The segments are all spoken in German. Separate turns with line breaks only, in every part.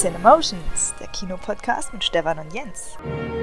Cinemotions, der Kinopodcast mit Stefan und Jens.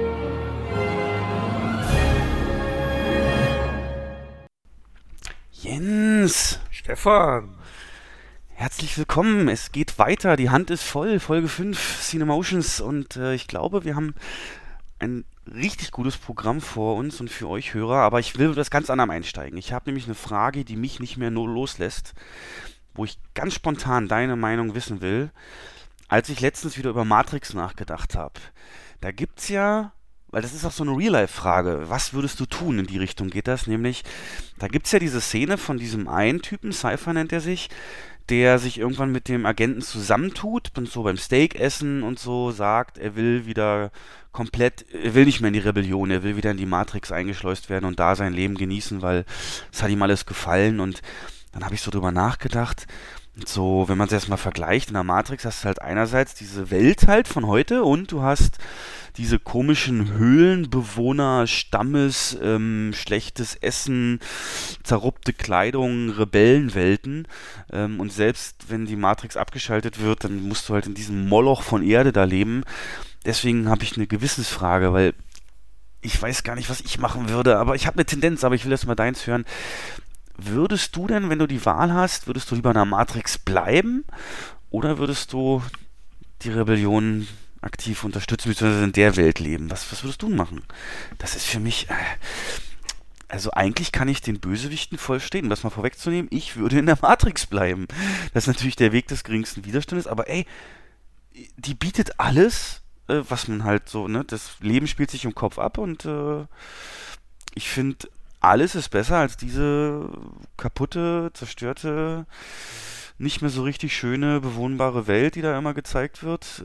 Jens!
Stefan!
Herzlich willkommen, es geht weiter, die Hand ist voll, Folge 5, Cinemotions und ich glaube, wir haben ein richtig gutes Programm vor uns und für euch Hörer, aber ich will das ganz anderem einsteigen. Ich habe nämlich eine Frage, die mich nicht mehr nur loslässt, wo ich ganz spontan deine Meinung wissen will, als ich letztens wieder über Matrix nachgedacht habe. Da gibt's ja, weil das ist auch so eine Real-Life-Frage, was würdest du tun, in die Richtung geht das, nämlich, da gibt's ja diese Szene von diesem einen Typen, Cypher nennt er sich, der sich irgendwann mit dem Agenten zusammentut und so beim Steakessen und so sagt, er will wieder komplett, er will nicht mehr in die Rebellion, er will wieder in die Matrix eingeschleust werden und da sein Leben genießen, weil es hat ihm alles gefallen. Und dann habe ich so drüber nachgedacht, und so, wenn man es erstmal vergleicht, in der Matrix hast du halt einerseits diese Welt halt von heute und du hast diese komischen Höhlenbewohner, Stammes, schlechtes Essen, zerrupfte Kleidung, Rebellenwelten. Und selbst wenn die Matrix abgeschaltet wird, dann musst du halt in diesem Moloch von Erde da leben. Deswegen habe ich eine Gewissensfrage, weil ich weiß gar nicht, was ich machen würde, aber ich habe eine Tendenz, aber ich will erst mal deins hören. Würdest du denn, wenn du die Wahl hast, würdest du lieber in der Matrix bleiben oder würdest du die Rebellion aktiv unterstützen, beziehungsweise in der Welt leben? Was würdest du machen? Das ist für mich, also eigentlich kann ich den Bösewichten voll stehen, um das mal vorwegzunehmen, ich würde in der Matrix bleiben. Das ist natürlich der Weg des geringsten Widerstandes, aber ey, die bietet alles, was man halt so, ne, das Leben spielt sich im Kopf ab und ich finde, alles ist besser als diese kaputte, zerstörte, nicht mehr so richtig schöne, bewohnbare Welt, die da immer gezeigt wird.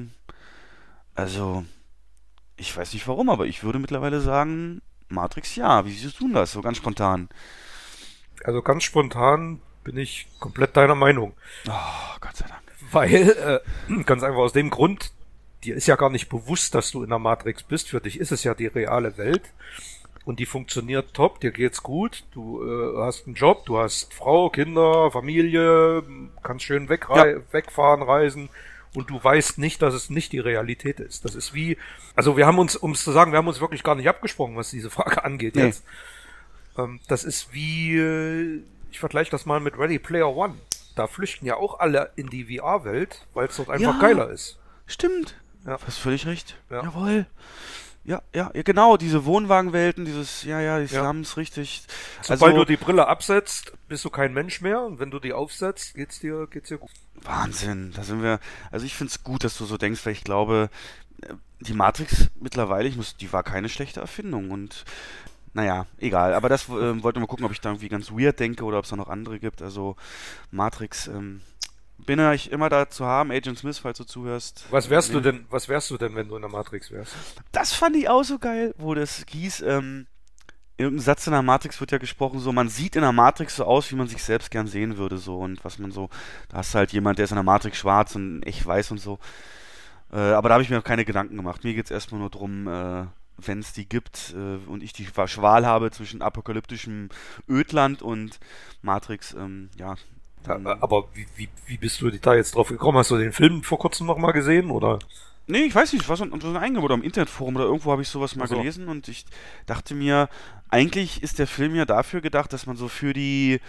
Also, ich weiß nicht warum, aber ich würde mittlerweile sagen, Matrix ja. Wie siehst du denn das, so ganz spontan?
Also ganz spontan bin ich komplett deiner Meinung.
Oh, Gott sei Dank.
Weil, ganz einfach aus dem Grund, dir ist ja gar nicht bewusst, dass du in der Matrix bist. Für dich ist es ja die reale Welt. Und die funktioniert top, dir geht's gut, du hast einen Job, du hast Frau, Kinder, Familie, kannst schön wegfahren, reisen und du weißt nicht, dass es nicht die Realität ist. Das ist wie, also wir haben uns, um es zu sagen, wir haben uns wirklich gar nicht abgesprochen, was diese Frage angeht jetzt. Das ist wie, ich vergleiche das mal mit Ready Player One. Da flüchten ja auch alle in die VR-Welt, weil es dort einfach geiler ist.
Stimmt,
Ja.
du hast völlig recht.
Ja.
Jawohl. Ja, genau, diese Wohnwagenwelten, die Slums, richtig.
Sobald du die Brille absetzt, bist du kein Mensch mehr und wenn du die aufsetzt, geht's dir gut.
Wahnsinn, da sind wir, also ich find's gut, dass du so denkst, weil ich glaube, die Matrix mittlerweile, die war keine schlechte Erfindung und naja, egal, aber das wollten wir mal gucken, ob ich da irgendwie ganz weird denke oder ob es da noch andere gibt, also Matrix, bin ich immer da zu haben, Agent Smith, falls du zuhörst.
Was wärst du denn, wenn du in der Matrix wärst?
Das fand ich auch so geil, wo das hieß, in irgendeinem Satz in der Matrix wird ja gesprochen, so, man sieht in der Matrix so aus, wie man sich selbst gern sehen würde, so, und was man so, da hast du halt jemand, der ist in der Matrix schwarz und echt weiß und so, aber da habe ich mir auch keine Gedanken gemacht, mir geht's erstmal nur drum, wenn es die gibt und ich die Wahl habe zwischen apokalyptischem Ödland und Matrix, ja.
Aber wie bist du da jetzt drauf gekommen? Hast du den Film vor kurzem noch mal gesehen, oder?
Nee, ich weiß nicht, was so ein Eingabe oder im Internetforum oder irgendwo habe ich sowas mal gelesen und ich dachte mir, eigentlich ist der Film ja dafür gedacht, dass man so für die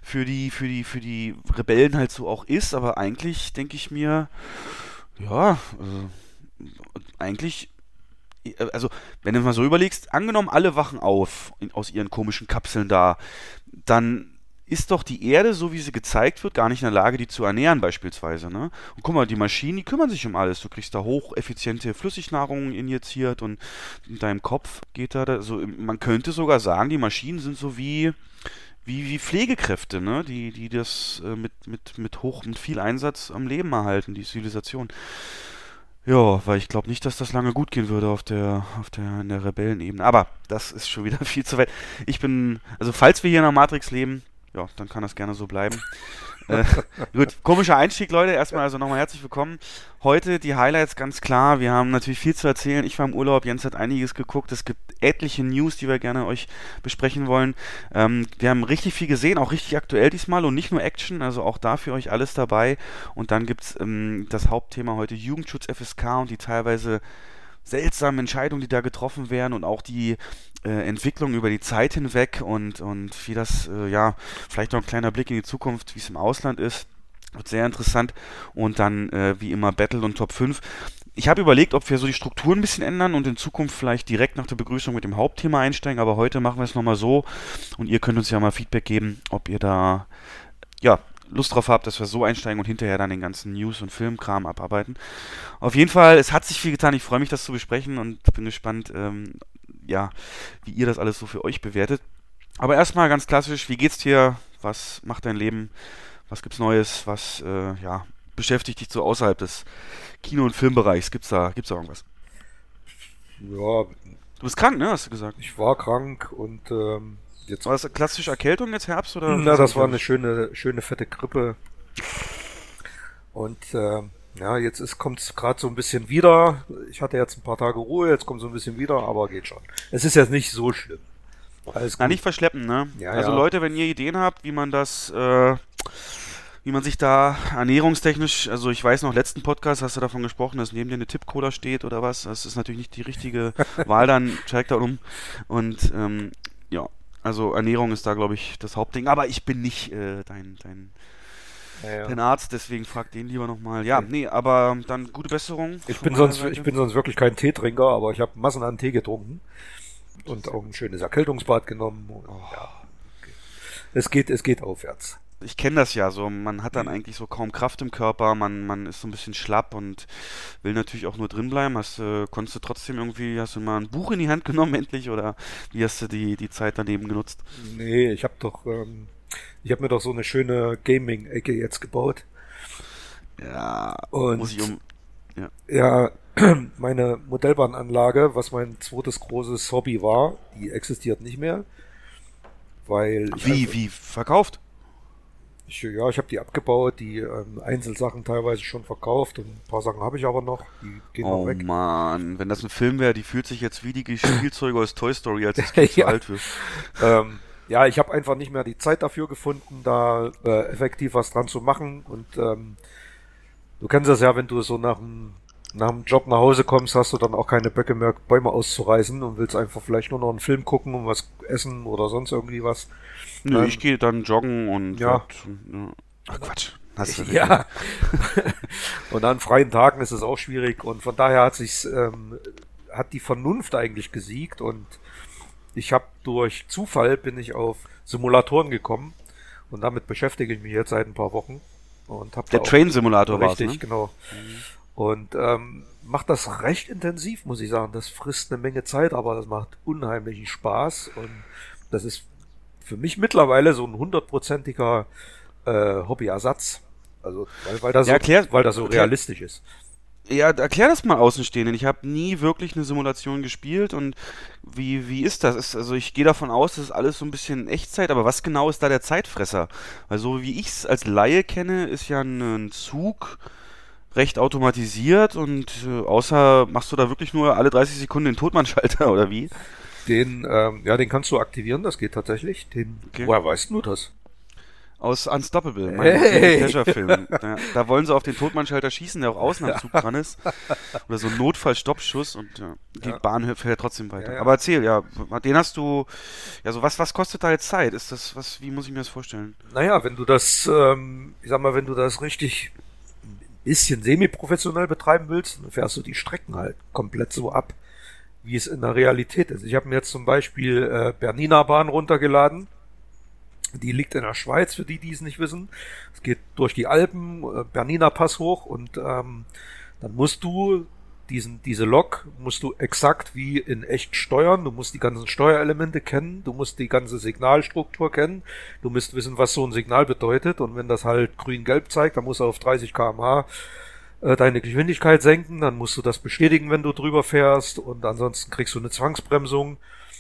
Rebellen halt so auch ist, aber eigentlich denke ich mir, ja, eigentlich, also wenn du mal so überlegst, angenommen alle wachen auf aus ihren komischen Kapseln da, dann ist doch die Erde, so wie sie gezeigt wird, gar nicht in der Lage, die zu ernähren beispielsweise, ne? Und guck mal, die Maschinen, die kümmern sich um alles. Du kriegst da hocheffiziente Flüssignahrung injiziert und in deinem Kopf geht da so, man könnte sogar sagen, die Maschinen sind so wie Pflegekräfte, ne? Die das mit viel Einsatz am Leben erhalten, die Zivilisation. Ja, weil ich glaube nicht, dass das lange gut gehen würde in der Rebellenebene. Aber das ist schon wieder viel zu weit. Also falls wir hier in der Matrix leben, ja, dann kann das gerne so bleiben. Gut, komischer Einstieg, Leute. Erstmal also nochmal herzlich willkommen. Heute die Highlights ganz klar. Wir haben natürlich viel zu erzählen. Ich war im Urlaub, Jens hat einiges geguckt. Es gibt etliche News, die wir gerne euch besprechen wollen. Wir haben richtig viel gesehen, auch richtig aktuell diesmal und nicht nur Action, also auch da für euch alles dabei. Und dann gibt es das Hauptthema heute Jugendschutz FSK und die teilweise seltsamen Entscheidungen, die da getroffen werden und auch die Entwicklung über die Zeit hinweg und wie das, vielleicht noch ein kleiner Blick in die Zukunft, wie es im Ausland ist. Wird sehr interessant. Und dann, wie immer, Battle und Top 5. Ich habe überlegt, ob wir so die Strukturen ein bisschen ändern und in Zukunft vielleicht direkt nach der Begrüßung mit dem Hauptthema einsteigen, aber heute machen wir es nochmal so und ihr könnt uns ja mal Feedback geben, ob ihr da, Lust drauf habt, dass wir so einsteigen und hinterher dann den ganzen News- und Filmkram abarbeiten. Auf jeden Fall, es hat sich viel getan. Ich freue mich, das zu besprechen und bin gespannt, wie ihr das alles so für euch bewertet. Aber erstmal ganz klassisch, wie geht's dir? Was macht dein Leben? Was gibt's Neues? Was, beschäftigt dich so außerhalb des Kino- und Filmbereichs? Gibt's da irgendwas?
Ja,
Du bist krank, ne? Hast du gesagt?
ich war krank und jetzt.
War das klassische Erkältung jetzt Herbst oder?
Na, das war eine schöne fette Grippe. Und jetzt kommt es gerade so ein bisschen wieder. Ich hatte jetzt ein paar Tage Ruhe, jetzt kommt so ein bisschen wieder, aber geht schon. Es ist jetzt nicht so schlimm. Alles
Na,
gut.
nicht verschleppen, ne?
Ja,
also
ja.
Leute, wenn ihr Ideen habt, wie man sich da ernährungstechnisch, also ich weiß noch, letzten Podcast hast du davon gesprochen, dass neben dir eine Tipp-Cola steht oder was. Das ist natürlich nicht die richtige Wahl, dann steigt da um. Und also Ernährung ist da, glaube ich, das Hauptding. Aber ich bin nicht dein Arzt, deswegen frag den lieber nochmal. Ja, nee, aber dann gute Besserung.
Ich
von
bin
meiner
sonst
Seite.
wirklich kein Teetrinker, aber ich habe Massen an Tee getrunken und auch ein schönes Erkältungsbad genommen. Und, ja, okay. Es geht aufwärts.
Ich kenne das ja so, man hat dann eigentlich so kaum Kraft im Körper, man ist so ein bisschen schlapp und will natürlich auch nur drin bleiben. Hast du mal ein Buch in die Hand genommen endlich oder wie hast du die Zeit daneben genutzt?
Nee, ich habe mir doch so eine schöne Gaming-Ecke jetzt gebaut.
Ja,
Und
ja.
ja, meine Modellbahnanlage, was mein zweites großes Hobby war, die existiert nicht mehr, weil
Wie verkauft?
ich habe die abgebaut, die Einzelsachen teilweise schon verkauft und ein paar Sachen habe ich aber noch, die gehen noch
Oh
weg.
Mann, wenn das ein Film wäre, die fühlt sich jetzt wie die Spielzeuge aus Toy Story, als das Kind zu
Ja.
alt für.
Ich habe einfach nicht mehr die Zeit dafür gefunden, da effektiv was dran zu machen. Und du kennst das ja, wenn du so nach dem Job nach Hause kommst, hast du dann auch keine Böcke mehr, Bäume auszureißen und willst einfach vielleicht nur noch einen Film gucken und was essen oder sonst irgendwie was.
Nö, ich gehe dann joggen und
Ja.
Ach Quatsch. Hast du
Ja. Und an freien Tagen ist es auch schwierig und von daher hat die Vernunft eigentlich gesiegt und ich habe durch Zufall bin ich auf Simulatoren gekommen und damit beschäftige ich mich jetzt seit ein paar Wochen und habe
Der Train-Simulator war es,
richtig,
ne?
genau. Und macht das recht intensiv, muss ich sagen. Das frisst eine Menge Zeit, aber das macht unheimlichen Spaß und das ist für mich mittlerweile so ein 100%iger Hobbyersatz. Also weil das so realistisch ist.
Ja, erklär das mal Außenstehenden. Ich habe nie wirklich eine Simulation gespielt und wie ist das? Also ich gehe davon aus, das ist alles so ein bisschen Echtzeit, aber was genau ist da der Zeitfresser? Weil so wie ich es als Laie kenne, ist ja ein Zug recht automatisiert und außer machst du da wirklich nur alle 30 Sekunden den Totmannschalter oder wie?
Den kannst du aktivieren, das geht tatsächlich.
Okay.
Woher weißt du das?
Aus Unstoppable, meinem
Hey.
Pleasure-Film. Da wollen sie auf den Totmannschalter schießen, der auch außen am Zug dran ist. Oder so ein Notfall-Stoppschuss und die Bahn fährt trotzdem weiter.
Ja.
Aber erzähl, den hast du, was kostet da jetzt Zeit? Ist das, wie muss ich mir das vorstellen?
Naja, wenn du das, wenn du das richtig ein bisschen semi-professionell betreiben willst, dann fährst du die Strecken halt komplett so ab, wie es in der Realität ist. Ich habe mir jetzt zum Beispiel Bernina Bahn runtergeladen. Die liegt in der Schweiz, für die es nicht wissen. Es geht durch die Alpen, Bernina Pass hoch und dann musst du diese Lok musst du exakt wie in echt steuern. Du musst die ganzen Steuerelemente kennen, du musst die ganze Signalstruktur kennen, du musst wissen, was so ein Signal bedeutet und wenn das halt grün-gelb zeigt, dann musst du auf 30 km/h deine Geschwindigkeit senken, dann musst du das bestätigen, wenn du drüber fährst und ansonsten kriegst du eine Zwangsbremsung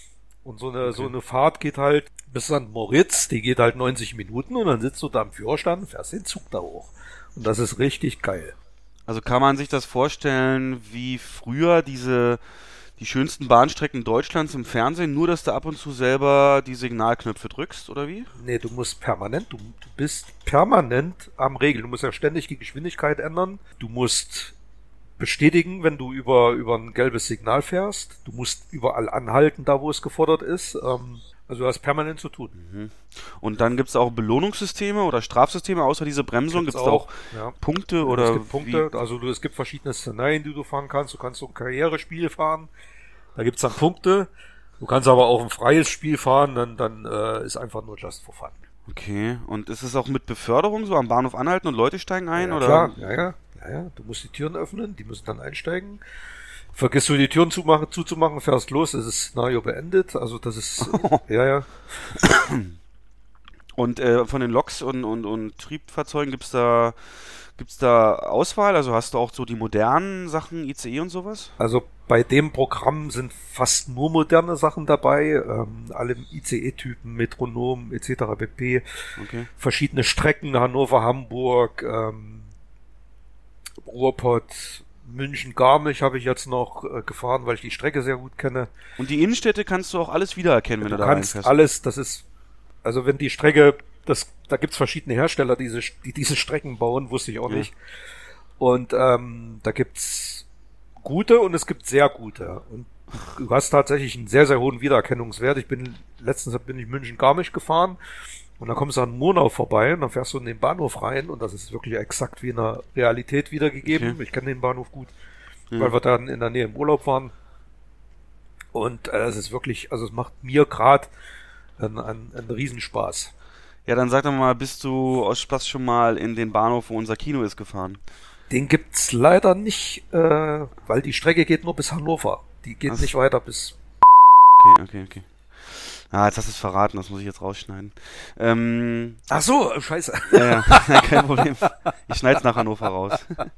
Und so eine Fahrt geht halt bis St. Moritz, die geht halt 90 Minuten und dann sitzt du da am Führerstand und fährst den Zug da hoch. Und das ist richtig geil.
Also kann man sich das vorstellen, wie früher die schönsten Bahnstrecken Deutschlands im Fernsehen, nur dass du ab und zu selber die Signalknöpfe drückst, oder wie?
Nee, du musst permanent, du bist permanent am Regeln. Du musst ja ständig die Geschwindigkeit ändern. Du musst bestätigen, wenn du über ein gelbes Signal fährst. Du musst überall anhalten, da wo es gefordert ist. Also du hast permanent zu tun.
Mhm. Und dann gibt es auch Belohnungssysteme oder Strafsysteme, außer diese Bremsung? Gibt es da auch Punkte? Oder
es gibt Punkte, also es gibt verschiedene Szenarien, die du fahren kannst. Du kannst so ein Karrierespiel fahren, da gibt's dann Punkte. Du kannst aber auch ein freies Spiel fahren, dann ist einfach nur just for fun.
Okay, und ist es auch mit Beförderung so am Bahnhof anhalten und Leute steigen ein?
Ja,
oder?
Klar, ja. Du musst die Türen öffnen, die müssen dann einsteigen. Vergisst du die Türen zuzumachen, fährst los, ist das Szenario beendet. Also das ist, ja.
Und von den Loks und Triebfahrzeugen gibt's da Auswahl? Also hast du auch so die modernen Sachen, ICE und sowas?
Also bei dem Programm sind fast nur moderne Sachen dabei, alle ICE-Typen, Metronom etc. pp.
Okay.
Verschiedene Strecken, Hannover, Hamburg, Ruhrpott, München, Garmisch habe ich jetzt noch gefahren, weil ich die Strecke sehr gut kenne.
Und die Innenstädte kannst du auch alles wiedererkennen, wenn du da
kannst
reinfährst?
Alles, das ist, also wenn die Strecke, da gibt's verschiedene Hersteller, die diese Strecken bauen, wusste ich auch nicht. Und da gibt's gute und es gibt sehr gute. Und du hast tatsächlich einen sehr, sehr hohen Wiedererkennungswert. Letztens bin ich München-Garmisch gefahren. Und dann kommst du an Murnau vorbei und dann fährst du in den Bahnhof rein und das ist wirklich exakt wie in der Realität wiedergegeben. Okay. Ich kenne den Bahnhof gut, weil wir dann in der Nähe im Urlaub waren. Und es ist wirklich, also es macht mir gerade einen Riesenspaß.
Ja, dann sag doch mal, bist du aus Spaß schon mal in den Bahnhof, wo unser Kino ist, gefahren?
Den gibt's leider nicht, weil die Strecke geht nur bis Hannover. Die geht nicht weiter bis...
Okay. Ah, jetzt hast du es verraten, das muss ich jetzt rausschneiden.
Ach so, scheiße.
Ja, kein Problem. Ich schneide es nach Hannover raus.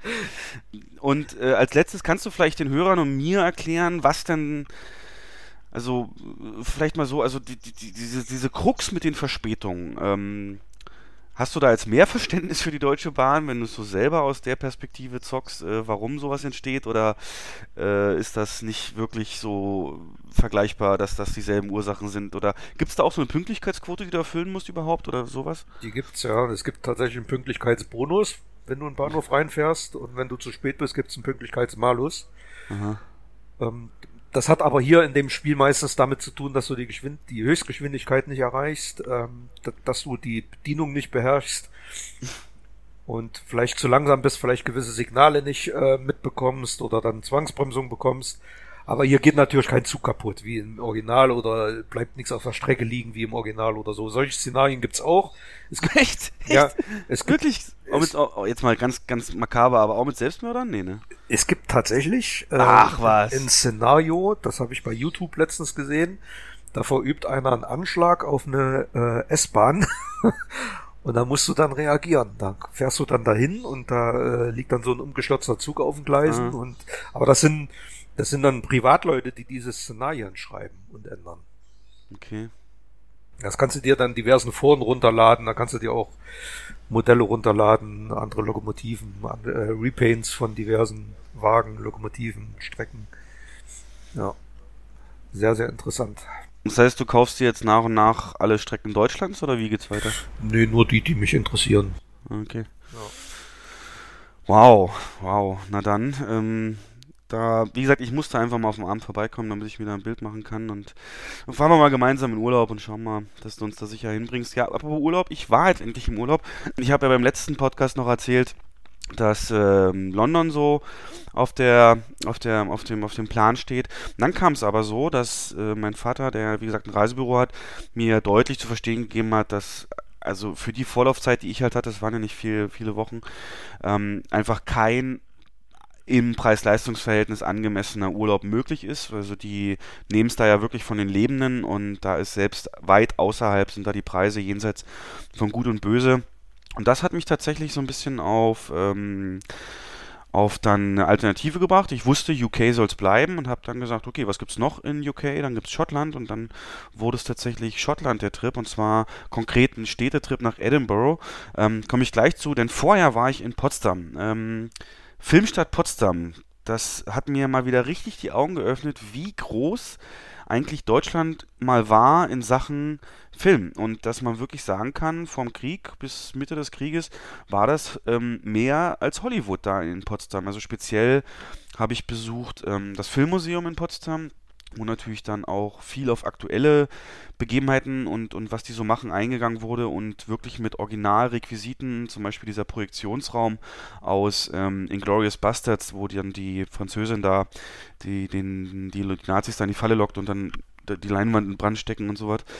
Und als letztes kannst du vielleicht den Hörern und mir erklären, was denn, also vielleicht mal so, also diese Krux mit den Verspätungen, hast du da jetzt mehr Verständnis für die Deutsche Bahn, wenn du es so selber aus der Perspektive zockst, warum sowas entsteht? Oder ist das nicht wirklich so vergleichbar, dass das dieselben Ursachen sind? Oder gibt es da auch so eine Pünktlichkeitsquote, die du erfüllen musst überhaupt oder sowas?
Die gibt's ja. Es gibt tatsächlich einen Pünktlichkeitsbonus, wenn du in den Bahnhof reinfährst. Und wenn du zu spät bist, gibt's einen Pünktlichkeitsmalus.
Aha.
Das hat aber hier in dem Spiel meistens damit zu tun, dass du die Höchstgeschwindigkeit nicht erreichst, dass du die Bedienung nicht beherrschst und vielleicht zu langsam bist, vielleicht gewisse Signale nicht mitbekommst oder dann Zwangsbremsung bekommst. Aber hier geht natürlich kein Zug kaputt, wie im Original, oder bleibt nichts auf der Strecke liegen, wie im Original oder so. Solche Szenarien gibt's auch.
Echt?
Ja, es gibt,
wirklich? Jetzt mal ganz, ganz makaber, aber auch mit Selbstmördern? Nee, ne?
Es gibt tatsächlich
was?
ein Szenario, das habe ich bei YouTube letztens gesehen. Da verübt einer einen Anschlag auf eine S-Bahn und da musst du dann reagieren. Da fährst du dann dahin und da liegt dann so ein umgestürzter Zug auf den Gleisen. Aber das sind dann Privatleute, die diese Szenarien schreiben und ändern.
Okay.
Das kannst du dir dann diversen Foren runterladen, da kannst du dir auch Modelle runterladen, andere Lokomotiven, Repaints von diversen Wagen, Lokomotiven, Strecken. Ja, sehr, sehr interessant.
Das heißt, du kaufst dir jetzt nach und nach alle Strecken Deutschlands oder wie geht's weiter?
Nee, nur die mich interessieren.
Okay.
Ja.
Wow. Na dann, wie gesagt, ich musste einfach mal auf dem Abend vorbeikommen, damit ich mir da ein Bild machen kann und dann fahren wir mal gemeinsam in Urlaub und schauen mal, dass du uns da sicher hinbringst. Ja, apropos Urlaub, ich war jetzt endlich im Urlaub. Ich habe ja beim letzten Podcast noch erzählt, dass London so auf dem Plan steht. Und dann kam es aber so, dass mein Vater, der wie gesagt ein Reisebüro hat, mir deutlich zu verstehen gegeben hat, dass also für die Vorlaufzeit, die ich halt hatte, das waren ja nicht viele Wochen, einfach kein im Preis-Leistungs-Verhältnis angemessener Urlaub möglich ist. Also die nehmen es da ja wirklich von den Lebenden und da ist selbst weit außerhalb sind da die Preise jenseits von Gut und Böse. Und das hat mich tatsächlich so ein bisschen auf auf dann eine Alternative gebracht. Ich wusste, UK soll es bleiben und habe dann gesagt, okay, was gibt's noch in UK? Dann gibt's Schottland und dann wurde es tatsächlich Schottland der Trip und zwar konkret ein Städtetrip nach Edinburgh. Komme ich gleich zu, denn vorher war ich in Potsdam. Filmstadt Potsdam. Das hat mir mal wieder richtig die Augen geöffnet, wie groß eigentlich Deutschland mal war in Sachen Film. Und dass man wirklich sagen kann, vom Krieg bis Mitte des Krieges war das mehr als Hollywood da in Potsdam. Also speziell habe ich besucht das Filmmuseum in Potsdam, wo natürlich dann auch viel auf aktuelle Begebenheiten und was die so machen eingegangen wurde und wirklich mit Originalrequisiten, zum Beispiel dieser Projektionsraum aus Inglourious Basterds, wo dann die Französin da die Nazis da in die Falle lockt und dann die Leinwand in Brand stecken und so was.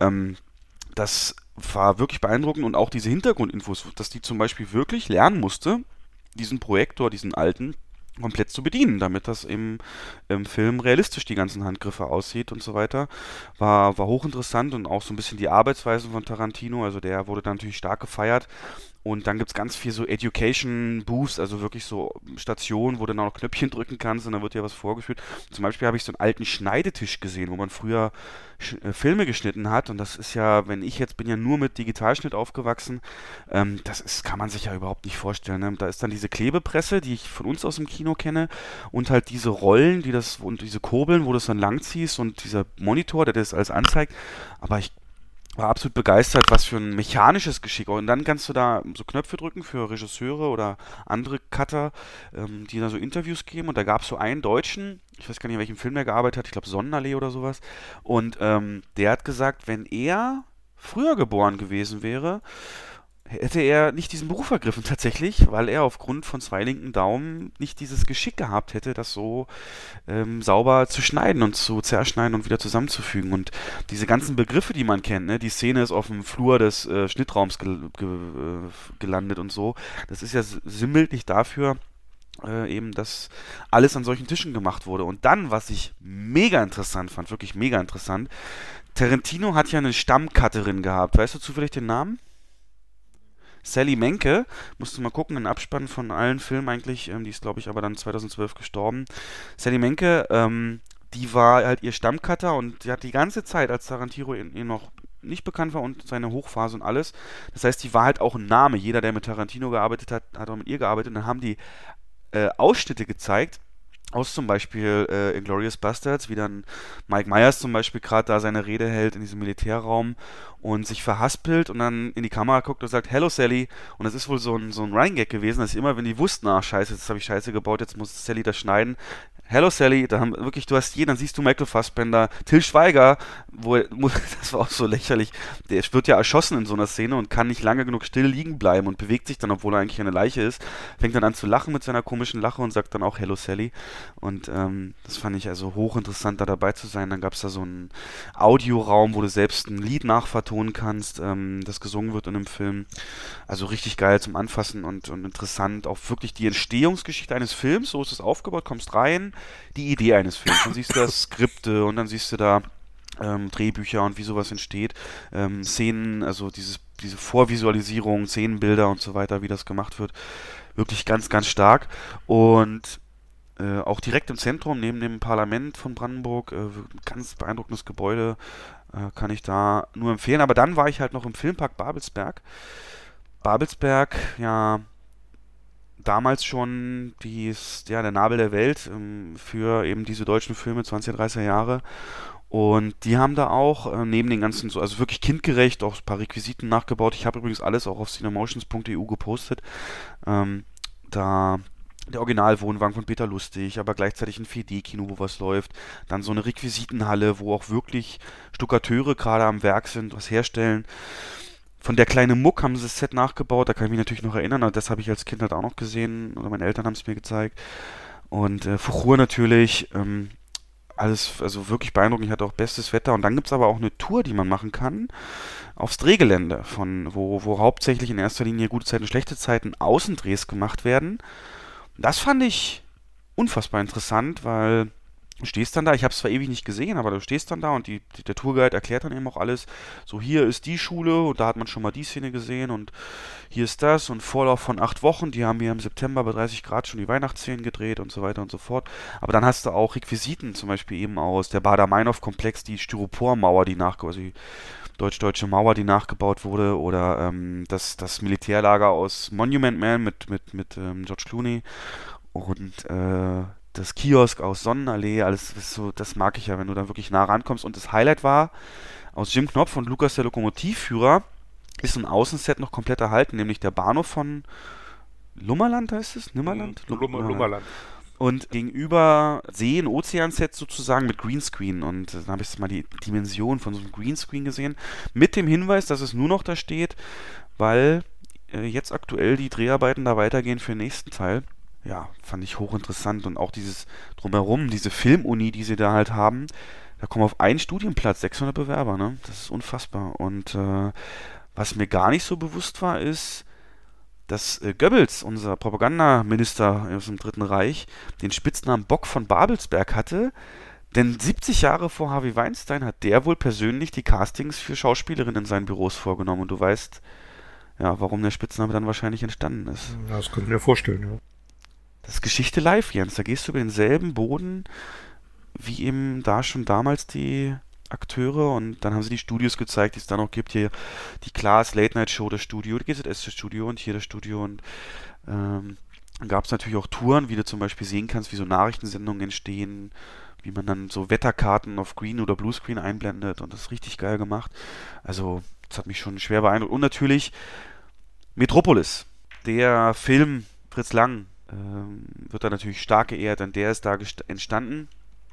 Das war wirklich beeindruckend und auch diese Hintergrundinfos, dass die zum Beispiel wirklich lernen musste, diesen Projektor, diesen alten, komplett zu bedienen, damit das im Film realistisch die ganzen Handgriffe aussieht und so weiter. War hochinteressant und auch so ein bisschen die Arbeitsweise von Tarantino, also der wurde dann natürlich stark gefeiert. Und dann gibt es ganz viel so Education Booths, also wirklich so Stationen, wo du dann auch noch Knöpfchen drücken kannst und dann wird dir was vorgeführt. Zum Beispiel habe ich so einen alten Schneidetisch gesehen, wo man früher Filme geschnitten hat. Und das ist ja, bin ja nur mit Digitalschnitt aufgewachsen. Kann man sich ja überhaupt nicht vorstellen. Ne? Da ist dann diese Klebepresse, die ich von uns aus dem Kino kenne, und halt diese Rollen, und diese Kurbeln, wo du es dann langziehst und dieser Monitor, der das alles anzeigt. Aber ich war absolut begeistert, was für ein mechanisches Geschick. Und dann kannst du da so Knöpfe drücken für Regisseure oder andere Cutter, die da so Interviews geben. Und da gab es so einen Deutschen, ich weiß gar nicht, in welchem Film der gearbeitet hat, ich glaube Sonnenallee oder sowas. Und der hat gesagt, wenn er früher geboren gewesen wäre, hätte er nicht diesen Beruf ergriffen tatsächlich, weil er aufgrund von zwei linken Daumen nicht dieses Geschick gehabt hätte, das so sauber zu schneiden und zu zerschneiden und wieder zusammenzufügen. Und diese ganzen Begriffe, die man kennt, ne, die Szene ist auf dem Flur des Schnittraums gelandet und so, das ist ja sinnbildlich dafür, eben, dass alles an solchen Tischen gemacht wurde. Und dann, was ich mega interessant fand, wirklich mega interessant, Tarantino hat ja eine Stammcutterin gehabt. Weißt du zufällig den Namen? Sally Menke, musst du mal gucken, ein Abspann von allen Filmen eigentlich, die ist glaube ich aber dann 2012 gestorben. Sally Menke, die war halt ihr Stammcutter und die hat die ganze Zeit, als Tarantino ihr noch nicht bekannt war und seine Hochphase und alles, das heißt, die war halt auch ein Name. Jeder, der mit Tarantino gearbeitet hat, hat auch mit ihr gearbeitet und dann haben die Ausschnitte gezeigt, aus zum Beispiel Inglourious Basterds, wie dann Mike Myers zum Beispiel gerade da seine Rede hält in diesem Militärraum und sich verhaspelt und dann in die Kamera guckt und sagt, Hello Sally. Und das ist wohl so ein Running-Gag gewesen, dass immer, wenn die wussten, scheiße, jetzt habe ich Scheiße gebaut, jetzt muss Sally das schneiden. Hello Sally, da haben wirklich, du hast jeden, dann siehst du Michael Fassbender, Til Schweiger, das war auch so lächerlich, der wird ja erschossen in so einer Szene und kann nicht lange genug still liegen bleiben und bewegt sich dann, obwohl er eigentlich eine Leiche ist, fängt dann an zu lachen mit seiner komischen Lache und sagt dann auch Hello Sally und das fand ich also hochinteressant, da dabei zu sein. Dann gab es da so einen Audioraum, wo du selbst ein Lied nachvertonen kannst, das gesungen wird in einem Film, also richtig geil zum Anfassen und interessant, auch wirklich die Entstehungsgeschichte eines Films, so ist es aufgebaut, kommst rein, die Idee eines Films. Dann siehst du da Skripte und dann siehst du da Drehbücher und wie sowas entsteht. Szenen, also diese Vorvisualisierung, Szenenbilder und so weiter, wie das gemacht wird. Wirklich ganz, ganz stark. Und auch direkt im Zentrum, neben dem Parlament von Brandenburg, ganz beeindruckendes Gebäude, kann ich da nur empfehlen. Aber dann war ich halt noch im Filmpark Babelsberg. Babelsberg, ja, damals schon der Nabel der Welt für eben diese deutschen Filme 20er, 30er Jahre. Und die haben da auch neben den ganzen, also wirklich kindgerecht, auch ein paar Requisiten nachgebaut. Ich habe übrigens alles auch auf cinemotions.eu gepostet. Da der Originalwohnwagen von Peter Lustig, aber gleichzeitig ein 4D-Kino, wo was läuft. Dann so eine Requisitenhalle, wo auch wirklich Stuckateure gerade am Werk sind, was herstellen. Von der kleine Muck haben sie das Set nachgebaut, da kann ich mich natürlich noch erinnern, das habe ich als Kind halt auch noch gesehen, oder meine Eltern haben es mir gezeigt. Und Fuchur natürlich, alles, also wirklich beeindruckend, ich hatte auch bestes Wetter. Und dann gibt es aber auch eine Tour, die man machen kann, aufs Drehgelände, wo hauptsächlich in erster Linie gute Zeiten, schlechte Zeiten Außendrehs gemacht werden. Das fand ich unfassbar interessant, weil Du stehst dann da, ich habe es zwar ewig nicht gesehen, aber du stehst dann da und der Tourguide erklärt dann eben auch alles. So, hier ist die Schule und da hat man schon mal die Szene gesehen und hier ist das und Vorlauf von 8 Wochen, die haben hier im September bei 30 Grad schon die Weihnachtsszenen gedreht und so weiter und so fort. Aber dann hast du auch Requisiten, zum Beispiel eben aus der Baader-Meinhof-Komplex, die Styropormauer, also die deutsch-deutsche Mauer, die nachgebaut wurde, oder das Militärlager aus Monument Man mit George Clooney und das Kiosk aus Sonnenallee, alles ist so, das mag ich ja, wenn du da wirklich nah rankommst. Und das Highlight war, aus Jim Knopf und Lukas der Lokomotivführer ist ein Außenset noch komplett erhalten, nämlich der Bahnhof von Lummerland heißt es? Nimmerland?
Lummerland.
Und gegenüber See- und Ozeanset sozusagen mit Greenscreen. Und dann habe ich mal die Dimension von so einem Greenscreen gesehen. Mit dem Hinweis, dass es nur noch da steht, weil jetzt aktuell die Dreharbeiten da weitergehen für den nächsten Teil. Ja, fand ich hochinteressant. Und auch dieses Drumherum, diese Filmuni, die sie da halt haben, da kommen auf einen Studienplatz 600 Bewerber, ne? Das ist unfassbar. Und was mir gar nicht so bewusst war, ist, dass Goebbels, unser Propagandaminister aus dem Dritten Reich, den Spitznamen Bock von Babelsberg hatte. Denn 70 Jahre vor Harvey Weinstein hat der wohl persönlich die Castings für Schauspielerinnen in seinen Büros vorgenommen. Und du weißt, ja, warum der Spitzname dann wahrscheinlich entstanden ist.
Ja, das könnte ich mir vorstellen, ja.
Das ist Geschichte live, Jens. Da gehst du über denselben Boden wie eben da schon damals die Akteure und dann haben sie die Studios gezeigt, die es da noch gibt. Hier die Klaas Late Night Show, das Studio, die GZS das Studio und hier das Studio und dann gab es natürlich auch Touren, wie du zum Beispiel sehen kannst, wie so Nachrichtensendungen entstehen, wie man dann so Wetterkarten auf Green oder Bluescreen einblendet und das ist richtig geil gemacht. Also, das hat mich schon schwer beeindruckt. Und natürlich Metropolis, der Film Fritz Lang, wird da natürlich stark geehrt, denn der ist da entstanden.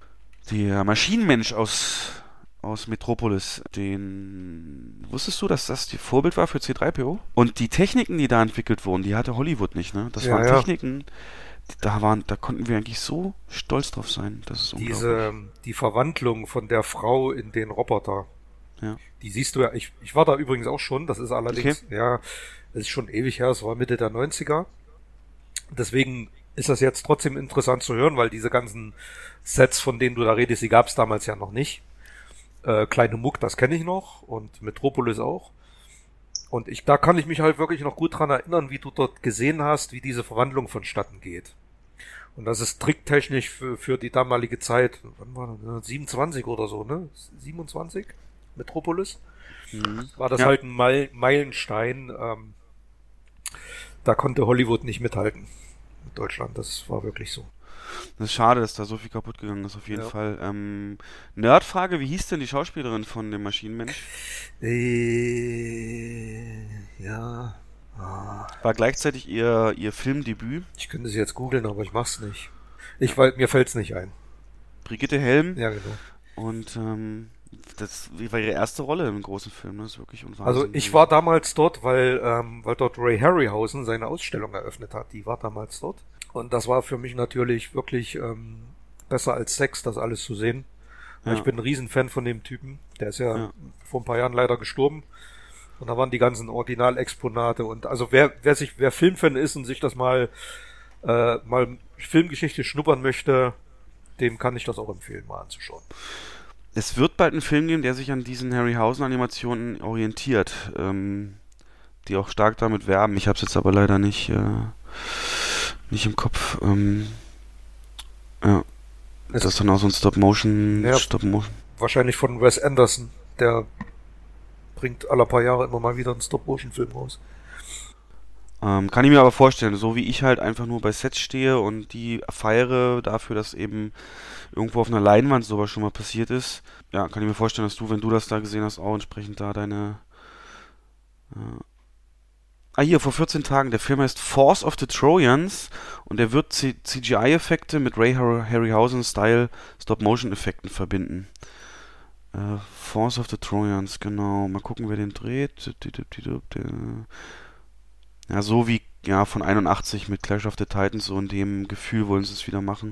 Der Maschinenmensch aus Metropolis, wusstest du, dass das die Vorbild war für C3PO? Und die Techniken, die da entwickelt wurden, die hatte Hollywood nicht, ne? Das waren Techniken, da konnten wir eigentlich so stolz drauf sein. Das ist unglaublich.
Die Verwandlung von der Frau in den Roboter.
Ja.
Die siehst du ja, ich war da übrigens auch schon, das ist allerdings, das ist schon ewig her, es war Mitte der 90er. Deswegen ist das jetzt trotzdem interessant zu hören, weil diese ganzen Sets, von denen du da redest, die gab es damals ja noch nicht. Kleine Muck, das kenne ich noch und Metropolis auch. Und da kann ich mich halt wirklich noch gut dran erinnern, wie du dort gesehen hast, wie diese Verwandlung vonstatten geht. Und das ist tricktechnisch für die damalige Zeit, wann war das? 27 oder so, ne? 27? Metropolis? War das halt ein Meilenstein. Da konnte Hollywood nicht mithalten. Mit Deutschland, das war wirklich so.
Das ist schade, dass da so viel kaputt gegangen ist, auf jeden Fall. Nerdfrage, wie hieß denn die Schauspielerin von dem Maschinenmensch? War gleichzeitig ihr Filmdebüt.
Ich könnte sie jetzt googeln, aber ich mach's nicht. Weil mir fällt's nicht ein.
Brigitte Helm.
Ja, genau.
Und das war ihre erste Rolle im großen Film, das ist wirklich unwahrscheinlich.
Also ich war damals dort, weil dort Ray Harryhausen seine Ausstellung eröffnet hat. Die war damals dort. Und das war für mich natürlich wirklich besser als Sex, das alles zu sehen. Ja. Ich bin ein Riesenfan von dem Typen. Der ist ja vor ein paar Jahren leider gestorben. Und da waren die ganzen Originalexponate. Und also wer Filmfan ist und sich das mal Filmgeschichte schnuppern möchte, dem kann ich das auch empfehlen, mal anzuschauen.
Es wird bald einen Film geben, der sich an diesen Harryhausen-Animationen orientiert, die auch stark damit werben. Ich habe es jetzt aber leider nicht im Kopf. Das ist dann auch so ein Stop-Motion.
Wahrscheinlich von Wes Anderson. Der bringt alle paar Jahre immer mal wieder einen Stop-Motion-Film raus.
Kann ich mir aber vorstellen, so wie ich halt einfach nur bei Sets stehe und die feiere dafür, dass eben irgendwo auf einer Leinwand sowas schon mal passiert ist. Ja, kann ich mir vorstellen, dass du, wenn du das da gesehen hast, auch entsprechend da deine... hier, vor 14 Tagen. Der Film heißt Force of the Trojans und der wird CGI-Effekte mit Ray Harryhausen-Style Stop-Motion-Effekten verbinden. Force of the Trojans, genau. Mal gucken, wer den dreht. Ja, so wie von 81 mit Clash of the Titans, so in dem Gefühl wollen sie es wieder machen.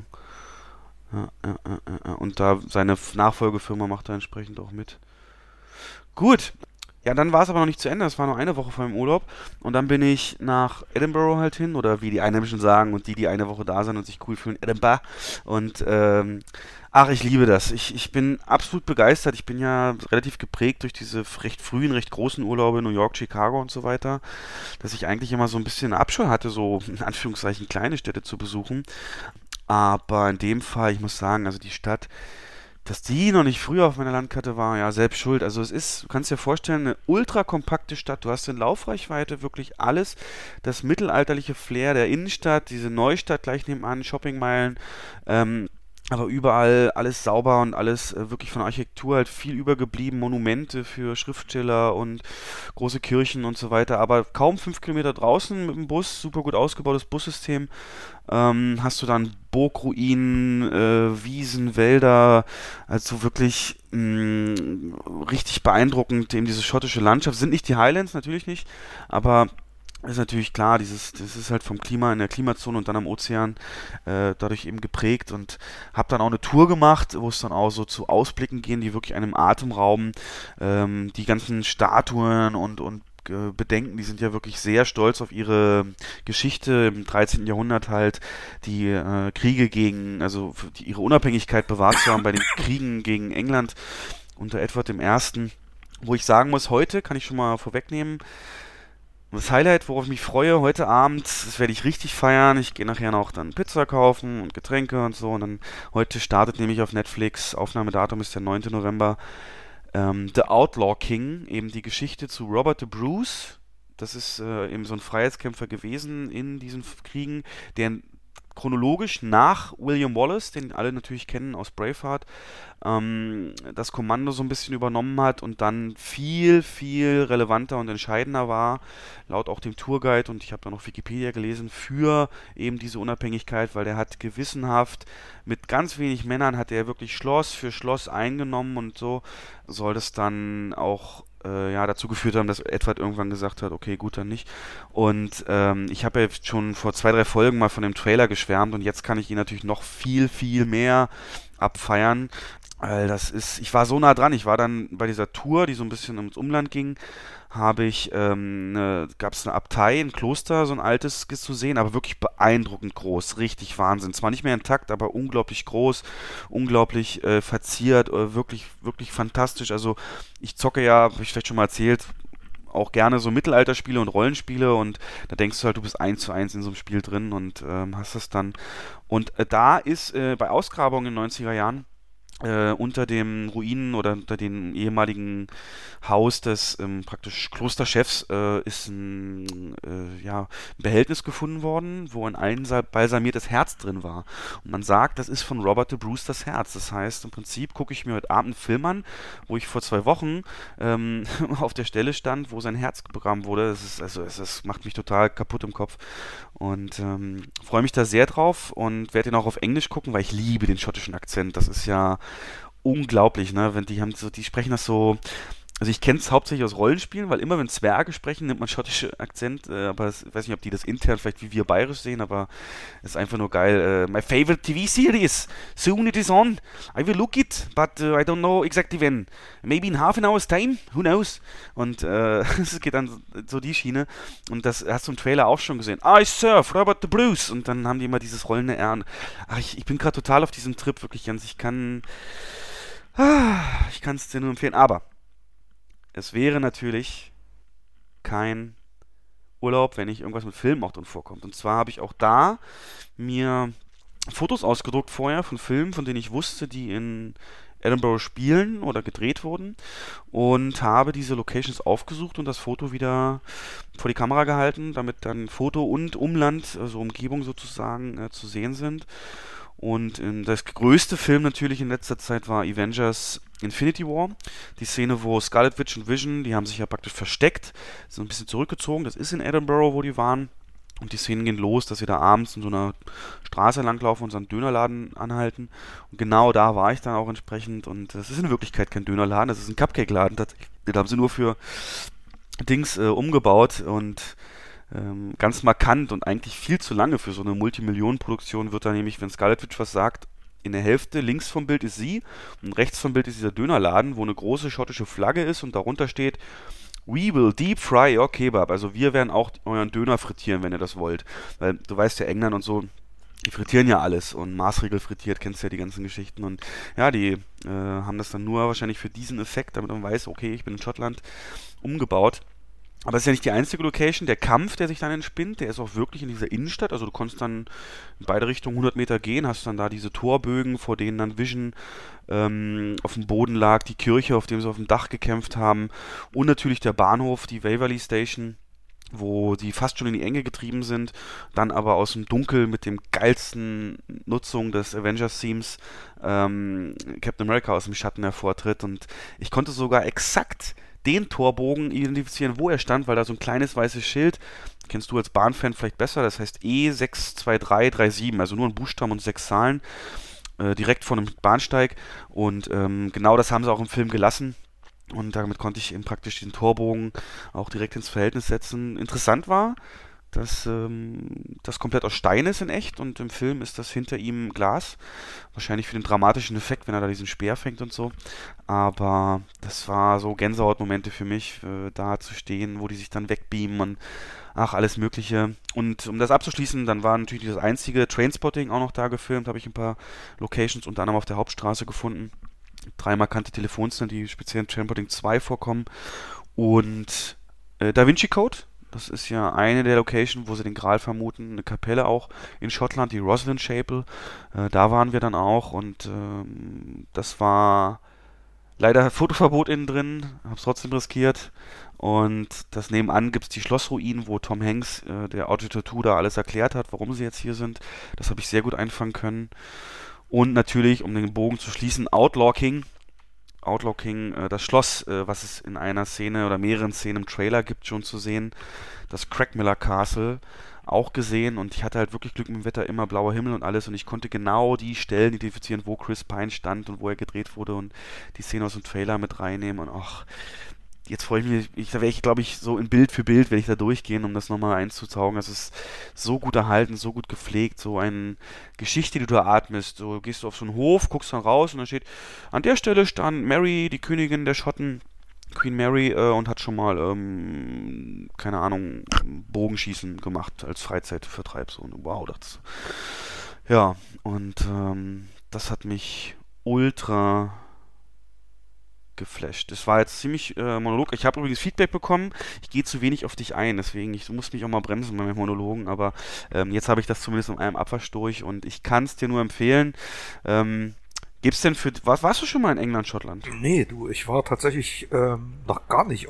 Und da seine Nachfolgefirma macht da entsprechend auch mit. Gut. Ja, dann war es aber noch nicht zu Ende, das war nur eine Woche vor dem Urlaub und dann bin ich nach Edinburgh halt hin oder wie die Einheimischen sagen und die eine Woche da sind und sich cool fühlen, Edinburgh und ach, ich liebe das. Ich bin absolut begeistert. Ich bin ja relativ geprägt durch diese recht frühen, recht großen Urlaube in New York, Chicago und so weiter, dass ich eigentlich immer so ein bisschen Abscheu hatte, so in Anführungszeichen kleine Städte zu besuchen. Aber in dem Fall, ich muss sagen, also die Stadt, dass die noch nicht früher auf meiner Landkarte war, ja, selbst schuld. Also es ist, du kannst dir vorstellen, eine ultra kompakte Stadt. Du hast in Laufreichweite wirklich alles. Das mittelalterliche Flair der Innenstadt, diese Neustadt gleich nebenan, Shoppingmeilen, aber überall alles sauber und alles wirklich von Architektur halt viel übergeblieben. Monumente für Schriftsteller und große Kirchen und so weiter. Aber kaum 5 Kilometer draußen mit dem Bus, super gut ausgebautes Bussystem. Hast du dann Burgruinen, Wiesen, Wälder, also wirklich richtig beeindruckend. Eben diese schottische Landschaft sind nicht die Highlands, natürlich nicht, aber ist natürlich klar, das ist halt vom Klima in der Klimazone und dann am Ozean dadurch eben geprägt und habe dann auch eine Tour gemacht, wo es dann auch so zu Ausblicken gehen, die wirklich einem Atem rauben. Die ganzen Statuen und bedenken, die sind ja wirklich sehr stolz auf ihre Geschichte im 13. Jahrhundert halt, die Kriege gegen, also ihre Unabhängigkeit bewahrt zu haben bei den Kriegen gegen England unter Edward I., wo ich sagen muss, heute kann ich schon mal vorwegnehmen, das Highlight, worauf ich mich freue, heute Abend, das werde ich richtig feiern. Ich gehe nachher noch dann Pizza kaufen und Getränke und so. Und dann heute startet nämlich auf Netflix, Aufnahmedatum ist der 9. November, The Outlaw King, eben die Geschichte zu Robert the Bruce. Das ist eben so ein Freiheitskämpfer gewesen in diesen Kriegen, der chronologisch nach William Wallace, den alle natürlich kennen aus Braveheart, das Kommando so ein bisschen übernommen hat und dann viel, viel relevanter und entscheidender war, laut auch dem Tourguide, und ich habe da noch Wikipedia gelesen, für eben diese Unabhängigkeit, weil der hat gewissenhaft, mit ganz wenig Männern hat er wirklich Schloss für Schloss eingenommen und so soll das dann auch dazu geführt haben, dass Edward irgendwann gesagt hat, okay, gut, dann nicht. Und ich habe ja schon vor 2, 3 Folgen mal von dem Trailer geschwärmt und jetzt kann ich ihn natürlich noch viel, viel mehr abfeiern. Das ist, ich war so nah dran, ich war dann bei dieser Tour, die so ein bisschen ums Umland ging, gab es eine Abtei, ein Kloster, so ein altes zu sehen, aber wirklich beeindruckend groß, richtig Wahnsinn. Zwar nicht mehr intakt, aber unglaublich groß, unglaublich verziert, wirklich, wirklich fantastisch. Also ich zocke ja, habe ich vielleicht schon mal erzählt, auch gerne so Mittelalterspiele und Rollenspiele und da denkst du halt, du bist 1:1 in so einem Spiel drin und hast das dann. Und da ist bei Ausgrabungen in den 90er Jahren unter den Ruinen oder unter dem ehemaligen Haus des praktisch Klosterchefs ist ein Behältnis gefunden worden, wo ein einbalsamiertes Herz drin war. Und man sagt, das ist von Robert the Bruce das Herz. Das heißt, im Prinzip gucke ich mir heute Abend einen Film an, wo ich vor 2 Wochen auf der Stelle stand, wo sein Herz begraben wurde. Es macht mich total kaputt im Kopf. Und freue mich da sehr drauf und werde ihn auch auf Englisch gucken, weil ich liebe den schottischen Akzent. Das ist ja unglaublich, ne? Die sprechen das so. Also ich kenne es hauptsächlich aus Rollenspielen, weil immer wenn Zwerge sprechen, nimmt man schottische Akzent, aber ich weiß nicht, ob die das intern vielleicht wie wir bayerisch sehen, aber es ist einfach nur geil. My favorite TV series, soon it is on. I will look it, but I don't know exactly when. Maybe in half an hour's time, who knows? Und es geht dann so die Schiene und das hast du im Trailer auch schon gesehen. I serve Robert the Bruce und dann haben die immer dieses rollende R. Ach, ich bin gerade total auf diesem Trip, wirklich, Jens. Ich kann es dir nur empfehlen, aber es wäre natürlich kein Urlaub, wenn nicht irgendwas mit Filmen auch drin vorkommt. Und zwar habe ich auch da mir Fotos ausgedruckt vorher von Filmen, von denen ich wusste, die in Edinburgh spielen oder gedreht wurden und habe diese Locations aufgesucht und das Foto wieder vor die Kamera gehalten, damit dann Foto und Umland, also Umgebung sozusagen, zu sehen sind. Und das größte Film natürlich in letzter Zeit war Avengers Infinity War. Die Szene, wo Scarlet Witch und Vision, die haben sich ja praktisch versteckt, sind ein bisschen zurückgezogen. Das ist in Edinburgh, wo die waren. Und die Szenen gehen los, dass sie da abends in so einer Straße langlaufen und so einen Dönerladen anhalten. Und genau da war ich dann auch entsprechend. Und das ist in Wirklichkeit kein Dönerladen, das ist ein Cupcake-Laden. Den haben sie nur für Dings umgebaut und ganz markant und eigentlich viel zu lange für so eine Multimillionenproduktion wird da nämlich, wenn Scarlet Witch was sagt, in der Hälfte links vom Bild ist sie und rechts vom Bild ist dieser Dönerladen, wo eine große schottische Flagge ist und darunter steht We will deep fry your kebab. Also wir werden auch euren Döner frittieren, wenn ihr das wollt. Weil du weißt ja, England und so, die frittieren ja alles und Maßregel frittiert, kennst ja die ganzen Geschichten. Und ja, die haben das dann nur wahrscheinlich für diesen Effekt, damit man weiß, okay, ich bin in Schottland, umgebaut. Aber es ist ja nicht die einzige Location. Der Kampf, der sich dann entspinnt, der ist auch wirklich in dieser Innenstadt. Also du konntest dann in beide Richtungen 100 Meter gehen, hast dann da diese Torbögen, vor denen dann Vision auf dem Boden lag, die Kirche, auf dem sie auf dem Dach gekämpft haben und natürlich der Bahnhof, die Waverley Station, wo die fast schon in die Enge getrieben sind, dann aber aus dem Dunkel mit dem geilsten Nutzung des Avengers-Themes Captain America aus dem Schatten hervortritt. Und ich konnte sogar exakt den Torbogen identifizieren, wo er stand, weil da so ein kleines weißes Schild, kennst du als Bahnfan vielleicht besser, das heißt E62337, also nur ein Buchstaben und 6 Zahlen, direkt vor einem Bahnsteig. Und genau das haben sie auch im Film gelassen. Und damit konnte ich eben praktisch den Torbogen auch direkt ins Verhältnis setzen. Interessant war, dass das komplett aus Stein ist in echt und im Film ist das hinter ihm Glas. Wahrscheinlich für den dramatischen Effekt, wenn er da diesen Speer fängt und so. Aber das war so Gänsehautmomente für mich, da zu stehen, wo die sich dann wegbeamen und ach, alles Mögliche. Und um das abzuschließen, dann war natürlich das einzige Trainspotting auch noch da gefilmt, habe ich ein paar Locations unter anderem auf der Hauptstraße gefunden. 3 markante Telefonzellen, die speziell in Trainspotting 2 vorkommen. Und Da Vinci Code, das ist ja eine der Locations, wo sie den Gral vermuten. Eine Kapelle auch in Schottland, die Rosslyn Chapel. Da waren wir dann auch und das war leider Fotoverbot innen drin, hab's trotzdem riskiert. Und das nebenan gibt's die Schlossruinen, wo Tom Hanks, der Auditor 2, da alles erklärt hat, warum sie jetzt hier sind. Das habe ich sehr gut einfangen können. Und natürlich, um den Bogen zu schließen, Outlaw King. Outlaw King, das Schloss, was es in einer Szene oder mehreren Szenen im Trailer gibt, schon zu sehen. Das Craigmillar Castle auch gesehen und ich hatte halt wirklich Glück mit dem Wetter, immer blauer Himmel und alles und ich konnte genau die Stellen identifizieren, wo Chris Pine stand und wo er gedreht wurde und die Szene aus dem Trailer mit reinnehmen und ach, jetzt freue ich mich, da werde ich, glaube ich, so in Bild für Bild werde ich da durchgehen, um das nochmal einzutaugen. Es ist so gut erhalten, so gut gepflegt, so eine Geschichte, die du atmest. So gehst du auf so einen Hof, guckst dann raus und dann steht, an der Stelle stand Mary, die Königin der Schotten, Queen Mary, und hat schon mal, keine Ahnung, Bogenschießen gemacht als Freizeitvertreib. So, und wow, ja, und das hat mich ultra geflasht. Das war jetzt ziemlich Monolog. Ich habe übrigens Feedback bekommen. Ich gehe zu wenig auf dich ein, deswegen ich muss mich auch mal bremsen bei meinen Monologen, aber jetzt habe ich das zumindest in einem Abwasch durch und ich kann es dir nur empfehlen. Gibt's denn warst du schon mal in England, Schottland?
Nee, du, ich war tatsächlich noch gar nicht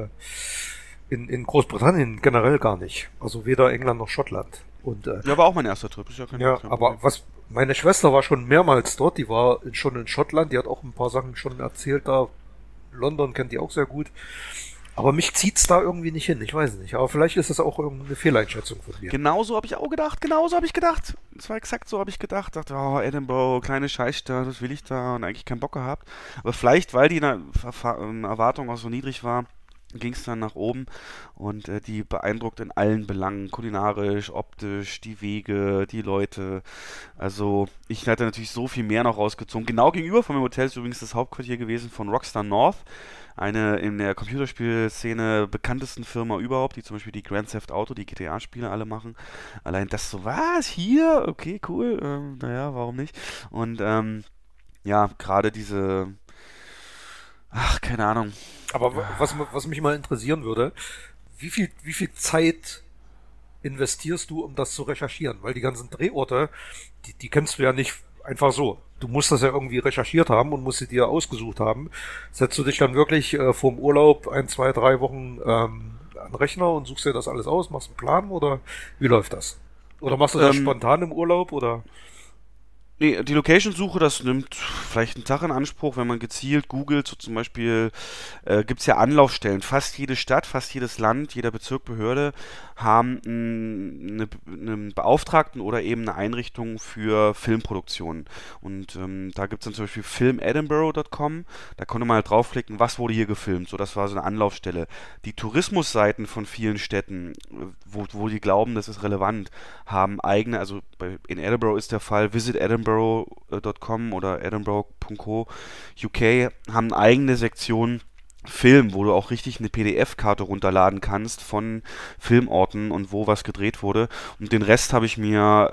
in Großbritannien generell gar nicht. Also weder England noch Schottland. Und,
ja, war auch mein erster Trip. Ist ja kein
aber meine Schwester war schon mehrmals dort, die war schon in Schottland, die hat auch ein paar Sachen schon erzählt da. London kennt die auch sehr gut. Aber mich zieht's da irgendwie nicht hin, ich weiß nicht. Aber vielleicht ist das auch irgendeine Fehleinschätzung von mir.
Genauso habe ich auch gedacht, genauso habe ich gedacht. Das war exakt so, habe ich gedacht. Dachte, oh, Edinburgh, kleine Scheißstadt, was will ich da? Und eigentlich keinen Bock gehabt. Aber vielleicht, weil die Erwartung auch so niedrig war, ging es dann nach oben und die beeindruckt in allen Belangen, kulinarisch, optisch, die Wege, die Leute. Also ich hatte natürlich so viel mehr noch rausgezogen. Genau gegenüber von meinem Hotel ist übrigens das Hauptquartier gewesen von Rockstar North, eine in der Computerspielszene bekanntesten Firma überhaupt, die zum Beispiel die Grand Theft Auto, die GTA-Spiele alle machen. Allein das so, was, hier? Okay, cool, naja, warum nicht? Und ja, gerade diese, ach, keine Ahnung.
Aber was mich mal interessieren würde, wie viel Zeit investierst du, um das zu recherchieren? Weil die ganzen Drehorte, die kennst du ja nicht einfach so. Du musst das ja irgendwie recherchiert haben und musst sie dir ausgesucht haben. Setzt du dich dann wirklich vorm Urlaub 1, 2, 3 Wochen an den Rechner und suchst dir das alles aus, machst einen Plan oder wie läuft das? Oder machst du das spontan im Urlaub oder?
Nee, die Location-Suche, das nimmt vielleicht einen Tag in Anspruch, wenn man gezielt googelt, so zum Beispiel gibt es ja Anlaufstellen. Fast jede Stadt, fast jedes Land, jeder Bezirk, Behörde haben einen Beauftragten oder eben eine Einrichtung für Filmproduktionen. Und da gibt es dann zum Beispiel filmedinburgh.com, da konnte man halt draufklicken, was wurde hier gefilmt. So, das war so eine Anlaufstelle. Die Tourismusseiten von vielen Städten, wo die glauben, das ist relevant, haben eigene, also in Edinburgh ist der Fall, visitedinburgh.com oder edinburgh.co UK haben eigene Sektionen Film, wo du auch richtig eine PDF-Karte runterladen kannst von Filmorten und wo was gedreht wurde. Und den Rest habe ich mir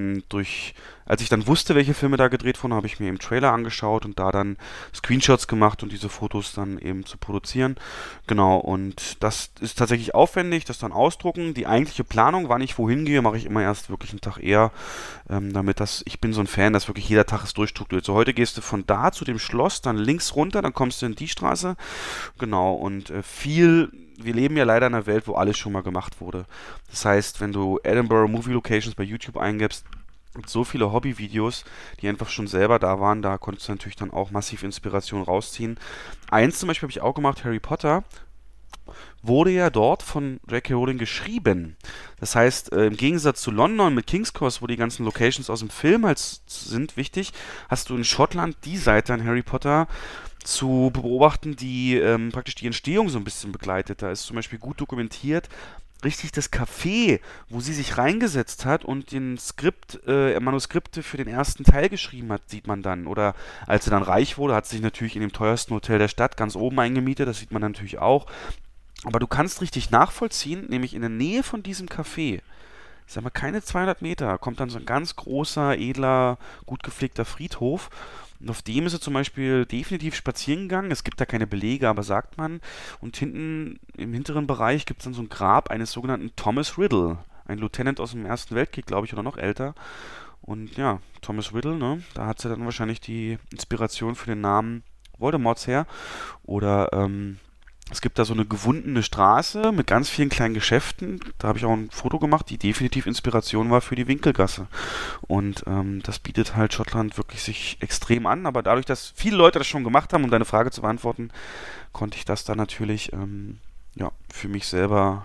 als ich dann wusste, welche Filme da gedreht wurden, habe ich mir im Trailer angeschaut und da dann Screenshots gemacht und diese Fotos dann eben zu produzieren. Genau, und das ist tatsächlich aufwendig, das dann ausdrucken. Die eigentliche Planung, wann ich wohin gehe, mache ich immer erst wirklich einen Tag eher, ich bin so ein Fan, dass wirklich jeder Tag ist durchstrukturiert. So, heute gehst du von da zu dem Schloss, dann links runter, dann kommst du in die Straße. Genau, und wir leben ja leider in einer Welt, wo alles schon mal gemacht wurde. Das heißt, wenn du Edinburgh Movie Locations bei YouTube eingibst, gibt so viele Hobbyvideos, die einfach schon selber da waren, da konntest du natürlich dann auch massiv Inspiration rausziehen. Eins zum Beispiel habe ich auch gemacht, Harry Potter wurde ja dort von J.K. Rowling geschrieben. Das heißt, im Gegensatz zu London mit King's Cross, wo die ganzen Locations aus dem Film halt sind, wichtig, hast du in Schottland die Seite an Harry Potter zu beobachten, die praktisch die Entstehung so ein bisschen begleitet. Da ist zum Beispiel gut dokumentiert, richtig das Café, wo sie sich reingesetzt hat und den Manuskripte für den ersten Teil geschrieben hat, sieht man dann. Oder als sie dann reich wurde, hat sie sich natürlich in dem teuersten Hotel der Stadt ganz oben eingemietet, das sieht man natürlich auch. Aber du kannst richtig nachvollziehen, nämlich in der Nähe von diesem Café, ich sag mal keine 200 Meter, kommt dann so ein ganz großer, edler, gut gepflegter Friedhof. Und auf dem ist er zum Beispiel definitiv spazieren gegangen. Es gibt da keine Belege, aber sagt man. Und hinten im hinteren Bereich gibt es dann so ein Grab eines sogenannten Thomas Riddle. Ein Lieutenant aus dem Ersten Weltkrieg, glaube ich, oder noch älter. Und ja, Thomas Riddle, ne? Da hat sie dann wahrscheinlich die Inspiration für den Namen Voldemorts her. Oder es gibt da so eine gewundene Straße mit ganz vielen kleinen Geschäften. Da habe ich auch ein Foto gemacht, die definitiv Inspiration war für die Winkelgasse. Und das bietet halt Schottland wirklich sich extrem an. Aber dadurch, dass viele Leute das schon gemacht haben, um deine Frage zu beantworten, konnte ich das dann natürlich ja, für mich selber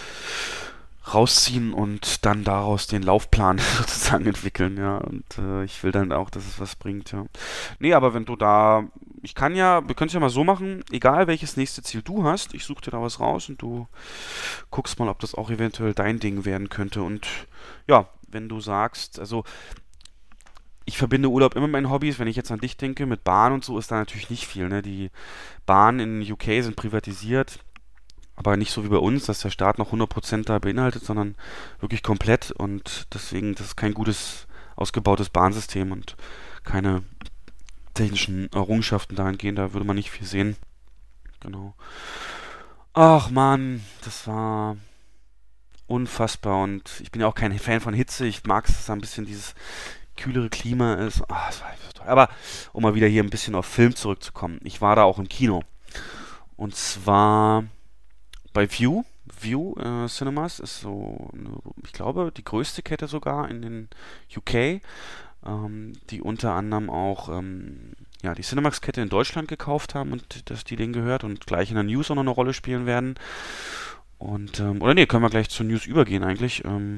rausziehen und dann daraus den Laufplan sozusagen entwickeln, ja. Und ich will dann auch, dass es was bringt, ja. Nee, aber wenn du da, wir können es ja mal so machen, egal welches nächste Ziel du hast, ich suche dir da was raus und du guckst mal, ob das auch eventuell dein Ding werden könnte. Und ja, wenn du sagst, also ich verbinde Urlaub immer mit meinen Hobbys, wenn ich jetzt an dich denke, mit Bahn und so ist da natürlich nicht viel, ne? Die Bahnen in UK sind privatisiert. Aber nicht so wie bei uns, dass der Staat noch 100% da beinhaltet, sondern wirklich komplett. Und deswegen, das ist kein gutes, ausgebautes Bahnsystem und keine technischen Errungenschaften dahingehend. Da würde man nicht viel sehen. Genau. Ach man, das war unfassbar. Und ich bin ja auch kein Fan von Hitze. Ich mag es, dass da ein bisschen dieses kühlere Klima ist. Ah, das war einfach so toll. Aber um mal wieder hier ein bisschen auf Film zurückzukommen. Ich war da auch im Kino. Und zwar bei View Cinemas ist so, ich glaube, die größte Kette sogar in den UK, die unter anderem auch ja, die Cinemax-Kette in Deutschland gekauft haben und dass die denen gehört und gleich in der News auch noch eine Rolle spielen werden. Und, oder nee, können wir gleich zur News übergehen eigentlich.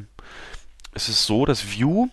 Es ist so, dass View,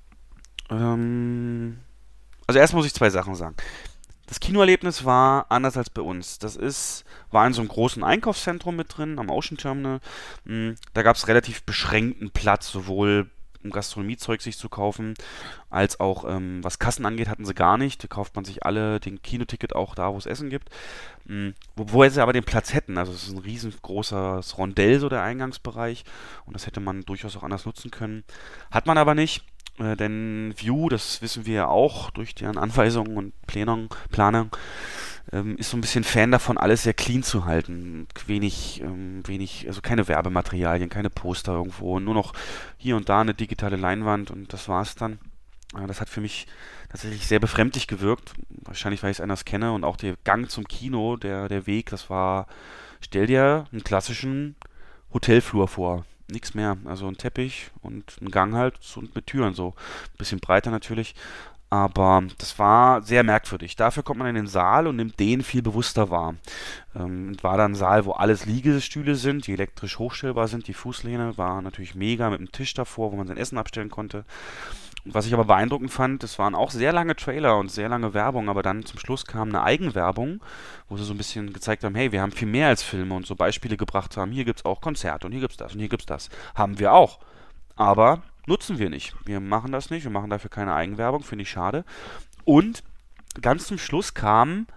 also erst muss ich zwei Sachen sagen. Das Kinoerlebnis war anders als bei uns. War in so einem großen Einkaufszentrum mit drin, am Ocean Terminal. Da gab es relativ beschränkten Platz, sowohl um Gastronomiezeug sich zu kaufen, als auch was Kassen angeht, hatten sie gar nicht. Da kauft man sich alle den Kinoticket auch da, wo es Essen gibt. Wo sie aber den Platz hätten. Also es ist ein riesengroßes Rondell, so der Eingangsbereich. Und das hätte man durchaus auch anders nutzen können. Hat man aber nicht. Denn View, das wissen wir ja auch durch deren Anweisungen und Planung, ist so ein bisschen Fan davon, alles sehr clean zu halten. Wenig, also keine Werbematerialien, keine Poster irgendwo, nur noch hier und da eine digitale Leinwand und das war's dann. Das hat für mich tatsächlich sehr befremdlich gewirkt. Wahrscheinlich, weil ich es anders kenne und auch der Gang zum Kino, der Weg, stell dir einen klassischen Hotelflur vor. Nichts mehr. Also ein Teppich und ein Gang halt und mit Türen so. Ein bisschen breiter natürlich. Aber das war sehr merkwürdig. Dafür kommt man in den Saal und nimmt den viel bewusster wahr. War dann ein Saal, wo alles Liegestühle sind, die elektrisch hochstellbar sind. Die Fußlehne war natürlich mega mit einem Tisch davor, wo man sein Essen abstellen konnte. Und was ich aber beeindruckend fand, es waren auch sehr lange Trailer und sehr lange Werbung, aber dann zum Schluss kam eine Eigenwerbung, wo sie so ein bisschen gezeigt haben, hey, wir haben viel mehr als Filme und so Beispiele gebracht haben, hier gibt es auch Konzerte und hier gibt es das und hier gibt es das. Haben wir auch. Aber nutzen wir nicht. Wir machen das nicht, wir machen dafür keine Eigenwerbung, finde ich schade. Und ganz zum Schluss kam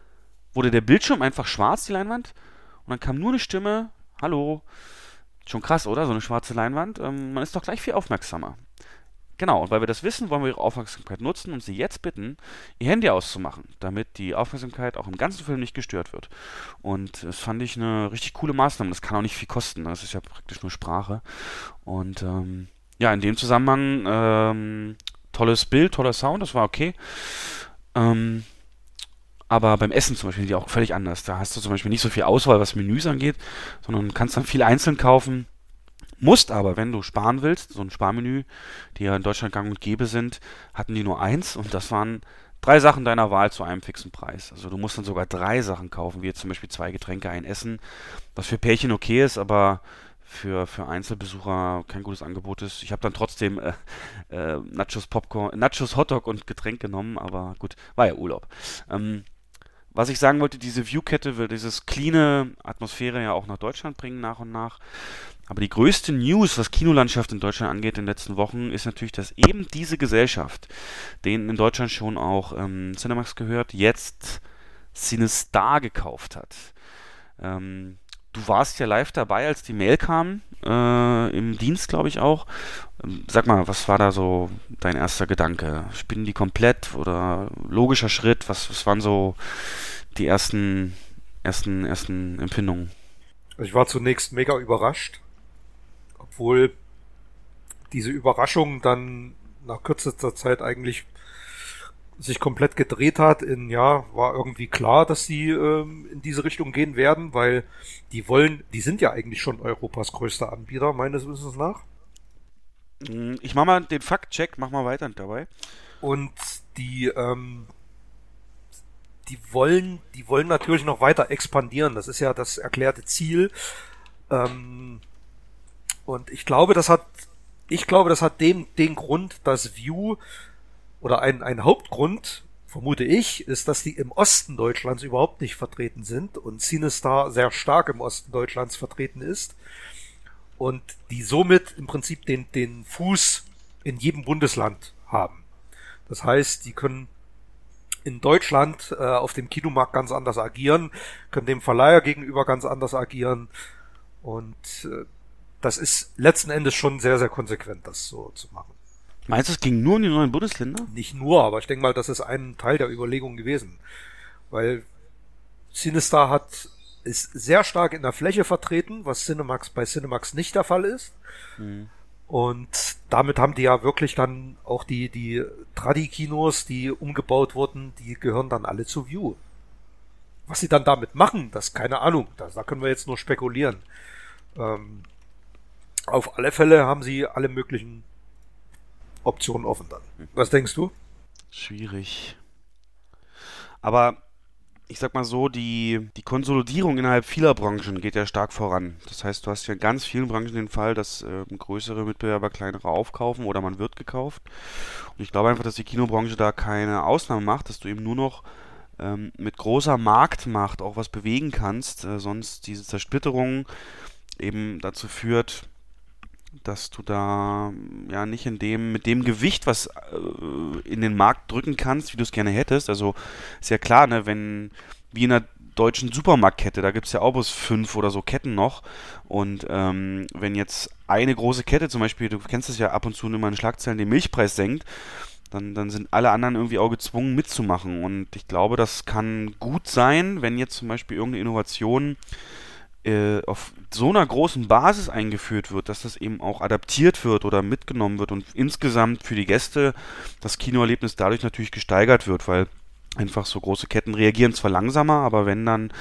wurde der Bildschirm einfach schwarz, die Leinwand, und dann kam nur eine Stimme, hallo, schon krass, oder? So eine schwarze Leinwand, man ist doch gleich viel aufmerksamer. Genau, und weil wir das wissen, wollen wir Ihre Aufmerksamkeit nutzen und Sie jetzt bitten, Ihr Handy auszumachen, damit die Aufmerksamkeit auch im ganzen Film nicht gestört wird. Und das fand ich eine richtig coole Maßnahme. Das kann auch nicht viel kosten, das ist ja praktisch nur Sprache. Und ja, in dem Zusammenhang tolles Bild, toller Sound, das war okay. Aber beim Essen zum Beispiel sind die auch völlig anders. Da hast du zum Beispiel nicht so viel Auswahl, was Menüs angeht, sondern kannst dann viel einzeln kaufen. Musst aber, wenn du sparen willst, so ein Sparmenü, die ja in Deutschland gang und gäbe sind, hatten die nur eins und das waren 3 Sachen deiner Wahl zu einem fixen Preis. Also du musst dann sogar 3 Sachen kaufen, wie jetzt zum Beispiel 2 Getränke, ein Essen, was für Pärchen okay ist, aber für Einzelbesucher kein gutes Angebot ist. Ich habe dann trotzdem Nachos, Popcorn, Nachos, Hotdog und Getränk genommen, aber gut, war ja Urlaub. Was ich sagen wollte, diese View-Kette will dieses cleane Atmosphäre ja auch nach Deutschland bringen, nach und nach. Aber die größte News, was Kinolandschaft in Deutschland angeht in den letzten Wochen, ist natürlich, dass eben diese Gesellschaft, denen in Deutschland schon auch Cinemax gehört, jetzt CineStar gekauft hat. Du warst ja live dabei, als die Mail kam, im Dienst, glaube ich auch. Sag mal, was war da so dein erster Gedanke? Spinnen die komplett oder logischer Schritt? Was waren so die ersten Empfindungen?
Ich war zunächst mega überrascht, obwohl diese Überraschung dann nach kürzester Zeit eigentlich sich komplett gedreht hat war irgendwie klar, dass sie in diese Richtung gehen werden, weil die sind ja eigentlich schon Europas größter Anbieter, meines Wissens nach.
Ich mach mal den Faktcheck, mach mal weiter dabei.
Und die wollen natürlich noch weiter expandieren, das ist ja das erklärte Ziel. Und ich glaube, das hat den Grund, dass View oder ein Hauptgrund, vermute ich, ist, dass die im Osten Deutschlands überhaupt nicht vertreten sind und CineStar sehr stark im Osten Deutschlands vertreten ist und die somit im Prinzip den Fuß in jedem Bundesland haben. Das heißt, die können in Deutschland auf dem Kinomarkt ganz anders agieren, können dem Verleiher gegenüber ganz anders agieren und das ist letzten Endes schon sehr, sehr konsequent, das so zu machen.
Meinst du, es ging nur um die neuen Bundesländer?
Nicht nur, aber ich denke mal, das ist ein Teil der Überlegung gewesen. Weil CineStar ist sehr stark in der Fläche vertreten, was bei Cinemax nicht der Fall ist. Mhm. Und damit haben die ja wirklich dann auch die Tradi-Kinos, die umgebaut wurden, die gehören dann alle zu View. Was sie dann damit machen, das keine Ahnung. Da können wir jetzt nur spekulieren. Auf alle Fälle haben sie alle möglichen Optionen offen dann. Was denkst du?
Schwierig. Aber ich sag mal so, die Konsolidierung innerhalb vieler Branchen geht ja stark voran. Das heißt, du hast ja in ganz vielen Branchen den Fall, dass größere Mitbewerber kleinere aufkaufen oder man wird gekauft. Und ich glaube einfach, dass die Kinobranche da keine Ausnahme macht, dass du eben nur noch mit großer Marktmacht auch was bewegen kannst. Sonst diese Zersplitterung eben dazu führt, dass du da ja nicht mit dem Gewicht was in den Markt drücken kannst, wie du es gerne hättest. Also ist ja klar, ne, wie in einer deutschen Supermarktkette, da gibt es ja auch bloß 5 oder so Ketten noch. Und wenn jetzt eine große Kette zum Beispiel, du kennst es ja ab und zu immer in Schlagzeilen, den Milchpreis senkt, dann sind alle anderen irgendwie auch gezwungen mitzumachen. Und ich glaube, das kann gut sein, wenn jetzt zum Beispiel irgendeine Innovation auf so einer großen Basis eingeführt wird, dass das eben auch adaptiert wird oder mitgenommen wird und insgesamt für die Gäste das Kinoerlebnis dadurch natürlich gesteigert wird, weil einfach so große Ketten reagieren zwar langsamer, aber wenn dann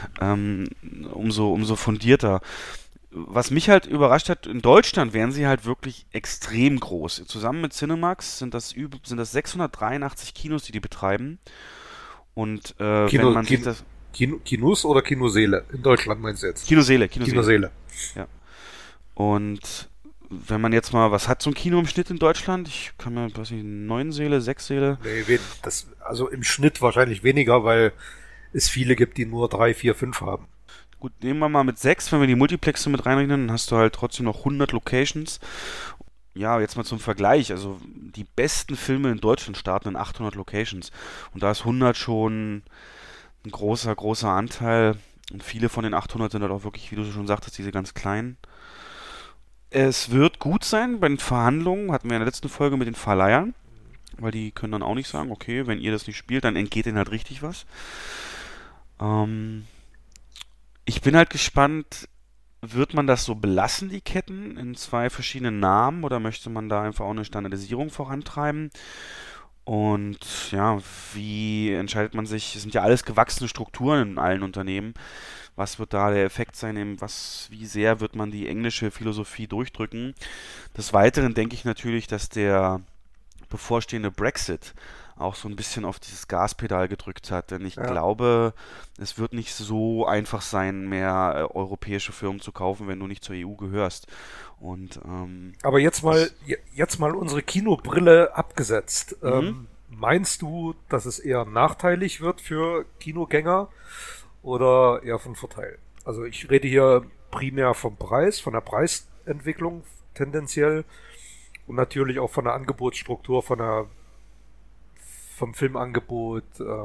umso fundierter. Was mich halt überrascht hat, in Deutschland wären sie halt wirklich extrem groß. Zusammen mit Cinemax sind das 683 Kinos, die betreiben. Und wenn man sich das...
Kinos oder Kinoseele? In Deutschland meinst du jetzt?
Kinoseele. Ja. Und wenn man jetzt mal, was hat so ein Kino im Schnitt in Deutschland? Ich kann mir, weiß nicht, 9 Säle, 6 Säle?
Nee, also im Schnitt wahrscheinlich weniger, weil es viele gibt, die nur 3, 4, 5 haben.
Gut, nehmen wir mal mit 6, wenn wir die Multiplexe mit reinrechnen, dann hast du halt trotzdem noch 100 Locations. Ja, jetzt mal zum Vergleich, also die besten Filme in Deutschland starten in 800 Locations. Und da ist 100 schon... ein großer, großer Anteil. Und viele von den 800 sind halt auch wirklich, wie du schon sagtest, diese ganz kleinen. Es wird gut sein bei den Verhandlungen, hatten wir in der letzten Folge mit den Verleihern, weil die können dann auch nicht sagen, okay, wenn ihr das nicht spielt, dann entgeht denen halt richtig was. Ähm, Ich bin halt gespannt, wird man das so belassen, die Ketten, in zwei verschiedenen Namen, oder möchte man da einfach auch eine Standardisierung vorantreiben? Und ja, wie entscheidet man sich? Es sind ja alles gewachsene Strukturen in allen Unternehmen. Was wird da der Effekt sein? Wie sehr wird man die englische Philosophie durchdrücken? Des Weiteren denke ich natürlich, dass der bevorstehende Brexit auch so ein bisschen auf dieses Gaspedal gedrückt hat. Denn ich
Ja.
glaube, es wird nicht so einfach sein, mehr europäische Firmen zu kaufen, wenn du nicht zur EU gehörst. Und
Aber jetzt mal unsere Kinobrille abgesetzt.
mhm.
Meinst du, dass es eher nachteilig wird für Kinogänger oder eher von Vorteil? Also ich rede hier primär vom Preis, von der Preisentwicklung tendenziell und natürlich auch von der Angebotsstruktur, vom Filmangebot,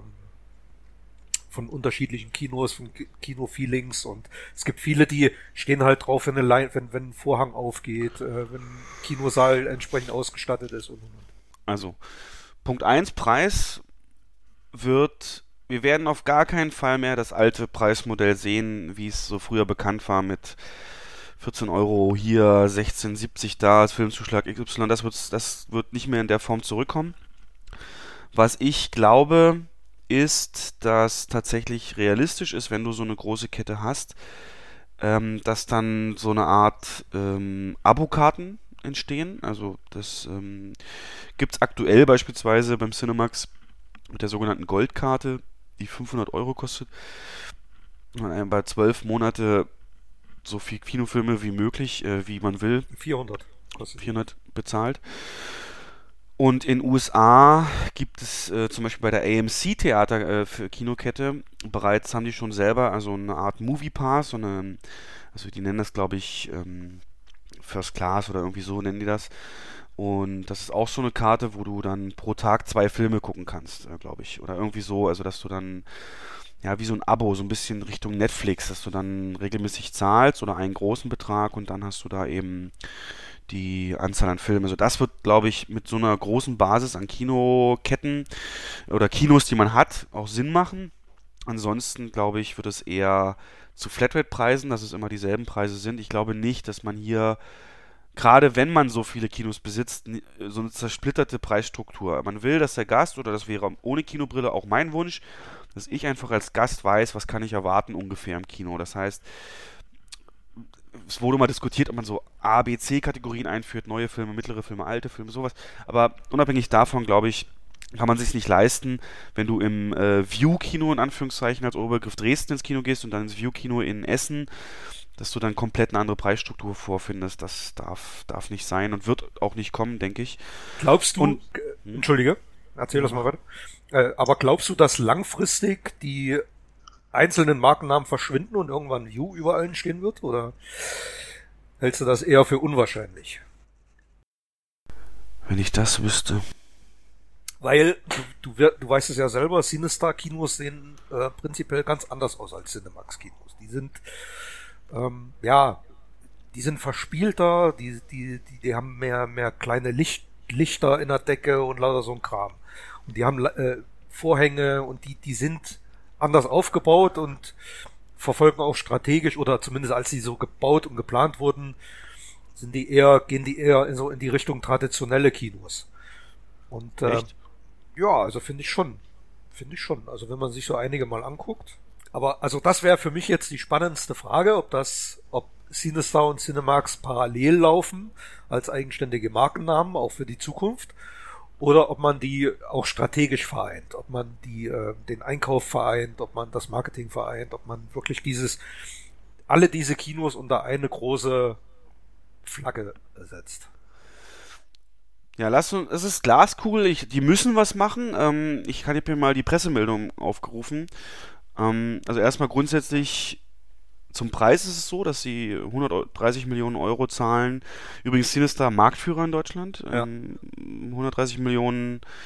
von unterschiedlichen Kinos, von Kino-Feelings, und es gibt viele, die stehen halt drauf, wenn ein Vorhang aufgeht, wenn ein Kinosaal entsprechend ausgestattet ist und.
Also, Punkt eins Preis wir werden auf gar keinen Fall mehr das alte Preismodell sehen, wie es so früher bekannt war mit 14 Euro hier, 16,70 da als Filmzuschlag XY. Das wird nicht mehr in der Form zurückkommen. Was ich glaube, ist, dass tatsächlich realistisch ist, wenn du so eine große Kette hast, dass dann so eine Art Abokarten entstehen. Also das gibt es aktuell beispielsweise beim Cinemax mit der sogenannten Goldkarte, die 500 Euro kostet. Und bei 12 Monate so viel Kinofilme wie möglich, wie man will,
400 kostet.
400 bezahlt. Und in USA gibt es zum Beispiel bei der AMC Theater für Kinokette bereits, haben die schon selber, also eine Art Movie Pass, also die nennen das glaube ich First Class oder irgendwie so nennen die das. Und das ist auch so eine Karte, wo du dann pro Tag 2 Filme gucken kannst, glaube ich. Oder irgendwie so, also dass du dann, ja, wie so ein Abo, so ein bisschen Richtung Netflix, dass du dann regelmäßig zahlst oder einen großen Betrag und dann hast du da eben die Anzahl an Filmen. Also das wird, glaube ich, mit so einer großen Basis an Kinoketten oder Kinos, die man hat, auch Sinn machen. Ansonsten, glaube ich, wird es eher zu Flatrate-Preisen, dass es immer dieselben Preise sind. Ich glaube nicht, dass man hier, gerade wenn man so viele Kinos besitzt, so eine zersplitterte Preisstruktur. Man will, dass der Gast, oder das wäre ohne Kinobrille auch mein Wunsch, dass ich einfach als Gast weiß, was kann ich erwarten ungefähr im Kino. Das heißt, es wurde mal diskutiert, ob man so A, B, C-Kategorien einführt, neue Filme, mittlere Filme, alte Filme, sowas. Aber unabhängig davon, glaube ich, kann man sich nicht leisten, wenn du im View-Kino in Anführungszeichen als Oberbegriff Dresden ins Kino gehst und dann ins View-Kino in Essen, dass du dann komplett eine andere Preisstruktur vorfindest. Das darf nicht sein und wird auch nicht kommen, denke ich.
Glaubst du,
Und
Entschuldige, erzähl das mal weiter, aber glaubst du, dass langfristig die einzelnen Markennamen verschwinden und irgendwann View überall stehen wird, oder hältst du das eher für unwahrscheinlich?
wenn ich das wüsste.
Weil, du weißt es ja selber, Cinestar-Kinos sehen prinzipiell ganz anders aus als Cinemax-Kinos. Die sind, ja, die sind verspielter, die haben mehr kleine Lichter in der Decke und lauter so ein Kram. Und die haben Vorhänge und die sind anders aufgebaut und verfolgen auch strategisch, oder zumindest als sie so gebaut und geplant wurden, gehen die eher in die Richtung traditionelle Kinos. Und
Echt?
ja, also finde ich schon. Finde ich schon. Also wenn man sich so einige mal anguckt. Aber also das wäre für mich jetzt die spannendste Frage, ob Cinestar und Cinemax parallel laufen als eigenständige Markennamen, auch für die Zukunft. Oder ob man die auch strategisch vereint, ob man den Einkauf vereint, ob man das Marketing vereint, ob man wirklich alle diese Kinos unter eine große Flagge setzt.
Ja, es ist Glaskugel, die müssen was machen. Ich habe hier mal die Pressemeldung aufgerufen. Also erstmal grundsätzlich zum Preis ist es so, dass sie 130 Millionen Euro zahlen. Übrigens Cinestar Marktführer in Deutschland.
Ja.
130 Millionen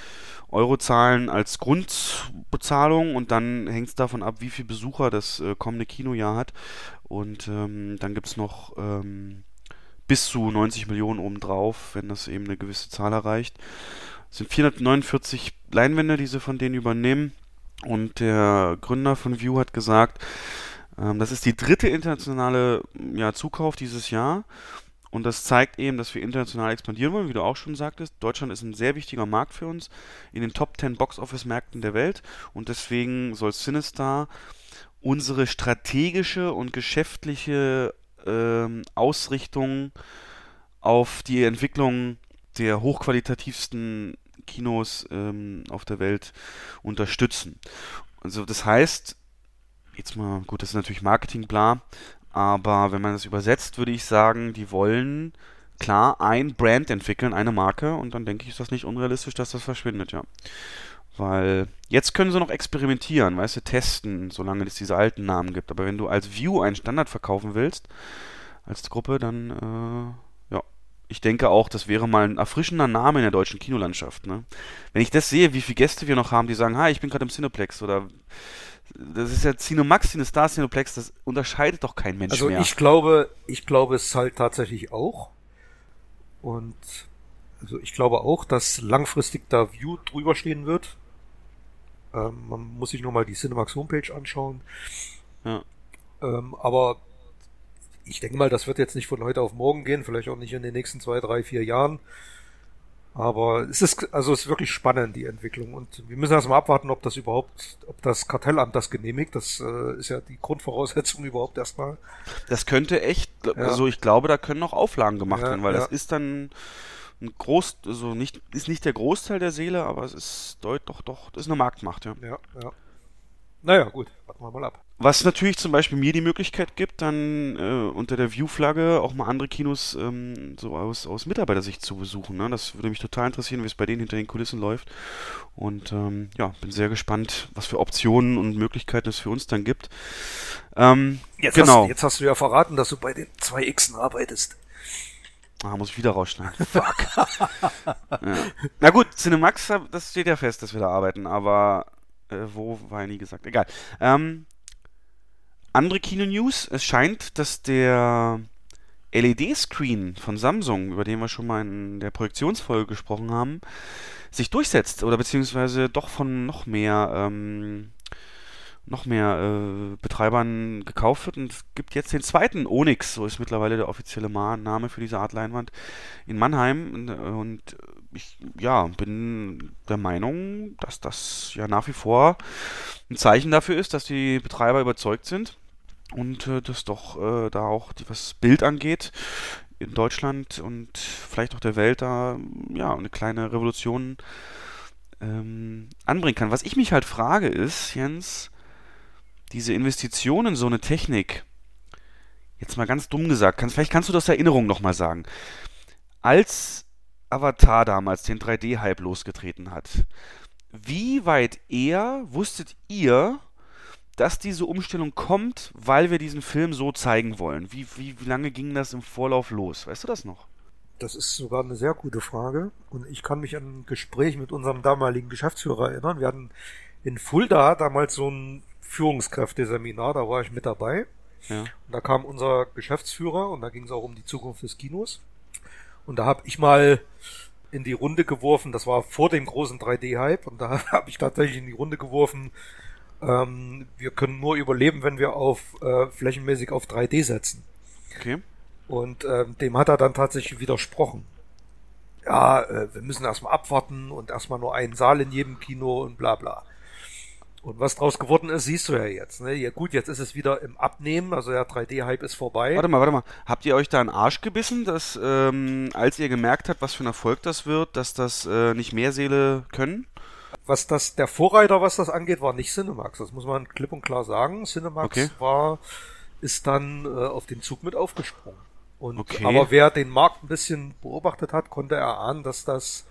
Euro zahlen als Grundbezahlung und dann hängt es davon ab, wie viel Besucher das kommende Kinojahr hat. Und dann gibt es noch bis zu 90 Millionen obendrauf, wenn das eben eine gewisse Zahl erreicht. Es sind 449 Leinwände, die sie von denen übernehmen. Und der Gründer von Vue hat gesagt, das ist die dritte internationale Zukauf dieses Jahr. Und das zeigt eben, dass wir international expandieren wollen, wie du auch schon sagtest. Deutschland ist ein sehr wichtiger Markt für uns, in den Top 10 Box-Office-Märkten der Welt. Und deswegen soll CineStar unsere strategische und geschäftliche Ausrichtung auf die Entwicklung der hochqualitativsten Kinos auf der Welt unterstützen. Also das heißt, jetzt mal, gut, das ist natürlich Marketing, bla, aber wenn man das übersetzt, würde ich sagen, die wollen klar ein Brand entwickeln, eine Marke, und dann denke ich, ist das nicht unrealistisch, dass das verschwindet, ja. Weil jetzt können sie noch experimentieren, weißt du, testen, solange es diese alten Namen gibt. Aber wenn du als Vue einen Standard verkaufen willst, als Gruppe, dann, ich denke auch, das wäre mal ein erfrischender Name in der deutschen Kinolandschaft, ne? Wenn ich das sehe, wie viele Gäste wir noch haben, die sagen, hi, ich bin gerade im Cineplex, oder das ist ja Cinemax, CineStar, Cineplex, das unterscheidet doch kein Mensch mehr.
Also ich glaube es halt tatsächlich auch. Und also ich glaube auch, dass langfristig da Vue drüber stehen wird. Man muss sich nochmal die Cinemax Homepage anschauen.
Ja.
Aber ich denke mal, das wird jetzt nicht von heute auf morgen gehen, vielleicht auch nicht in den nächsten 2, 3, 4 Jahren. Aber es ist wirklich spannend, die Entwicklung. Und wir müssen erstmal abwarten, ob das Kartellamt das genehmigt. Das ist ja die Grundvoraussetzung überhaupt erstmal.
Das könnte echt, also ich glaube, da können noch Auflagen gemacht werden, weil das ist dann ist nicht der Großteil der Seele, aber es ist doch, das ist eine Marktmacht, ja.
Ja. Naja, gut, warten wir mal ab.
Was natürlich zum Beispiel mir die Möglichkeit gibt, dann unter der Vue-Flagge auch mal andere Kinos so aus Mitarbeitersicht zu besuchen, ne? Das würde mich total interessieren, wie es bei denen hinter den Kulissen läuft. Und bin sehr gespannt, was für Optionen und Möglichkeiten es für uns dann gibt.
Jetzt hast du ja verraten, dass du bei den 2Xen arbeitest.
Muss ich wieder rausschneiden. Fuck. Ja. Na gut, Cinemax, das steht ja fest, dass wir da arbeiten, aber wo war ja nie gesagt. Egal. Andere Kino-News. Es scheint, dass der LED-Screen von Samsung, über den wir schon mal in der Projektionsfolge gesprochen haben, sich durchsetzt oder beziehungsweise doch von noch mehr Betreibern gekauft wird, und es gibt jetzt den zweiten Onyx, so ist mittlerweile der offizielle Name für diese Art Leinwand, in Mannheim, und ich bin der Meinung, dass das ja nach wie vor ein Zeichen dafür ist, dass die Betreiber überzeugt sind und dass doch da auch, was Bild angeht, in Deutschland und vielleicht auch der Welt da eine kleine Revolution anbringen kann. Was ich mich halt frage ist, Jens, diese Investition in so eine Technik, jetzt mal ganz dumm gesagt, vielleicht kannst du das Erinnerung nochmal sagen. Als Avatar damals den 3D-Hype losgetreten hat, wie weit wusstet ihr, dass diese Umstellung kommt, weil wir diesen Film so zeigen wollen? Wie lange ging das im Vorlauf los? Weißt du das noch?
Das ist sogar eine sehr gute Frage. Und ich kann mich an ein Gespräch mit unserem damaligen Geschäftsführer erinnern. Wir hatten in Fulda damals so ein Führungskräfteseminar, da war ich mit dabei.
Ja.
Und da kam unser Geschäftsführer und da ging es auch um die Zukunft des Kinos. Und da habe ich mal in die Runde geworfen, das war vor dem großen 3D-Hype, und da habe ich tatsächlich in die Runde geworfen, wir können nur überleben, wenn wir flächenmäßig auf 3D setzen.
Okay.
Und dem hat er dann tatsächlich widersprochen. Ja, wir müssen erstmal abwarten und erstmal nur einen Saal in jedem Kino und bla bla. Und was draus geworden ist, siehst du ja jetzt. Ne? Ja gut, jetzt ist es wieder im Abnehmen, also der 3D-Hype ist vorbei.
Warte mal. Habt ihr euch da einen Arsch gebissen, dass, als ihr gemerkt habt, was für ein Erfolg das wird, dass das nicht mehr Säle können?
Der Vorreiter, was das angeht, war nicht Cinemax. Das muss man klipp und klar sagen. Cinemax ist dann auf den Zug mit aufgesprungen. Aber wer den Markt ein bisschen beobachtet hat, konnte erahnen, dass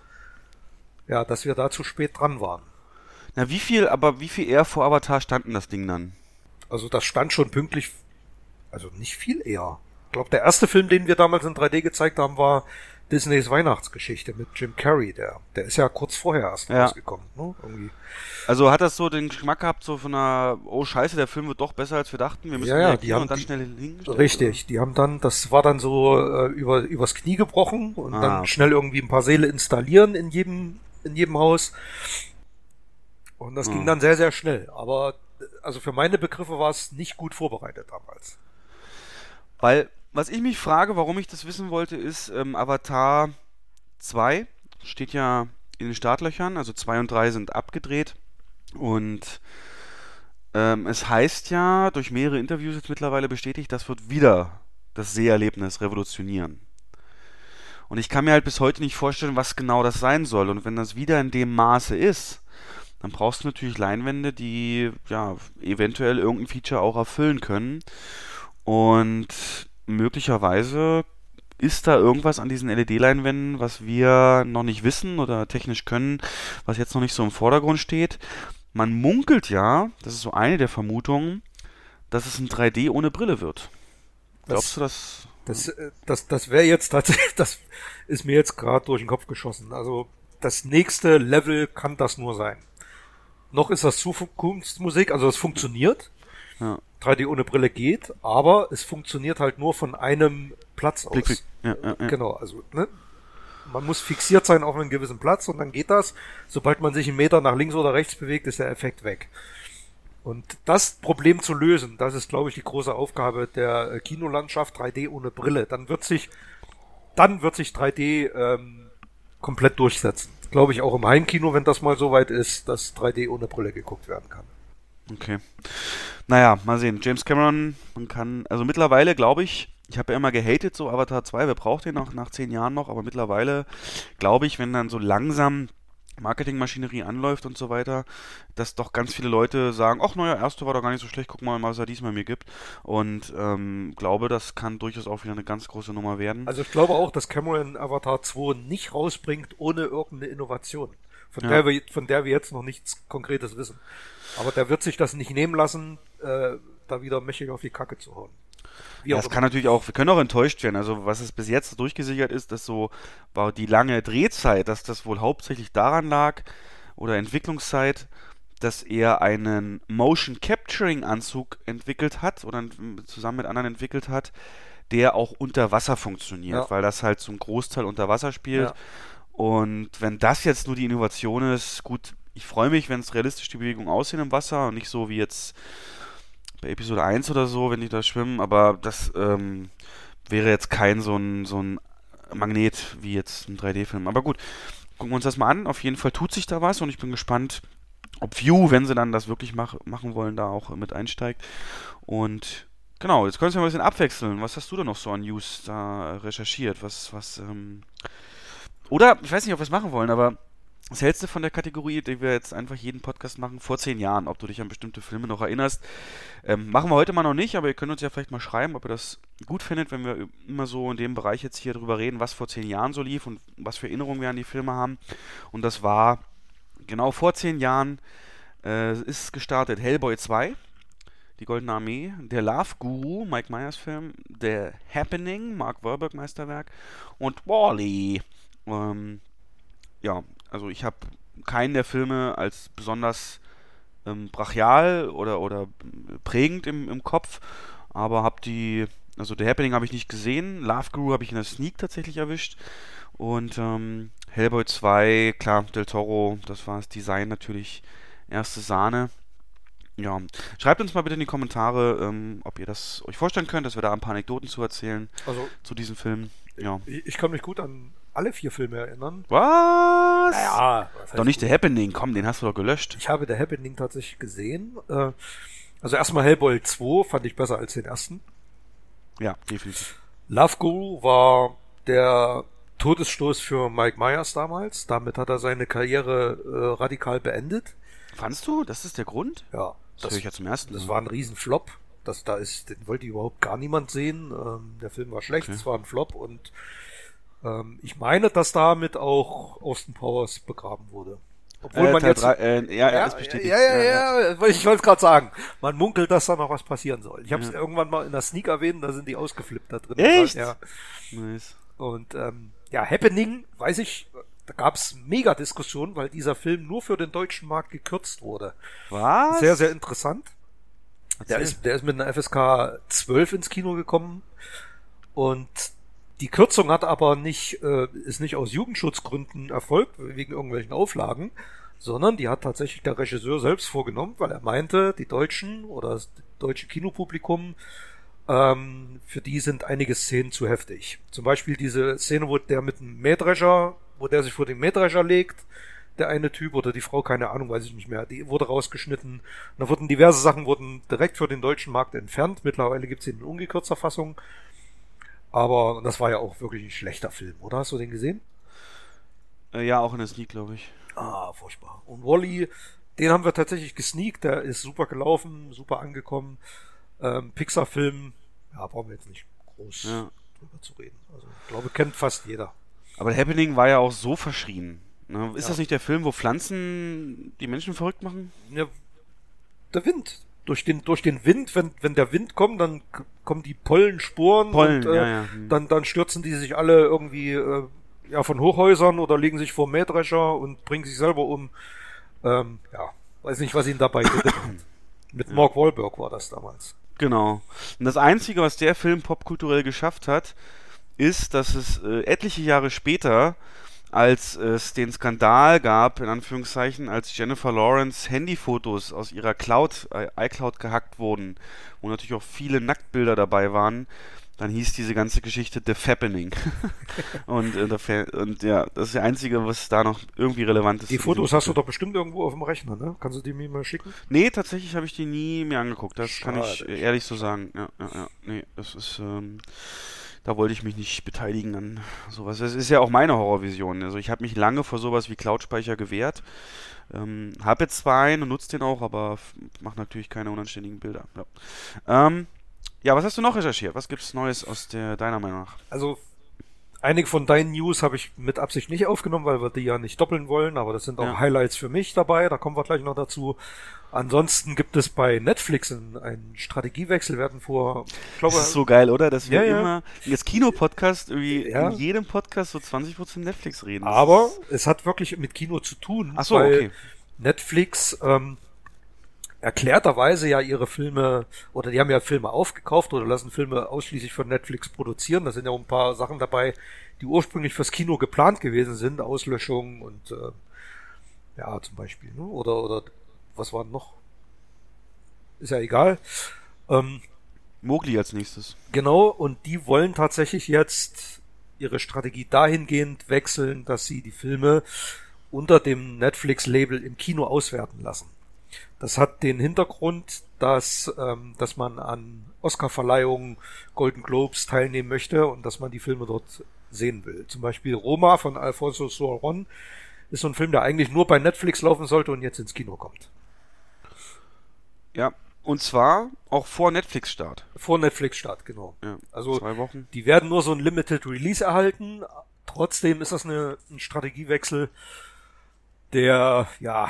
wir da zu spät dran waren.
Na, wie viel eher vor Avatar stand denn das Ding dann?
Also das stand schon pünktlich, also nicht viel eher. Ich glaube, der erste Film, den wir damals in 3D gezeigt haben, war Disneys Weihnachtsgeschichte mit Jim Carrey, der ist ja kurz vorher erst rausgekommen, ne? Irgendwie.
Also hat das so den Geschmack gehabt, so von einer, oh scheiße, der Film wird doch besser als wir dachten, wir müssen
die haben
und dann schnell hingestellt.
Richtig, oder? Die haben dann, das war dann so übers Knie gebrochen und dann schnell irgendwie ein paar Säle installieren in jedem Haus. Und das ging dann sehr, sehr schnell. Aber also für meine Begriffe war es nicht gut vorbereitet damals.
Weil, was ich mich frage, warum ich das wissen wollte, ist, Avatar 2 steht ja in den Startlöchern, also 2 und 3 sind abgedreht. Und es heißt ja, durch mehrere Interviews jetzt mittlerweile bestätigt, das wird wieder das Seherlebnis revolutionieren. Und ich kann mir halt bis heute nicht vorstellen, was genau das sein soll. Und wenn das wieder in dem Maße ist, dann brauchst du natürlich Leinwände, die ja eventuell irgendein Feature auch erfüllen können. Und möglicherweise ist da irgendwas an diesen LED-Leinwänden, was wir noch nicht wissen oder technisch können, was jetzt noch nicht so im Vordergrund steht. Man munkelt ja, das ist so eine der Vermutungen, dass es ein 3D ohne Brille wird. Glaubst du das?
Das wäre jetzt tatsächlich, das ist mir jetzt gerade durch den Kopf geschossen. Also das nächste Level kann das nur sein. Noch ist das Zukunftsmusik, also es funktioniert.
Ja.
3D ohne Brille geht, aber es funktioniert halt nur von einem Platz aus.
Blick. Ja.
Genau, also ne? Man muss fixiert sein auf einem gewissen Platz und dann geht das. Sobald man sich einen Meter nach links oder rechts bewegt, ist der Effekt weg. Und das Problem zu lösen, das ist, glaube ich, die große Aufgabe der Kinolandschaft, 3D ohne Brille. Dann wird sich 3D komplett durchsetzen. Glaube ich auch im Heimkino, wenn das mal so weit ist, dass 3D ohne Brille geguckt werden kann.
Okay. Naja, mal sehen. James Cameron, man kann, also mittlerweile glaube ich habe ja immer gehatet, so Avatar 2, wer braucht den noch nach 10 Jahren noch, aber mittlerweile glaube ich, wenn dann so langsam Marketingmaschinerie anläuft und so weiter, dass doch ganz viele Leute sagen, ach naja, erste war doch gar nicht so schlecht, guck mal, was er diesmal mir gibt. Und glaube, das kann durchaus auch wieder eine ganz große Nummer werden.
Also ich glaube auch, dass Cameron Avatar 2 nicht rausbringt ohne irgendeine Innovation, von der wir jetzt noch nichts Konkretes wissen. Aber der wird sich das nicht nehmen lassen, da wieder mächtig auf die Kacke zu hauen.
Ja, es kann natürlich auch, wir können auch enttäuscht werden. Also was es bis jetzt durchgesichert ist, dass so war die lange Drehzeit, dass das wohl hauptsächlich daran lag, oder Entwicklungszeit, dass er einen Motion Capturing Anzug entwickelt hat oder zusammen mit anderen entwickelt hat, der auch unter Wasser funktioniert, weil das halt zum Großteil unter Wasser spielt. Ja. Und wenn das jetzt nur die Innovation ist, gut, ich freue mich, wenn es realistisch die Bewegungen aussehen im Wasser und nicht so wie jetzt bei Episode 1 oder so, wenn die da schwimmen, aber das wäre jetzt kein so ein Magnet wie jetzt ein 3D-Film. Aber gut, gucken wir uns das mal an. Auf jeden Fall tut sich da was und ich bin gespannt, ob View, wenn sie dann das wirklich machen wollen, da auch mit einsteigt. Und genau, jetzt können wir mal ein bisschen abwechseln. Was hast du da noch so an News da recherchiert? Oder, ich weiß nicht, ob wir es machen wollen, aber was hältst du von der Kategorie, die wir jetzt einfach jeden Podcast machen, vor 10 Jahren, ob du dich an bestimmte Filme noch erinnerst? Machen wir heute mal noch nicht, aber ihr könnt uns ja vielleicht mal schreiben, ob ihr das gut findet, wenn wir immer so in dem Bereich jetzt hier drüber reden, was vor 10 Jahren so lief und was für Erinnerungen wir an die Filme haben. Und das war genau vor 10 Jahren, ist gestartet Hellboy 2, Die Goldene Armee, der Love Guru, Mike Myers Film, der Happening, Mark Wahlberg Meisterwerk und Wall-E. Ja, also ich habe keinen der Filme als besonders brachial oder prägend im Kopf, aber also The Happening habe ich nicht gesehen, Love Guru habe ich in der Sneak tatsächlich erwischt und Hellboy 2, klar, Del Toro, das war das Design natürlich, erste Sahne. Ja, schreibt uns mal bitte in die Kommentare, ob ihr das euch vorstellen könnt, dass wir da ein paar Anekdoten zu erzählen zu diesem Film. Ja.
Ich kann mich gut an alle 4 Filme erinnern.
Was?
Naja,
doch nicht The Happening, komm, den hast du doch gelöscht.
Ich habe The Happening tatsächlich gesehen. Also erstmal Hellboy 2 fand ich besser als den ersten.
Ja, definitiv.
Love Guru war der Todesstoß für Mike Myers damals. Damit hat er seine Karriere radikal beendet.
Fandst du? Das ist der Grund?
Ja.
Das höre ich ja zum ersten Mal.
Das war ein Riesenflop. Den wollte überhaupt gar niemand sehen. Der Film war schlecht, es war ein Flop und ich meine, dass damit auch Austin Powers begraben wurde. Obwohl man jetzt...
er ist bestätigt.
Ja, ich wollte es gerade sagen. Man munkelt, dass da noch was passieren soll. Ich habe es irgendwann mal in der Sneak erwähnt, da sind die ausgeflippt da drin.
Echt?
Ja.
Nice.
Und ja, Happening, weiß ich, da gab es mega Diskussionen, weil dieser Film nur für den deutschen Markt gekürzt wurde.
Was?
Sehr, sehr interessant. Der
Erzähl.
ist mit einer FSK 12 ins Kino gekommen und die Kürzung hat aber ist nicht aus Jugendschutzgründen erfolgt, wegen irgendwelchen Auflagen, sondern die hat tatsächlich der Regisseur selbst vorgenommen, weil er meinte, die Deutschen oder das deutsche Kinopublikum, für die sind einige Szenen zu heftig. Zum Beispiel diese Szene, wo der sich vor den Mähdrescher legt, der eine Typ oder die Frau, keine Ahnung, weiß ich nicht mehr, die wurde rausgeschnitten. Und da wurden diverse Sachen direkt für den deutschen Markt entfernt. Mittlerweile gibt es ihn in ungekürzter Fassung. Aber das war ja auch wirklich ein schlechter Film, oder? Hast du den gesehen?
Ja, auch in der Sneak, glaube ich.
Ah, furchtbar. Und Wall-E, den haben wir tatsächlich gesneakt, der ist super gelaufen, super angekommen. Pixar-Film, ja, brauchen wir jetzt nicht groß drüber zu reden. Also, ich glaube, kennt fast jeder.
Aber Happening war ja auch so verschrien. Ne? Ist
Ja.
das nicht der Film, wo Pflanzen die Menschen verrückt machen?
Ja, der Wind. Durch den Wind, wenn der Wind kommt, dann kommen die Pollensporen
Pollen,
und
ja.
dann stürzen die sich alle irgendwie von Hochhäusern oder legen sich vor Mähdrescher und bringen sich selber um. Weiß nicht, was ihn dabei geritten hat. Mit Mark Wahlberg war das damals.
Genau. Und das Einzige, was der Film popkulturell geschafft hat, ist, dass es etliche Jahre später, als es den Skandal gab, in Anführungszeichen, als Jennifer Lawrence Handyfotos aus ihrer iCloud gehackt wurden, wo natürlich auch viele Nacktbilder dabei waren, dann hieß diese ganze Geschichte The Fappening. und ja, das ist der Einzige, was da noch irgendwie relevant ist.
Die Fotos hast du doch bestimmt irgendwo auf dem Rechner, ne? Kannst du die mir mal schicken?
Nee, tatsächlich habe ich die nie mir angeguckt. Das kann ich
Schade.
ehrlich so sagen. Ja. Nee, das ist, da wollte ich mich nicht beteiligen an sowas. Das ist ja auch meine Horrorvision. Also ich habe mich lange vor sowas wie Cloud-Speicher gewehrt. Habe jetzt zwar einen und nutze den auch, aber mache natürlich keine unanständigen Bilder. Ja, was hast du noch recherchiert? Was gibt's Neues aus deiner Meinung nach?
Also, einige von deinen News habe ich mit Absicht nicht aufgenommen, weil wir die ja nicht doppeln wollen, aber das sind auch Highlights für mich dabei, da kommen wir gleich noch dazu. Ansonsten gibt es bei Netflix einen Strategiewechsel, wir hatten
Das ist so geil, oder? Dass wir
Ja.
immer jetzt Kino-Podcast irgendwie
Ja.
in jedem Podcast so 20% Netflix reden. Das
aber
ist-
es hat wirklich mit Kino zu tun,
Ach so,
weil
okay.
Netflix erklärterweise ja ihre Filme, oder die haben ja Filme aufgekauft oder lassen Filme ausschließlich von Netflix produzieren. Da sind ja auch ein paar Sachen dabei, die ursprünglich fürs Kino geplant gewesen sind, Auslöschung und zum Beispiel, ne? Oder was war noch? Ist ja egal.
Mowgli als nächstes.
Genau, und die wollen tatsächlich jetzt ihre Strategie dahingehend wechseln, dass sie die Filme unter dem Netflix-Label im Kino auswerten lassen. Das hat den Hintergrund, dass man an Oscar-Verleihungen, Golden Globes teilnehmen möchte und dass man die Filme dort sehen will. Zum Beispiel Roma von Alfonso Cuarón ist so ein Film, der eigentlich nur bei Netflix laufen sollte und jetzt ins Kino kommt.
Ja, und zwar auch vor Netflix-Start.
Vor Netflix-Start, genau.
Ja,
Also
2 Wochen.
die werden nur so ein Limited Release erhalten. Trotzdem ist das ein Strategiewechsel, der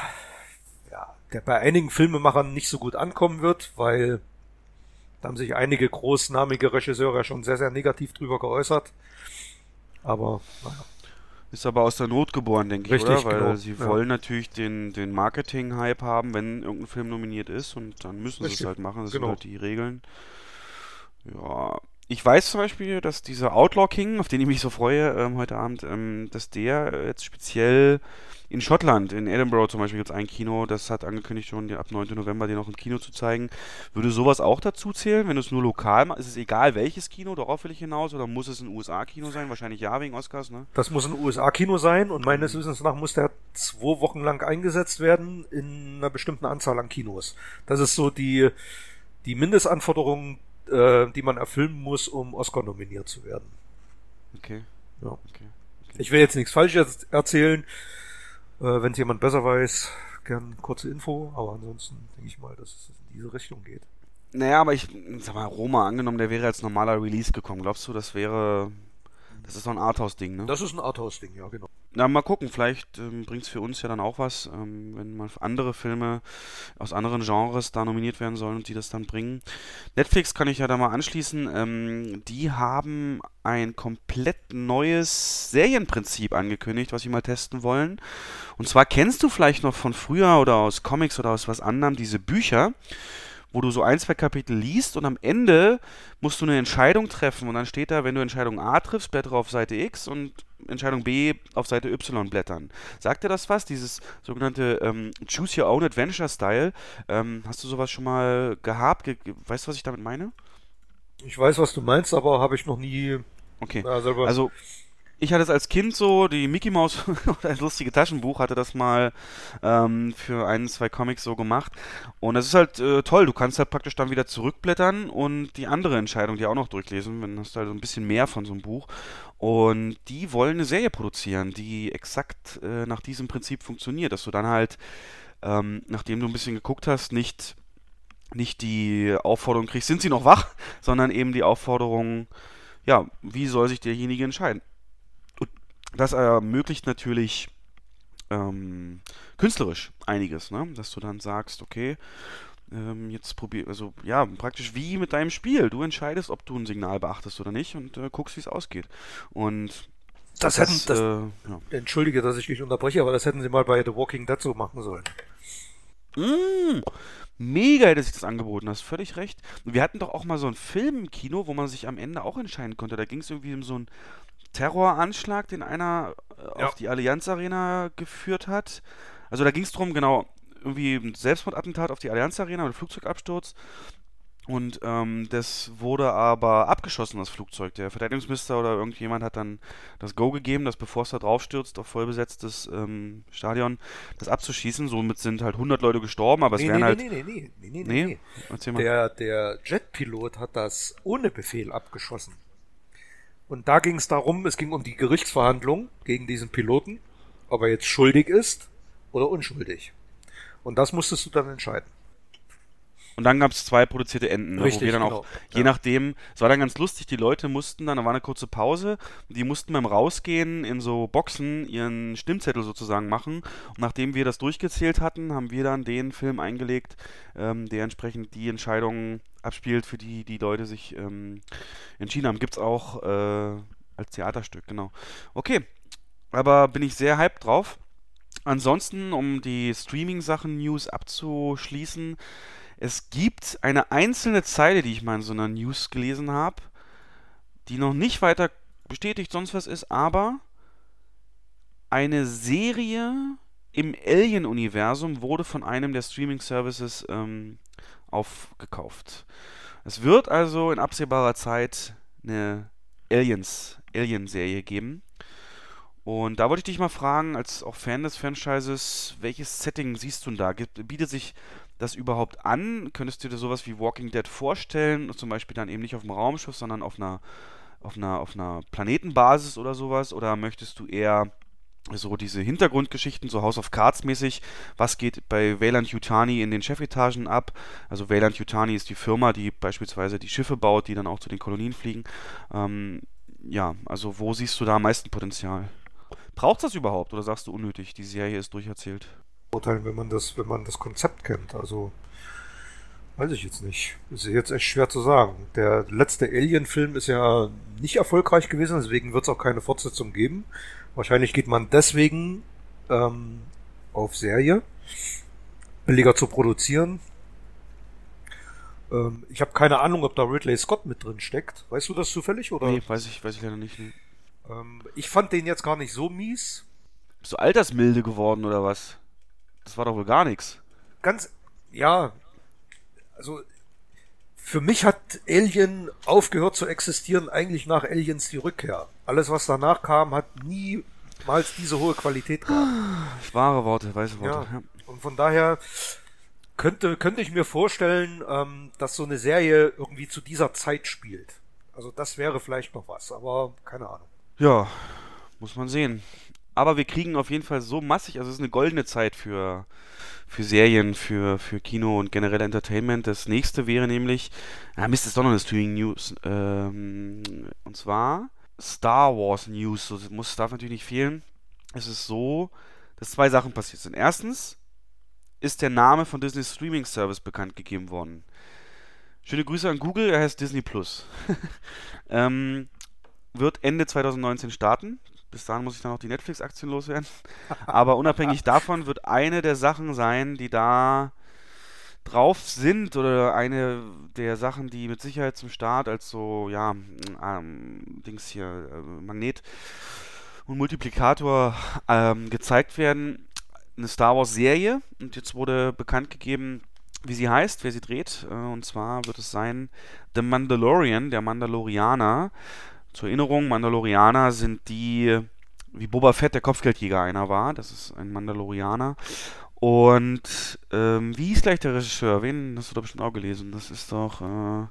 bei einigen Filmemachern nicht so gut ankommen wird, weil da haben sich einige großnamige Regisseure schon sehr, sehr negativ drüber geäußert. Aber naja.
Ist aber aus der Not geboren, denke ich,
Richtig,
oder? Weil
genau.
sie
Ja.
wollen natürlich den Marketing-Hype haben, wenn irgendein Film nominiert ist und dann müssen sie es
Richtig,
halt machen. Das
genau.
sind halt die Regeln. Ja, ich weiß zum Beispiel, dass dieser Outlaw King, auf den ich mich so freue heute Abend, dass der jetzt speziell in Schottland, in Edinburgh zum Beispiel, gibt es ein Kino, das hat angekündigt schon, ab 9. November den auch im Kino zu zeigen. Würde sowas auch dazu zählen, wenn du es nur lokal machst? Ist es egal, welches Kino, darauf will ich hinaus, oder muss es ein USA-Kino sein? Wahrscheinlich ja, wegen Oscars, ne?
Das muss ein USA-Kino sein und meines Wissens nach muss der 2 Wochen lang eingesetzt werden in einer bestimmten Anzahl an Kinos. Das ist so die Mindestanforderung, die man erfüllen muss, um Oscar nominiert zu werden.
Okay.
Ja.
Okay.
Ich will jetzt nichts Falsches erzählen. Wenn es jemand besser weiß, gern kurze Info, aber ansonsten denke ich mal, dass es in diese Richtung geht.
Naja, aber sag mal, Roma angenommen, der wäre als normaler Release gekommen. Glaubst du, das ist so ein Arthouse-Ding, ne?
Das ist ein Arthouse-Ding, ja, genau.
Na, mal gucken, vielleicht bringt es für uns ja dann auch was, wenn mal andere Filme aus anderen Genres da nominiert werden sollen und die das dann bringen. Netflix kann ich ja da mal anschließen. Die haben ein komplett neues Serienprinzip angekündigt, was sie mal testen wollen. Und zwar kennst du vielleicht noch von früher oder aus Comics oder aus was anderem diese Bücher, wo du so ein, zwei Kapitel liest und am Ende musst du eine Entscheidung treffen und dann steht da, wenn du Entscheidung A triffst, blättere auf Seite X und Entscheidung B auf Seite Y blättern. Sagt dir das was? Dieses sogenannte Choose Your Own Adventure Style. Hast du sowas schon mal gehabt? Weißt du, was ich damit meine?
Ich weiß, was du meinst, aber habe ich noch nie
Okay.
selber.
Also ich hatte es als Kind so, die Mickey Mouse oder das lustige Taschenbuch hatte das mal für ein, zwei Comics so gemacht. Und das ist halt toll, du kannst halt praktisch dann wieder zurückblättern und die andere Entscheidung dir auch noch durchlesen, wenn hast du halt so ein bisschen mehr von so einem Buch. Und die wollen eine Serie produzieren, die exakt nach diesem Prinzip funktioniert, dass du dann halt, nachdem du ein bisschen geguckt hast, nicht die Aufforderung kriegst, sind sie noch wach, sondern eben die Aufforderung, ja, wie soll sich derjenige entscheiden? Das ermöglicht natürlich künstlerisch einiges, ne? Dass du dann sagst, okay, jetzt probier, also ja, praktisch wie mit deinem Spiel. Du entscheidest, ob du ein Signal beachtest oder nicht und guckst, wie es ausgeht. Und ja.
Entschuldige, dass ich dich unterbreche, aber das hätten sie mal bei The Walking Dead so machen sollen.
Mega hätte sich das angeboten, hast völlig recht. Wir hatten doch auch mal so einen Film im Kino, wo man sich am Ende auch entscheiden konnte. Da ging es irgendwie um so einen Terroranschlag, den einer
Ja.
auf die Allianz Arena geführt hat. Also da ging es drum, genau, irgendwie ein Selbstmordattentat auf die Allianz Arena oder Flugzeugabsturz. Und das wurde aber abgeschossen, das Flugzeug. Der Verteidigungsminister oder irgendjemand hat dann das Go gegeben, dass bevor es da drauf stürzt, auf vollbesetztes Stadion, das abzuschießen. Somit sind halt 100 Leute gestorben, aber es wären halt...
Nee.
Erzähl mal.
Der Jetpilot hat das ohne Befehl abgeschossen. Und da ging es darum, es ging um die Gerichtsverhandlung gegen diesen Piloten, ob er jetzt schuldig ist oder unschuldig. Und das musstest du dann entscheiden.
Und dann gab es zwei produzierte Enden, ne,
Richtig,
wo wir dann
genau.
auch, je nachdem, es war dann ganz lustig, die Leute mussten dann, da war eine kurze Pause, die mussten beim Rausgehen in so Boxen ihren Stimmzettel sozusagen machen. Und nachdem wir das durchgezählt hatten, haben wir dann den Film eingelegt, der entsprechend die Entscheidungen abspielt, für die die Leute sich entschieden haben. Gibt's auch als Theaterstück, genau. Okay, aber bin ich sehr hyped drauf. Ansonsten, um die Streaming-Sachen-News abzuschließen, es gibt eine einzelne Zeile, die ich mal in so einer News gelesen habe, die noch nicht weiter bestätigt sonst was ist, aber eine Serie im Alien-Universum wurde von einem der Streaming-Services aufgekauft. Es wird also in absehbarer Zeit eine Alien-Serie geben. Und da wollte ich dich mal fragen, als auch Fan des Franchises, welches Setting siehst du denn da? Bietet sich das überhaupt an? Könntest du dir sowas wie Walking Dead vorstellen? Zum Beispiel dann eben nicht auf dem Raumschiff, sondern auf einer Planetenbasis oder sowas? Oder möchtest du eher so diese Hintergrundgeschichten, so House of Cards mäßig, was geht bei Weyland-Yutani in den Chefetagen ab? Also Weyland-Yutani ist die Firma, die beispielsweise die Schiffe baut, die dann auch zu den Kolonien fliegen. Ja, also wo siehst du da am meisten Potenzial? Braucht das überhaupt oder sagst du unnötig? Die Serie ist durcherzählt.
Urteilen, wenn man das Konzept kennt. Also, weiß ich jetzt nicht. Ist jetzt echt schwer zu sagen. Der letzte Alien-Film ist ja nicht erfolgreich gewesen, deswegen wird es auch keine Fortsetzung geben. Wahrscheinlich geht man deswegen auf Serie. Billiger zu produzieren. Ich habe keine Ahnung, ob da Ridley Scott mit drin steckt. Weißt du das zufällig? Oder?
Nee, weiß ich leider nicht. Nee.
Ich fand den jetzt gar nicht so mies.
Bist du altersmilde geworden oder was? Das war doch wohl gar nichts.
Ja, also für mich hat Alien aufgehört zu existieren eigentlich nach Aliens die Rückkehr. Alles, was danach kam, hat niemals diese hohe Qualität gehabt.
Wahre Worte, weise Worte.
Ja. Und von daher könnte ich mir vorstellen, dass so eine Serie irgendwie zu dieser Zeit spielt. Also das wäre vielleicht noch was, aber keine Ahnung.
Ja, muss man sehen. Aber wir kriegen auf jeden Fall so massig, also es ist eine goldene Zeit für Serien, für Kino und generell Entertainment. Das nächste wäre nämlich, Mist, ist doch noch eine Streaming-News. Und zwar Star Wars News, darf natürlich nicht fehlen. es ist so, dass zwei Sachen passiert sind. Erstens ist der Name von Disney Streaming Service bekannt gegeben worden. Schöne Grüße an Google, er heißt Disney Plus. ähm, Wird Ende 2019 starten. Bis dahin muss ich dann noch die Netflix-Aktien loswerden. Aber unabhängig davon wird eine der Sachen sein, die da drauf sind, oder eine der Sachen, die mit Sicherheit zum Start als so, ja, Dings hier, Magnet und Multiplikator gezeigt werden, eine Star Wars Serie. Und jetzt wurde bekannt gegeben, wie sie heißt, wer sie dreht. Und zwar wird es sein The Mandalorian, der Mandalorianer. Zur Erinnerung, Mandalorianer sind die, wie Boba Fett, der Kopfgeldjäger einer war. Das ist ein Mandalorianer. Und wie hieß gleich der Regisseur? Wen hast du da bestimmt auch gelesen? Das ist doch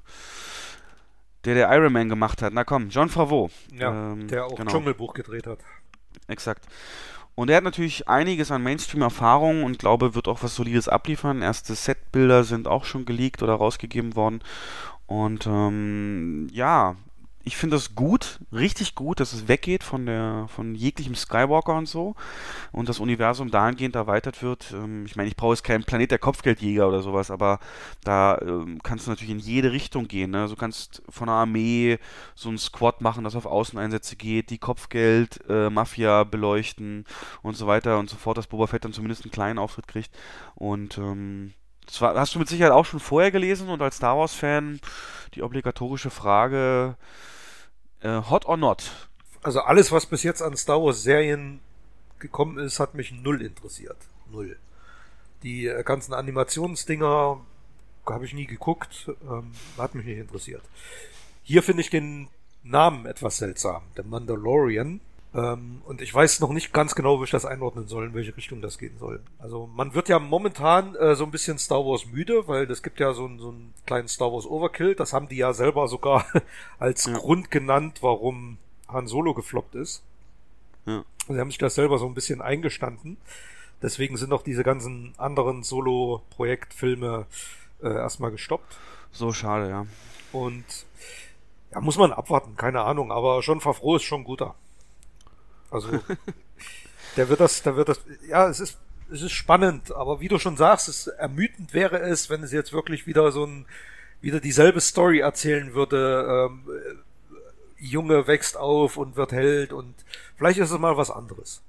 der Iron Man gemacht hat. Na komm, Jon Favreau.
Ja, der auch
genau.
Dschungelbuch gedreht hat.
Exakt. Und er hat natürlich einiges an Mainstream-Erfahrung und glaube, wird auch was Solides abliefern. Erste Setbilder sind auch schon geleakt oder rausgegeben worden. Und ja, ich finde das gut, richtig gut, dass es weggeht von jeglichem Skywalker und so und das Universum dahingehend erweitert wird. Ich meine, ich brauche jetzt keinen Planet der Kopfgeldjäger oder sowas, aber da kannst du natürlich in jede Richtung gehen. Ne? Also du kannst von der Armee so ein Squad machen, das auf Außeneinsätze geht, die Kopfgeld-Mafia beleuchten und so weiter und so fort, dass Boba Fett dann zumindest einen kleinen Auftritt kriegt. Und das hast du mit Sicherheit auch schon vorher gelesen und als Star Wars-Fan die obligatorische Frage, hot or not?
Also alles, was bis jetzt an Star Wars Serien gekommen ist, hat mich null interessiert. Null. Die ganzen Animationsdinger habe ich nie geguckt, hat mich nicht interessiert. Hier finde ich den Namen etwas seltsam, der Mandalorian. Und ich weiß noch nicht ganz genau, wie ich das einordnen soll, in welche Richtung das gehen soll. Also man wird ja momentan so ein bisschen Star Wars müde, weil es gibt ja so einen kleinen Star Wars Overkill. Das haben die ja selber sogar als Grund genannt, warum Han Solo gefloppt ist.
Ja.
Sie haben sich das selber so ein bisschen eingestanden. Deswegen sind auch diese ganzen anderen Solo-Projektfilme erstmal gestoppt.
So schade, ja.
Und ja, muss man abwarten, keine Ahnung, aber Jon Favreau ist schon ein guter. Also, der wird das, ja, es ist spannend, aber wie du schon sagst, ermüdend wäre es, wenn es jetzt wirklich wieder wieder dieselbe Story erzählen würde, Junge wächst auf und wird Held und vielleicht ist es mal was anderes.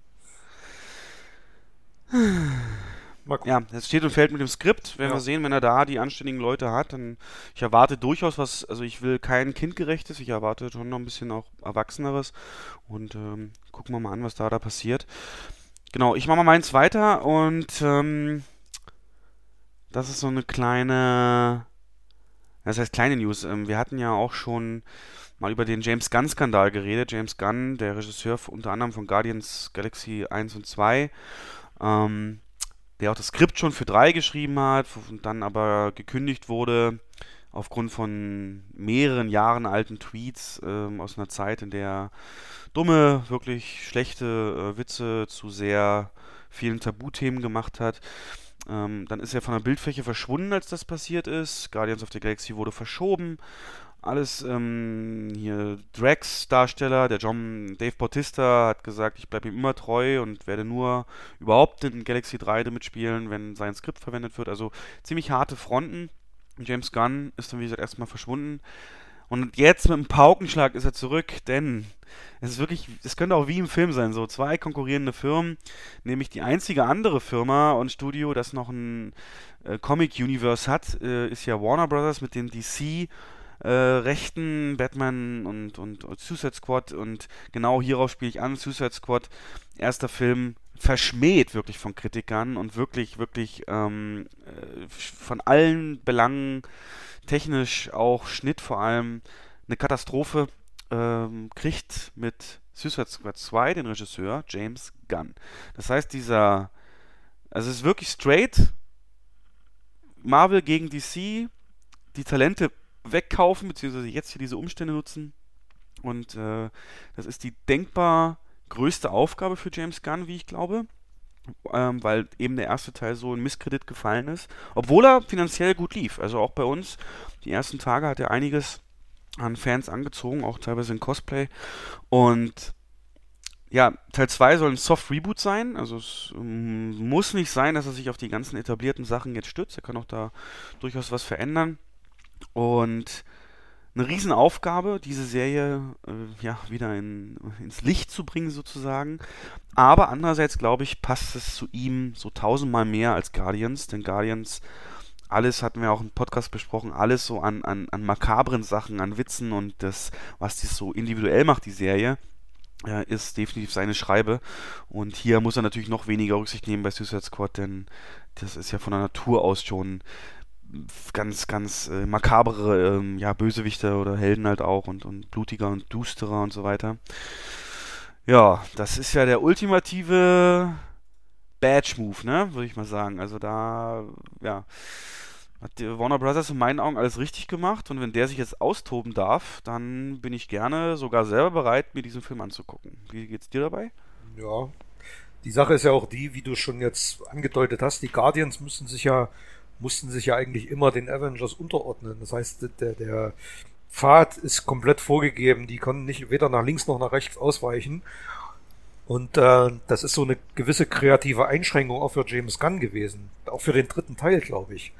Mal gucken. Ja, es steht und fällt mit dem Skript. Werden wir sehen, wenn er da die anständigen Leute hat, dann ich erwarte durchaus was, also ich will kein Kindgerechtes, ich erwarte schon noch ein bisschen auch Erwachseneres und gucken wir mal an, was da passiert. Genau, ich mache mal meins weiter und das ist so eine kleine, das heißt kleine News. Wir hatten ja auch schon mal über den James Gunn-Skandal geredet. James Gunn, der Regisseur unter anderem von Guardians Galaxy 1 und 2, der auch das Skript schon für 3 geschrieben hat und dann aber gekündigt wurde aufgrund von mehreren Jahren alten Tweets aus einer Zeit, in der dumme, wirklich schlechte Witze zu sehr vielen Tabuthemen gemacht hat. Dann ist er von der Bildfläche verschwunden, als das passiert ist. Guardians of the Galaxy wurde verschoben. Alles hier Drax-Darsteller, der Dave Bautista hat gesagt, ich bleibe ihm immer treu und werde nur überhaupt in Galaxy 3 mitspielen, wenn sein Skript verwendet wird. Also ziemlich harte Fronten. James Gunn ist dann, wie gesagt, erstmal verschwunden. Und jetzt mit einem Paukenschlag ist er zurück, denn es ist wirklich, es könnte auch wie im Film sein, so 2 konkurrierende Firmen, nämlich die einzige andere Firma und Studio, das noch ein Comic-Universe hat, ist ja Warner Brothers mit den DC Rechten, Batman und Suicide Squad, und genau hierauf spiele ich an. Suicide Squad, erster Film, verschmäht wirklich von Kritikern und wirklich von allen Belangen, technisch auch, Schnitt vor allem, eine Katastrophe, kriegt mit Suicide Squad 2 den Regisseur James Gunn. Das heißt, also es ist wirklich straight Marvel gegen DC, die Talente wegkaufen, beziehungsweise jetzt hier diese Umstände nutzen. Und das ist die denkbar größte Aufgabe für James Gunn, wie ich glaube. Weil eben der erste Teil so in Misskredit gefallen ist. Obwohl er finanziell gut lief. Also auch bei uns, die ersten Tage hat er einiges an Fans angezogen, auch teilweise in Cosplay. Und ja, Teil 2 soll ein Soft-Reboot sein, also es muss nicht sein, dass er sich auf die ganzen etablierten Sachen jetzt stützt, er kann auch da durchaus was verändern und eine Riesenaufgabe, diese Serie ja, wieder ins Licht zu bringen sozusagen. Aber andererseits, glaube ich, passt es zu ihm so tausendmal mehr als Guardians. Denn Guardians, alles hatten wir auch im Podcast besprochen, alles so an makabren Sachen, an Witzen und das, was dies so individuell macht, die Serie, ist definitiv seine Schreibe. Und hier muss er natürlich noch weniger Rücksicht nehmen bei Suicide Squad, denn das ist ja von der Natur aus schon ganz, ganz makabere ja, Bösewichte oder Helden halt auch und blutiger und dusterer und so weiter. Ja, das ist ja der ultimative Badge-Move, ne, würde ich mal sagen. Also da, ja, hat die Warner Brothers in meinen Augen alles richtig gemacht und wenn der sich jetzt austoben darf, dann bin ich gerne sogar selber bereit, mir diesen Film anzugucken. Wie geht's dir dabei?
Ja, die Sache ist ja auch die, wie du schon jetzt angedeutet hast, die Guardians mussten sich ja eigentlich immer den Avengers unterordnen. Das heißt, der Pfad ist komplett vorgegeben. Die konnten nicht weder nach links noch nach rechts ausweichen. Und das ist so eine gewisse kreative Einschränkung auch für James Gunn gewesen. Auch für den dritten Teil, glaube ich.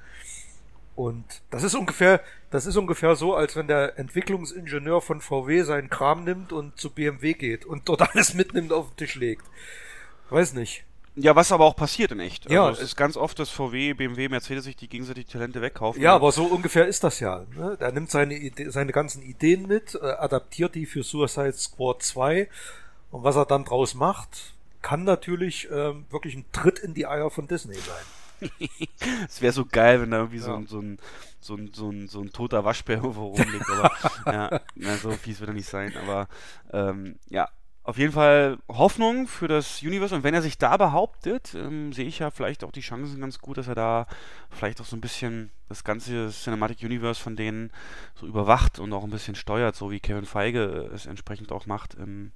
Und das ist ungefähr so, als wenn der Entwicklungsingenieur von VW seinen Kram nimmt und zu BMW geht und dort alles mitnimmt, auf den Tisch legt. Weiß nicht.
Ja, was aber auch passiert in echt.
Ja,
also es ist ganz oft, dass VW, BMW, Mercedes sich die gegenseitig Talente wegkaufen.
Ja, aber so ungefähr ist das ja. Ne? Er nimmt seine ganzen Ideen mit, adaptiert die für Suicide Squad 2 und was er dann draus macht, kann natürlich wirklich ein Tritt in die Eier von Disney sein.
Es wäre so geil, wenn da irgendwie
Ja.
so ein toter Waschbär irgendwo rumliegt, aber ja, so fies wird er nicht sein, aber ja, auf jeden Fall Hoffnung für das Universe und wenn er sich da behauptet, sehe ich ja vielleicht auch die Chancen ganz gut, dass er da vielleicht auch so ein bisschen das ganze Cinematic Universe von denen so überwacht und auch ein bisschen steuert, so wie Kevin Feige es entsprechend auch macht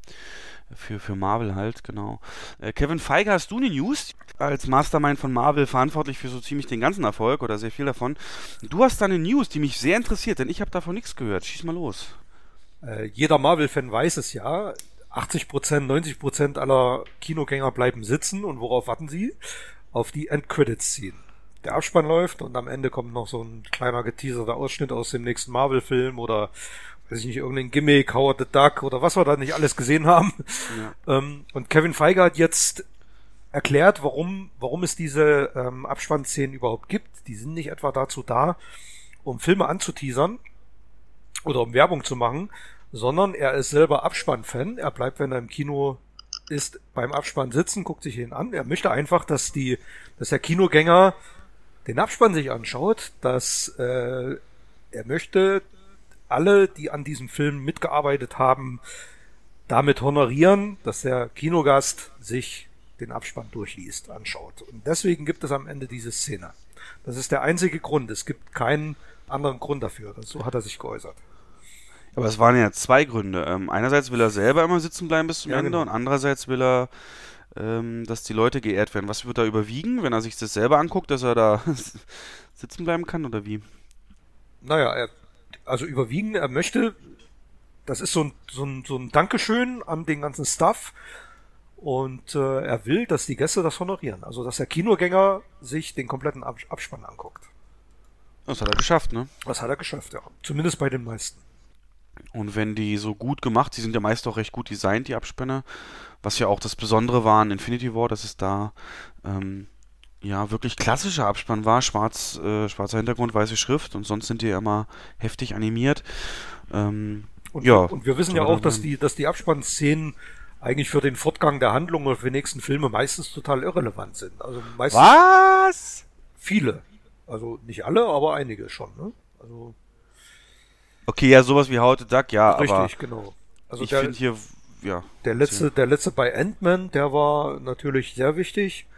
für Marvel halt, genau. Kevin Feige, hast du eine News? Als Mastermind von Marvel verantwortlich für so ziemlich den ganzen Erfolg oder sehr viel davon. Du hast da eine News, die mich sehr interessiert, denn ich habe davon nichts gehört. Schieß mal los.
Jeder Marvel-Fan weiß es ja. 80%, 90% aller Kinogänger bleiben sitzen und worauf warten sie? Auf die End-Credits-Scene. Der Abspann läuft und am Ende kommt noch so ein kleiner geteaserter Ausschnitt aus dem nächsten Marvel-Film oder weiß ich nicht, irgendein Gimmick, Howard the Duck oder was wir da nicht alles gesehen haben.
Ja.
Und Kevin Feige hat jetzt erklärt, warum es diese Abspannszenen überhaupt gibt. Die sind nicht etwa dazu da, um Filme anzuteasern oder um Werbung zu machen, sondern er ist selber Abspann-Fan. Er bleibt, wenn er im Kino ist, beim Abspann sitzen, guckt sich ihn an. Er möchte einfach, dass der Kinogänger den Abspann sich anschaut, dass er möchte alle, die an diesem Film mitgearbeitet haben, damit honorieren, dass der Kinogast sich den Abspann durchliest, anschaut. Und deswegen gibt es am Ende diese Szene. Das ist der einzige Grund. Es gibt keinen anderen Grund dafür. So hat er sich geäußert.
Aber es waren ja zwei Gründe. Einerseits will er selber immer sitzen bleiben bis zum Ende
genau.
und andererseits will er, dass die Leute geehrt werden. Was wird da überwiegen, wenn er sich das selber anguckt, dass er da sitzen bleiben kann oder wie?
Naja, also überwiegen, er möchte, das ist so ein Dankeschön an den ganzen Staff und er will, dass die Gäste das honorieren. Also, dass der Kinogänger sich den kompletten Abspann anguckt.
Das hat er geschafft, ne?
Das hat er geschafft, ja. Zumindest bei den meisten.
Und wenn die so gut gemacht, die sind ja meist auch recht gut designt, die Abspänne, was ja auch das Besondere war an Infinity War, dass es da ja wirklich klassischer Abspann war, schwarzer Hintergrund, weiße Schrift und sonst sind die ja immer heftig animiert.
Und
ja,
wir wissen ja auch, dass die Abspannszenen eigentlich für den Fortgang der Handlung oder für die nächsten Filme meistens total irrelevant sind. Also meistens
Was?
viele. Also nicht alle, aber einige schon, ne? Also
Okay, ja, sowas wie Howard the Duck, ja,
richtig,
aber
genau. Also
ich finde hier, ja.
der letzte bei Ant-Man, der war natürlich sehr wichtig.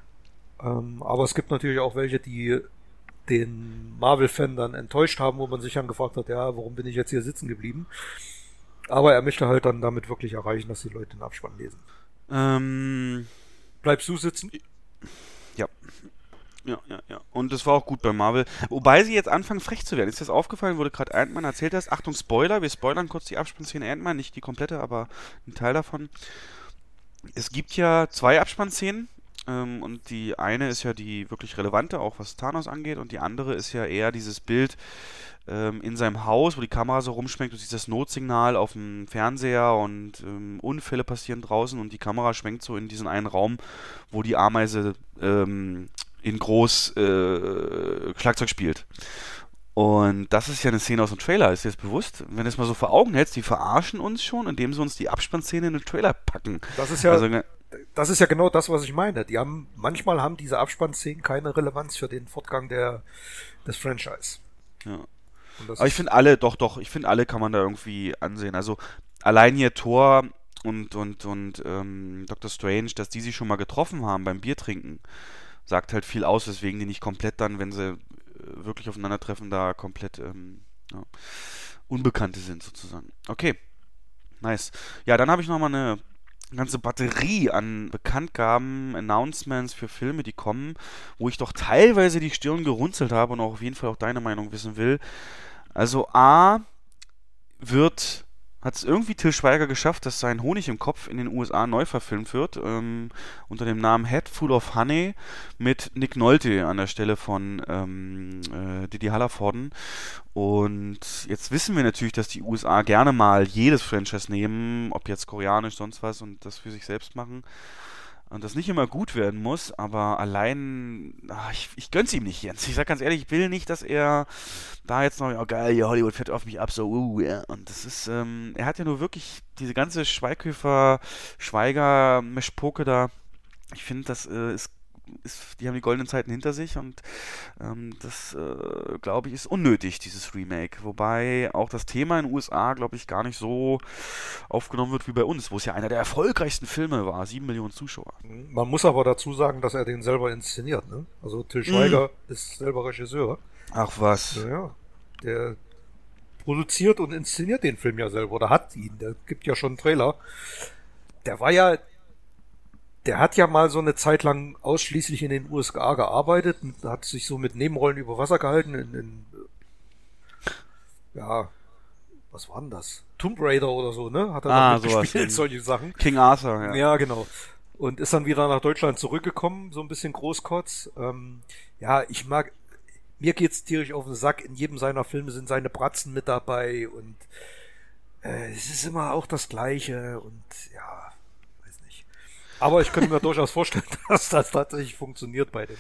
Aber es gibt natürlich auch welche, die den Marvel-Fan dann enttäuscht haben, wo man sich dann gefragt hat, ja, warum bin ich jetzt hier sitzen geblieben? Aber er möchte halt dann damit wirklich erreichen, dass die Leute den Abspann lesen. Bleibst du sitzen?
Ja. Ja. Und das war auch gut bei Marvel. Wobei sie jetzt anfangen frech zu werden. Ist dir das aufgefallen, wo du gerade Ant-Man erzählt hast? Achtung, Spoiler, wir spoilern kurz die Abspannszene Ant-Man, nicht die komplette, aber ein Teil davon. Es gibt ja zwei Abspannszenen. Und die eine ist ja die wirklich relevante, auch was Thanos angeht, und die andere ist ja eher dieses Bild in seinem Haus, wo die Kamera so rumschwenkt, du siehst das Notsignal auf dem Fernseher und Unfälle passieren draußen und die Kamera schwenkt so in diesen einen Raum, wo die Ameise in groß Schlagzeug spielt. Und das ist ja eine Szene aus dem Trailer, ist dir das bewusst? Wenn du es mal so vor Augen hältst, die verarschen uns schon, indem sie uns die Abspannszene in den Trailer packen.
Das ist ja,
Also,
das ist ja genau das, was ich meine. Manchmal haben diese Abspannszenen keine Relevanz für den Fortgang des Franchise.
ja.
Und das
Aber ich finde alle, doch, ich finde alle kann man da irgendwie ansehen. Also allein hier Thor und Dr. Strange, dass die sich schon mal getroffen haben beim Biertrinken, sagt halt viel aus, weswegen die nicht komplett dann, wenn sie wirklich aufeinandertreffen, da komplett ja, Unbekannte sind sozusagen. Okay, nice. Ja, dann habe ich nochmal eine ganze Batterie an Bekanntgaben, Announcements für Filme, die kommen, wo ich doch teilweise die Stirn gerunzelt habe und auch auf jeden Fall auch deine Meinung wissen will. Also hat es irgendwie Til Schweiger geschafft, dass sein Honig im Kopf in den USA neu verfilmt wird, unter dem Namen Head Full of Honey mit Nick Nolte an der Stelle von Didi Hallervorden. Und jetzt wissen wir natürlich, dass die USA gerne mal jedes Franchise nehmen, ob jetzt koreanisch, sonst was, und das für sich selbst machen. Und das nicht immer gut werden muss, aber allein, ich gönn's ihm nicht, Jens. Ich sag ganz ehrlich, ich will nicht, dass er da jetzt noch, oh geil, ja, Hollywood fährt auf mich ab, so, ja. Und das ist, er hat ja nur wirklich diese ganze Schweighöfer-Schweiger-Mischpoke da. Ich finde, das die haben die goldenen Zeiten hinter sich und das, glaube ich, ist unnötig, dieses Remake. Wobei auch das Thema in den USA, glaube ich, gar nicht so aufgenommen wird wie bei uns, wo es ja einer der erfolgreichsten Filme war, 7 Millionen Zuschauer.
Man muss aber dazu sagen, dass er den selber inszeniert. Ne? Also Til Schweiger ist selber Regisseur.
Ach was.
Ja, der produziert und inszeniert den Film ja selber oder hat ihn. Der gibt ja schon einen Trailer. Der hat ja mal so eine Zeit lang ausschließlich in den USA gearbeitet und hat sich so mit Nebenrollen über Wasser gehalten ja, was war denn das? Tomb Raider oder so, ne? Hat er damit gespielt, solche Sachen.
King Arthur, ja.
Ja, genau. Und ist dann wieder nach Deutschland zurückgekommen, so ein bisschen Großkotz. Ja, mir geht's tierisch auf den Sack. In jedem seiner Filme sind seine Bratzen mit dabei und es ist immer auch das Gleiche und ja, weiß nicht. Aber ich könnte mir durchaus vorstellen, dass das tatsächlich funktioniert bei den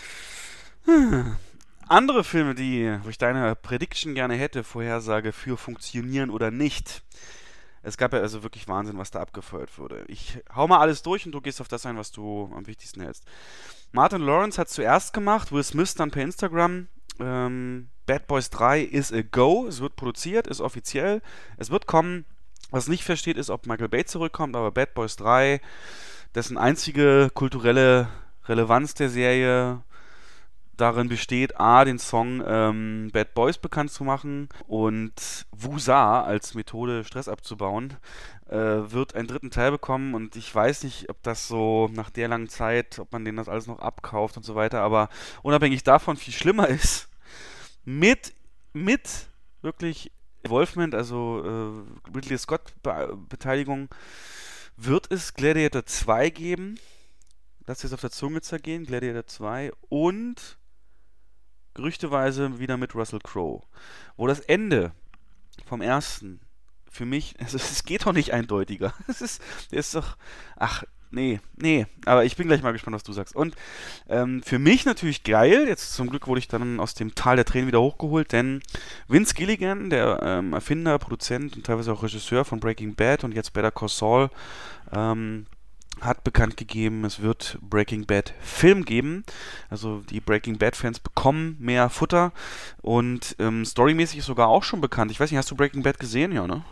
Amis.
Andere Filme, wo ich deine Prediction gerne hätte, Vorhersage für funktionieren oder nicht. Es gab ja also wirklich Wahnsinn, was da abgefeuert wurde. Ich hau mal alles durch und du gehst auf das ein, was du am wichtigsten hältst. Martin Lawrence hat zuerst gemacht, Will Smith dann per Instagram. Bad Boys 3 is a go. Es wird produziert, ist offiziell. Es wird kommen. Was nicht versteht, ist, ob Michael Bay zurückkommt, aber Bad Boys 3, dessen einzige kulturelle Relevanz der Serie darin besteht, den Song Bad Boys bekannt zu machen und Wusa als Methode, Stress abzubauen, wird einen dritten Teil bekommen und ich weiß nicht, ob das so nach der langen Zeit, ob man denen das alles noch abkauft und so weiter, aber unabhängig davon viel schlimmer ist, mit wirklich Involvement, also Ridley Scott Beteiligung, wird es Gladiator 2 geben. Lass jetzt auf der Zunge zergehen, Gladiator 2 und gerüchteweise wieder mit Russell Crowe. Wo das Ende vom ersten für mich, es geht doch nicht eindeutiger. Der ist doch, nee, aber ich bin gleich mal gespannt, was du sagst. Und für mich natürlich geil, jetzt zum Glück wurde ich dann aus dem Tal der Tränen wieder hochgeholt, denn Vince Gilligan, der Erfinder, Produzent und teilweise auch Regisseur von Breaking Bad und jetzt Better Call Saul, hat bekannt gegeben, es wird Breaking Bad Film geben. Also die Breaking Bad Fans bekommen mehr Futter und storymäßig ist sogar auch schon bekannt. Ich weiß nicht, hast du Breaking Bad gesehen? Ja, ne?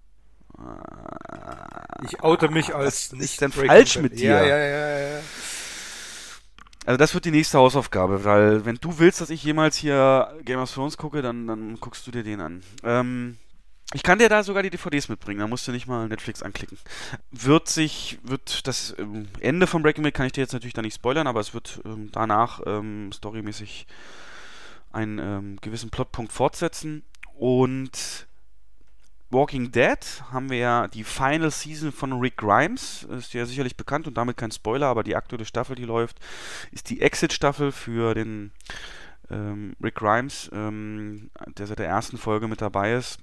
Ich oute mich als
Was ist denn falsch mit dir?
Ja.
Also das wird die nächste Hausaufgabe, weil wenn du willst, dass ich jemals hier Game of Thrones gucke, dann guckst du dir den an. Ich kann dir da sogar die DVDs mitbringen, da musst du nicht mal Netflix anklicken. Wird das Ende von Breaking Bad kann ich dir jetzt natürlich da nicht spoilern, aber es wird danach storymäßig einen gewissen Plotpunkt fortsetzen und Walking Dead haben wir ja die Final Season von Rick Grimes, ist ja sicherlich bekannt und damit kein Spoiler, aber die aktuelle Staffel, die läuft, ist die Exit-Staffel für den Rick Grimes, der seit der ersten Folge mit dabei ist.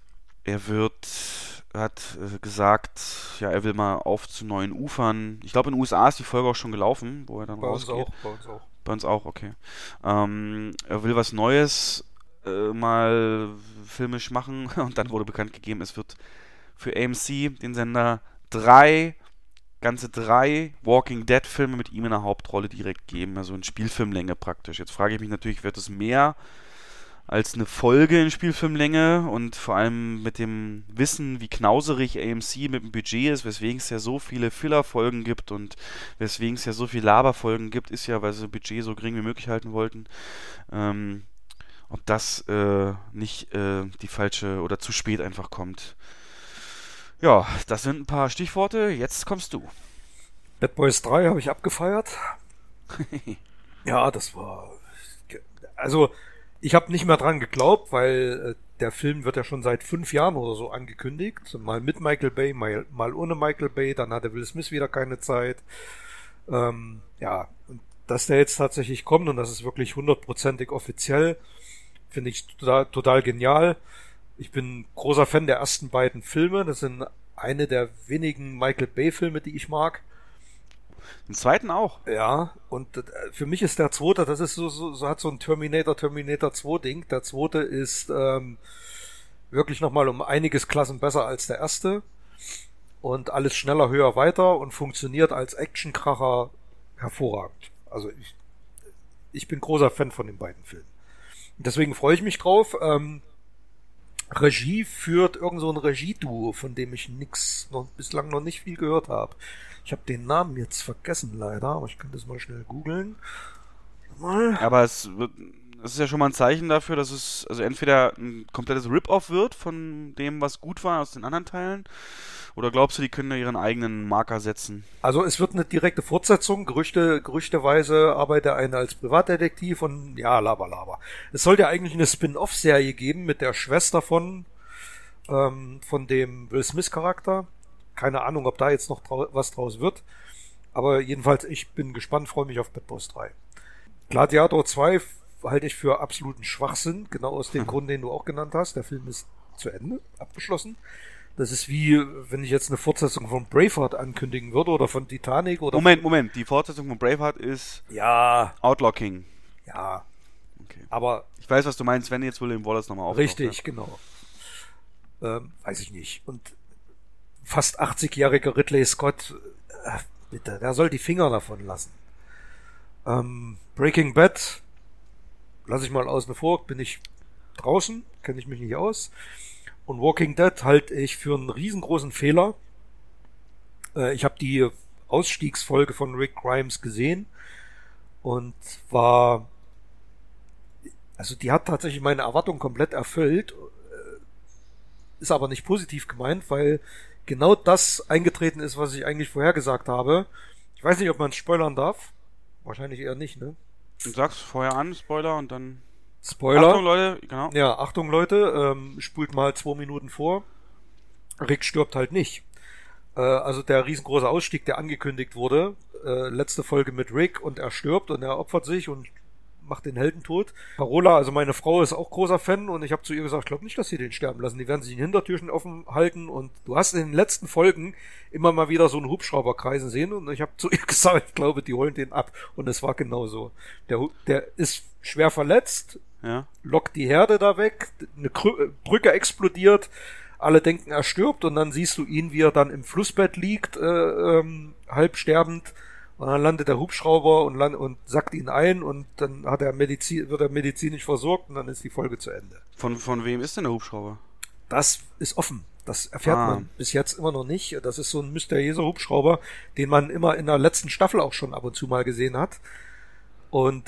Hat gesagt, ja, er will mal auf zu neuen Ufern. Ich glaube, in den USA ist die Folge auch schon gelaufen, wo er dann rausgeht.
Bei uns auch.
Bei uns auch, okay. Er will was Neues mal filmisch machen und dann wurde bekannt gegeben, es wird für AMC, den Sender, ganze drei Walking Dead Filme mit ihm in der Hauptrolle direkt geben, also in Spielfilmlänge praktisch. Jetzt frage ich mich natürlich, wird es mehr als eine Folge in Spielfilmlänge und vor allem mit dem Wissen, wie knauserig AMC mit dem Budget ist, weswegen es ja so viele Filler-Folgen gibt und weswegen es ja so viele Laberfolgen gibt, ist ja, weil sie das Budget so gering wie möglich halten wollten. Ob das nicht die falsche oder zu spät einfach kommt. Ja, das sind ein paar Stichworte. Jetzt kommst du.
Bad Boys 3 habe ich abgefeiert. Ja, das war... Also... Ich habe nicht mehr dran geglaubt, weil der Film wird ja schon seit 5 Jahren oder so angekündigt. Mal mit Michael Bay, mal ohne Michael Bay. Dann hatte Will Smith wieder keine Zeit. Ja, und dass der jetzt tatsächlich kommt und das ist wirklich 100%ig offiziell, finde ich total genial. Ich bin großer Fan der ersten beiden Filme. Das sind eine der wenigen Michael Bay Filme, die ich mag.
Den zweiten auch.
Ja, und für mich ist der zweite, das ist so hat so ein Terminator 2 Ding. Der zweite ist wirklich nochmal um einiges Klassen besser als der erste. Und alles schneller, höher, weiter und funktioniert als Actionkracher hervorragend. Also ich bin großer Fan von den beiden Filmen. Und deswegen freue ich mich drauf. Regie führt irgend so ein Regieduo, von dem ich bislang noch nicht viel gehört habe. Ich habe den Namen jetzt vergessen leider, aber ich kann das mal schnell googeln.
Aber es ist ja schon mal ein Zeichen dafür, dass es also entweder ein komplettes Rip-Off wird von dem, was gut war aus den anderen Teilen, oder glaubst du, die können da ihren eigenen Marker setzen?
Also es wird eine direkte Fortsetzung, gerüchteweise arbeitet einer als Privatdetektiv und ja, laber. Es soll ja eigentlich eine Spin-Off-Serie geben mit der Schwester von dem Will Smith-Charakter. Keine Ahnung, ob da jetzt noch was draus wird. Aber jedenfalls, ich bin gespannt, freue mich auf Bad Boys 3. Gladiator 2 halte ich für absoluten Schwachsinn, genau aus dem Grund, den du auch genannt hast. Der Film ist zu Ende, abgeschlossen. Das ist wie, wenn ich jetzt eine Fortsetzung von Braveheart ankündigen würde oder von Titanic oder...
Moment, die Fortsetzung von Braveheart ist Outlaw King.
Ja,
okay.
Aber...
Ich weiß, was du meinst, wenn jetzt William Wallace nochmal auftaucht.
Richtig, ja. Genau. Weiß ich nicht. Und fast 80-jähriger Ridley Scott, bitte, der soll die Finger davon lassen. Breaking Bad, lasse ich mal außen vor, bin ich draußen, kenne ich mich nicht aus. Und Walking Dead halte ich für einen riesengroßen Fehler. Ich habe die Ausstiegsfolge von Rick Grimes gesehen und die hat tatsächlich meine Erwartungen komplett erfüllt, ist aber nicht positiv gemeint, weil genau das eingetreten ist, was ich eigentlich vorhergesagt habe. Ich weiß nicht, ob man es spoilern darf. Wahrscheinlich eher nicht, ne?
Du sagst vorher an, Spoiler, und dann...
Spoiler.
Achtung, Leute, genau.
Ja, Achtung, Leute, spult mal 2 Minuten vor. Rick stirbt halt nicht. Also der riesengroße Ausstieg, der angekündigt wurde, letzte Folge mit Rick, und er stirbt und er opfert sich und macht den Heldentod. Carola, also meine Frau, ist auch großer Fan und ich habe zu ihr gesagt, ich glaube nicht, dass sie den sterben lassen. Die werden sich in Hintertürchen offen halten und du hast in den letzten Folgen immer mal wieder so einen Hubschrauber kreisen sehen und ich habe zu ihr gesagt, ich glaube, die holen den ab. Und es war genau so. Der ist schwer verletzt,
ja,
lockt die Herde da weg, eine Brücke explodiert, alle denken, er stirbt und dann siehst du ihn, wie er dann im Flussbett liegt, halb sterbend. Und dann landet der Hubschrauber und sackt ihn ein und dann wird er medizinisch versorgt und dann ist die Folge zu Ende.
Von wem ist denn der Hubschrauber?
Das ist offen. Das erfährt man bis jetzt immer noch nicht. Das ist so ein mysteriöser Hubschrauber, den man immer in der letzten Staffel auch schon ab und zu mal gesehen hat. Und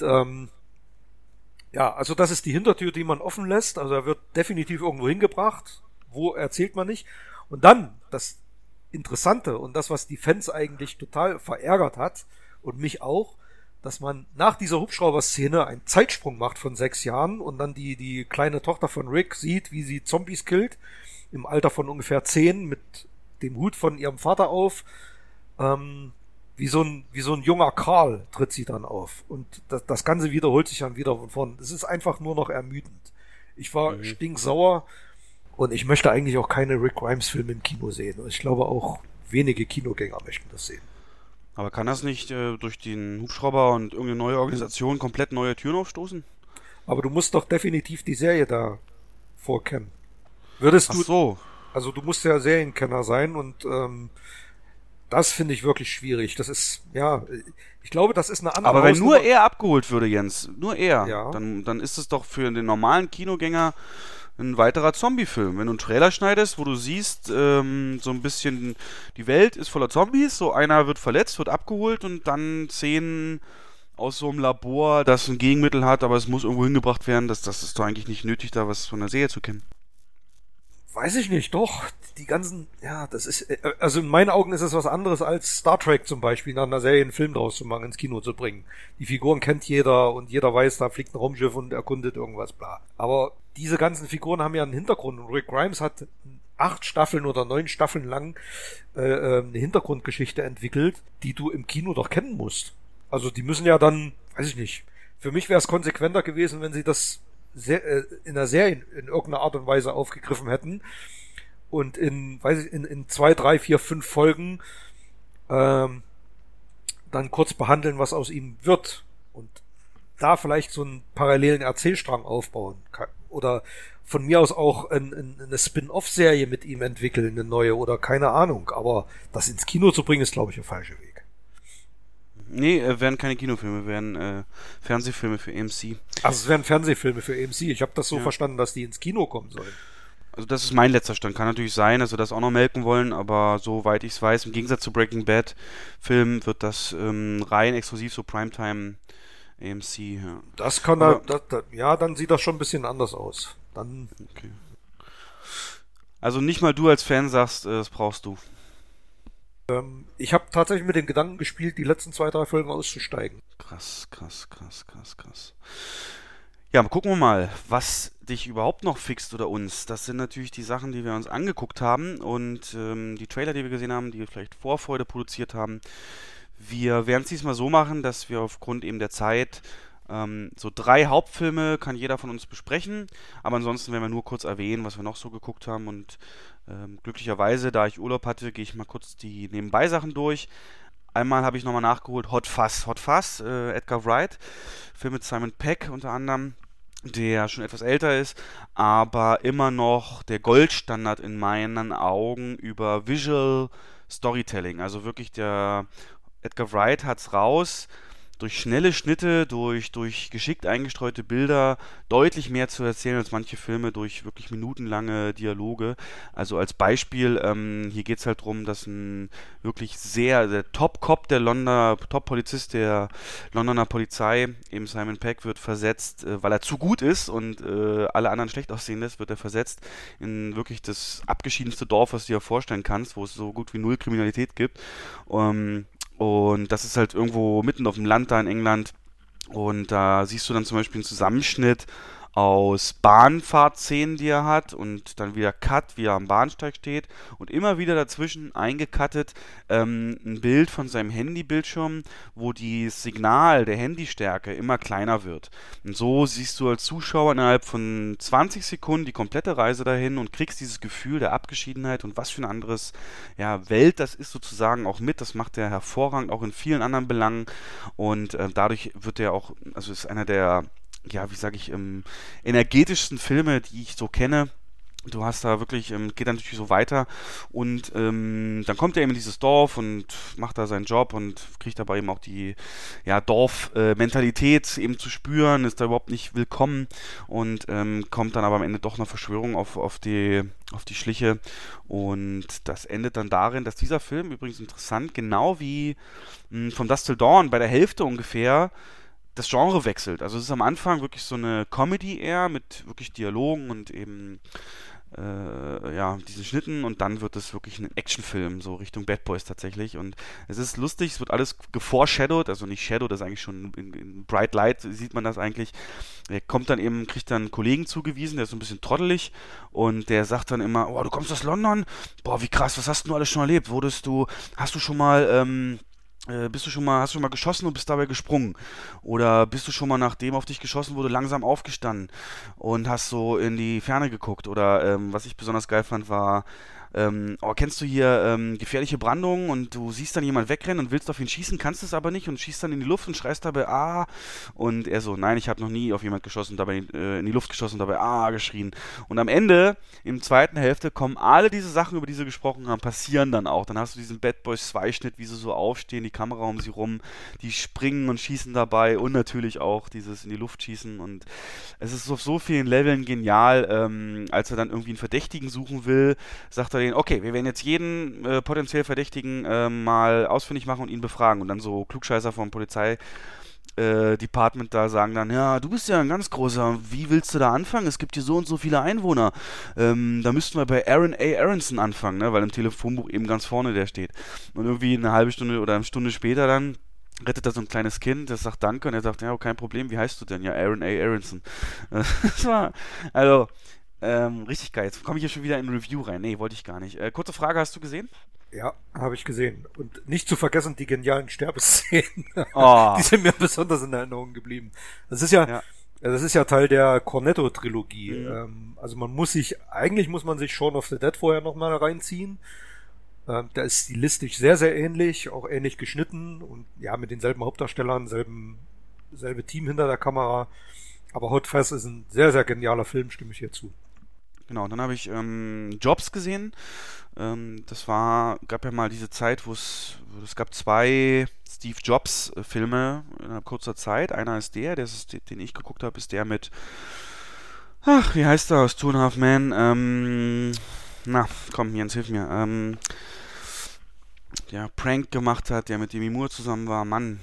also das ist die Hintertür, die man offen lässt. Also er wird definitiv irgendwo hingebracht. Wo, erzählt man nicht. Und dann, das Interessante und das, was die Fans eigentlich total verärgert hat und mich auch, dass man nach dieser Hubschrauber-Szene einen Zeitsprung macht von 6 Jahren und dann die kleine Tochter von Rick sieht, wie sie Zombies killt im Alter von ungefähr 10 mit dem Hut von ihrem Vater auf. Wie so ein junger Karl tritt sie dann auf. Und das Ganze wiederholt sich dann wieder von vorn. Es ist einfach nur noch ermüdend. Ich war stinksauer und ich möchte eigentlich auch keine Rick Grimes-Filme im Kino sehen. Und ich glaube auch wenige Kinogänger möchten das sehen.
Aber kann das nicht durch den Hubschrauber und irgendeine neue Organisation komplett neue Türen aufstoßen?
Aber du musst doch definitiv die Serie da vorkennen. Würdest du...
Ach so.
Also du musst ja Serienkenner sein und das finde ich wirklich schwierig. Das ist, ja, ich glaube, das ist eine andere
Aber wenn
Hausnummer.
nur er abgeholt würde, Jens, nur er,
Ja.
dann ist es doch für den normalen Kinogänger ein weiterer Zombie-Film. Wenn du einen Trailer schneidest, wo du siehst, so ein bisschen, die Welt ist voller Zombies, so einer wird verletzt, wird abgeholt und dann Szenen aus so einem Labor, das ein Gegenmittel hat, aber es muss irgendwo hingebracht werden, das ist doch eigentlich nicht nötig, da was von der Serie zu kennen.
Weiß ich nicht, doch. Die ganzen, ja, das ist, also in meinen Augen ist es was anderes als Star Trek zum Beispiel, nach einer Serie einen Film draus zu machen, ins Kino zu bringen. Die Figuren kennt jeder und jeder weiß, da fliegt ein Raumschiff und erkundet irgendwas, bla. Aber diese ganzen Figuren haben ja einen Hintergrund und Rick Grimes hat 8 Staffeln oder 9 Staffeln lang eine Hintergrundgeschichte entwickelt, die du im Kino doch kennen musst. Also die müssen ja dann, weiß ich nicht, für mich wäre es konsequenter gewesen, wenn sie das in der Serie in irgendeiner Art und Weise aufgegriffen hätten und in 2, 3, 4, 5 Folgen dann kurz behandeln, was aus ihm wird und da vielleicht so einen parallelen Erzählstrang aufbauen oder von mir aus auch eine Spin-off-Serie mit ihm entwickeln, eine neue oder keine Ahnung, aber das ins Kino zu bringen, ist glaube ich der falsche Weg.
Nee, werden keine Kinofilme, werden Fernsehfilme für AMC.
Also es wären Fernsehfilme für AMC. Ich habe das so verstanden, dass die ins Kino kommen sollen.
Also das ist mein letzter Stand. Kann natürlich sein, dass wir das auch noch melken wollen, aber soweit ich es weiß, im Gegensatz zu Breaking Bad Film wird das rein exklusiv so Primetime AMC. Ja.
Das kann ja, dann sieht das schon ein bisschen anders aus. Dann.
Okay. Also nicht mal du als Fan sagst, das brauchst du.
Ich habe tatsächlich mit dem Gedanken gespielt, die letzten 2, 3 Folgen auszusteigen.
Krass. Ja, gucken wir mal, was dich überhaupt noch fixt oder uns. Das sind natürlich die Sachen, die wir uns angeguckt haben und die Trailer, die wir gesehen haben, die wir vielleicht Vorfreude produziert haben. Wir werden es diesmal so machen, dass wir aufgrund eben der Zeit so 3 Hauptfilme kann jeder von uns besprechen, aber ansonsten werden wir nur kurz erwähnen, was wir noch so geguckt haben und glücklicherweise, da ich Urlaub hatte, gehe ich mal kurz die Nebenbei-Sachen durch. Einmal habe ich nochmal nachgeholt Hot Fuzz, Edgar Wright, Film mit Simon Pegg unter anderem, der schon etwas älter ist, aber immer noch der Goldstandard in meinen Augen über Visual Storytelling. Also wirklich der Edgar Wright hat's raus, durch schnelle Schnitte, durch geschickt eingestreute Bilder deutlich mehr zu erzählen als manche Filme durch wirklich minutenlange Dialoge. Also als Beispiel, hier geht es halt darum, dass ein wirklich der Top-Cop Top-Polizist der Londoner Polizei, eben Simon Pegg, wird versetzt, weil er zu gut ist und alle anderen schlecht aussehen lässt, wird er versetzt in wirklich das abgeschiedenste Dorf, was du dir vorstellen kannst, wo es so gut wie null Kriminalität gibt. Und das ist halt irgendwo mitten auf dem Land da in England. Und da siehst du dann zum Beispiel einen Zusammenschnitt aus Bahnfahrtszenen, die er hat, und dann wieder Cut, wie er am Bahnsteig steht, und immer wieder dazwischen eingecuttet ein Bild von seinem Handybildschirm, wo das Signal der Handystärke immer kleiner wird. Und so siehst du als Zuschauer innerhalb von 20 Sekunden die komplette Reise dahin und kriegst dieses Gefühl der Abgeschiedenheit und was für ein anderes Welt das ist sozusagen auch mit. Das macht er hervorragend, auch in vielen anderen Belangen, und dadurch wird er auch, also ist einer der energetischsten Filme, die ich so kenne. Du hast da wirklich, geht dann natürlich so weiter und dann kommt er eben in dieses Dorf und macht da seinen Job und kriegt dabei eben auch die Dorf-Mentalität eben zu spüren, ist da überhaupt nicht willkommen und kommt dann aber am Ende doch einer Verschwörung auf die Schliche, und das endet dann darin, dass dieser Film, übrigens interessant, genau wie From Dusk Till Dawn, bei der Hälfte ungefähr das Genre wechselt. Also es ist am Anfang wirklich so eine Comedy eher mit wirklich Dialogen und eben diesen Schnitten und dann wird es wirklich ein Actionfilm, so Richtung Bad Boys tatsächlich. Und es ist lustig, es wird alles geforeshadowed, also nicht Shadow, das ist eigentlich schon in Bright Light sieht man das eigentlich. Er kommt dann eben, kriegt dann einen Kollegen zugewiesen, der ist so ein bisschen trottelig und der sagt dann immer, oh, du kommst aus London? Boah, wie krass, was hast du alles schon erlebt? Hast du schon mal, hast du schon mal geschossen und bist dabei gesprungen? Oder bist du schon mal, nachdem auf dich geschossen wurde, langsam aufgestanden und hast so in die Ferne geguckt? Oder was ich besonders geil fand, war, kennst du hier gefährliche Brandungen und du siehst dann jemand wegrennen und willst auf ihn schießen, kannst es aber nicht und schießt dann in die Luft und schreist dabei ah und er so, nein, ich habe noch nie auf jemand geschossen, dabei in die Luft geschossen und dabei ah geschrien. Und am Ende, im zweiten Hälfte, kommen alle diese Sachen, über die sie gesprochen haben, passieren dann auch. Dann hast du diesen Bad Boys 2 Schnitt, wie sie so aufstehen, die Kamera um sie rum, die springen und schießen dabei und natürlich auch dieses in die Luft schießen und es ist auf so vielen Leveln genial, als er dann irgendwie einen Verdächtigen suchen will, sagt er okay, wir werden jetzt jeden potenziell Verdächtigen mal ausfindig machen und ihn befragen. Und dann so Klugscheißer vom Polizei-Department da sagen dann, ja, du bist ja ein ganz großer, wie willst du da anfangen? Es gibt hier so und so viele Einwohner. Da müssten wir bei Aaron A. Aronson anfangen, ne? Weil im Telefonbuch eben ganz vorne der steht. Und irgendwie eine halbe Stunde oder eine Stunde später dann rettet er so ein kleines Kind, das sagt Danke und er sagt, ja, kein Problem, wie heißt du denn? Ja, Aaron A. Aronson. Das war, also... richtig geil. Jetzt komme ich hier schon wieder in ein Review rein. Nee, wollte ich gar nicht. Kurze Frage, hast du gesehen?
Ja, habe ich gesehen. Und nicht zu vergessen die genialen Sterbeszenen.
Oh.
Die sind mir besonders in Erinnerung geblieben. Das ist ja Teil der Cornetto-Trilogie. Also eigentlich muss man sich Shaun of the Dead vorher nochmal reinziehen. Der ist stilistisch sehr, sehr ähnlich, auch ähnlich geschnitten und ja, mit denselben Hauptdarstellern, selbe Team hinter der Kamera. Aber Hot Fuzz ist ein sehr, sehr genialer Film, stimme ich hier zu.
Genau, dann habe ich Jobs gesehen. Gab ja mal diese Zeit, es gab 2 Steve Jobs Filme in einer kurzer Zeit. Einer ist den ich geguckt habe, ist der mit, wie heißt der aus Two and a Half Men? Na, komm, Jens, hilf mir. Der Prank gemacht hat, der mit Demi Moore zusammen war. Mann.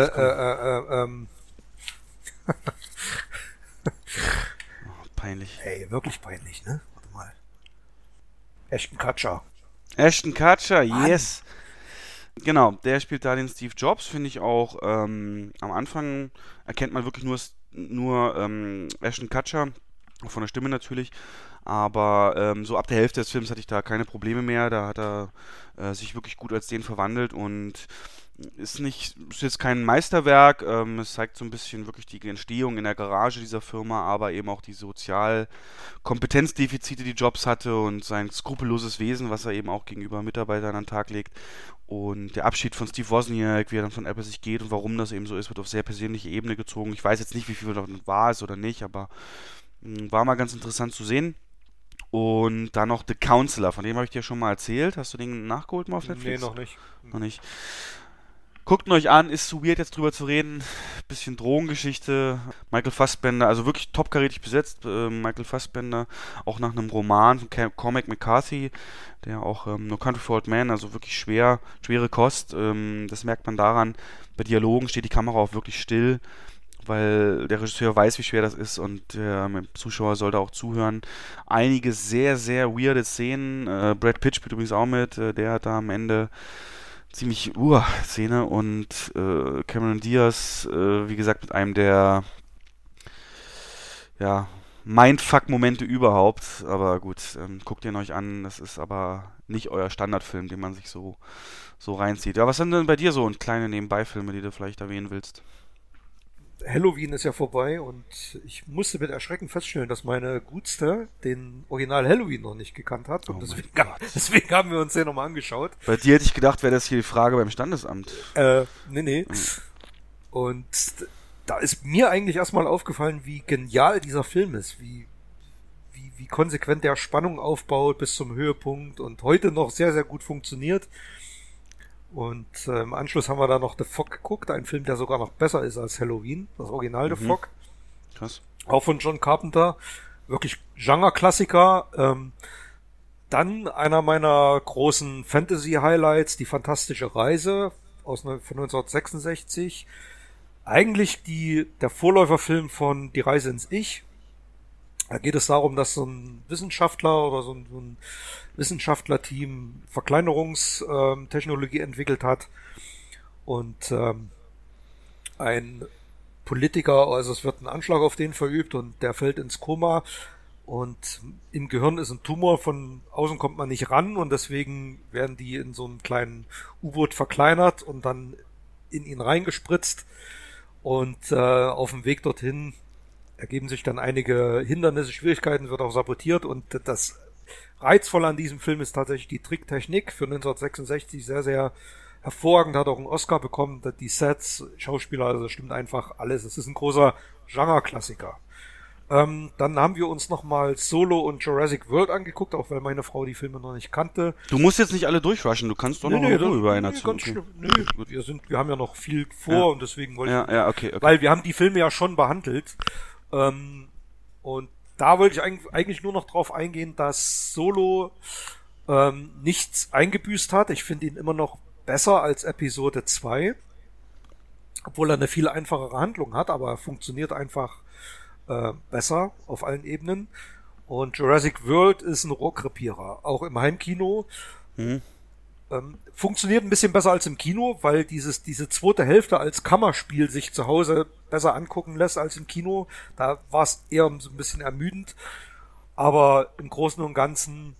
Peinlich.
Ey, wirklich peinlich, ne? Warte mal. Ashton Kutcher.
Ashton Kutcher, yes. Genau, der spielt da den Steve Jobs, finde ich auch. Am Anfang erkennt man wirklich nur Ashton Kutcher, von der Stimme natürlich. Aber so ab der Hälfte des Films hatte ich da keine Probleme mehr. Da hat er sich wirklich gut als den verwandelt und ist jetzt kein Meisterwerk. Es zeigt so ein bisschen wirklich die Entstehung in der Garage dieser Firma, aber eben auch die Sozialkompetenzdefizite, die Jobs hatte und sein skrupelloses Wesen, was er eben auch gegenüber Mitarbeitern an den Tag legt. Und der Abschied von Steve Wozniak, wie er dann von Apple sich geht und warum das eben so ist, wird auf sehr persönliche Ebene gezogen. Ich weiß jetzt nicht, wie viel davon war es oder nicht, aber war mal ganz interessant zu sehen. Und dann noch The Counselor, von dem habe ich dir schon mal erzählt. Hast du den nachgeholt mal auf Netflix?
Nee, noch nicht.
Noch nicht. Guckt ihn euch an, ist zu weird jetzt drüber zu reden. Bisschen Drogengeschichte. Michael Fassbender, also wirklich topkarätig besetzt. Michael Fassbender, auch nach einem Roman von Cormac McCarthy, der auch No Country for Old Men, also wirklich schwere Kost. Das merkt man daran. Bei Dialogen steht die Kamera auch wirklich still, weil der Regisseur weiß, wie schwer das ist und der Zuschauer sollte auch zuhören. Einige sehr, sehr weirde Szenen. Brad Pitt spielt übrigens auch mit. Der hat da am Ende ziemlich Szene und Cameron Diaz, wie gesagt, mit einem der Mindfuck-Momente überhaupt. Aber gut, guckt ihn euch an. Das ist aber nicht euer Standardfilm, den man sich so reinzieht. Ja, was sind denn bei dir so kleine Nebenbeifilme, die du vielleicht erwähnen willst?
Halloween ist ja vorbei und ich musste mit Erschrecken feststellen, dass meine Gutste den Original Halloween noch nicht gekannt hat und deswegen haben wir uns den nochmal angeschaut.
Bei dir hätte ich gedacht, wäre das hier die Frage beim Standesamt.
Nee. Und da ist mir eigentlich erstmal aufgefallen, wie genial dieser Film ist, wie konsequent der Spannung aufbaut bis zum Höhepunkt und heute noch sehr, sehr gut funktioniert. Und im Anschluss haben wir da noch The Fog geguckt, ein Film, der sogar noch besser ist als Halloween, das Original The Fog.
Krass.
Auch von John Carpenter, wirklich Genre-Klassiker. Dann einer meiner großen Fantasy-Highlights, Die fantastische Reise von 1966. Eigentlich der Vorläuferfilm von Die Reise ins Ich. Da geht es darum, dass so ein Wissenschaftler oder so ein Wissenschaftlerteam Verkleinerungstechnologie entwickelt hat und ein Politiker, also es wird ein Anschlag auf den verübt und der fällt ins Koma und im Gehirn ist ein Tumor, von außen kommt man nicht ran und deswegen werden die in so einem kleinen U-Boot verkleinert und dann in ihn reingespritzt und auf dem Weg dorthin ergeben sich dann einige Hindernisse, Schwierigkeiten, wird auch sabotiert und das Reizvolle an diesem Film ist tatsächlich die Tricktechnik, für 1966 sehr, sehr hervorragend, hat auch einen Oscar bekommen, die Sets, Schauspieler, also stimmt einfach alles. Es ist ein großer Genre-Klassiker. Dann haben wir uns nochmal Solo und Jurassic World angeguckt, auch weil meine Frau die Filme noch nicht kannte.
Du musst jetzt nicht alle durchrushen, du kannst doch noch über einer zu.
Wir haben ja noch viel vor und deswegen wollte ich...
Okay.
Weil wir haben die Filme ja schon behandelt. Und da wollte ich eigentlich nur noch drauf eingehen, dass Solo nichts eingebüßt hat. Ich finde ihn immer noch besser als Episode 2, obwohl er eine viel einfachere Handlung hat, aber er funktioniert einfach besser auf allen Ebenen. Und Jurassic World ist ein Rohrkrepierer, auch im Heimkino. Funktioniert ein bisschen besser als im Kino, weil diese zweite Hälfte als Kammerspiel sich zu Hause besser angucken lässt als im Kino. Da war es eher so ein bisschen ermüdend. Aber im Großen und Ganzen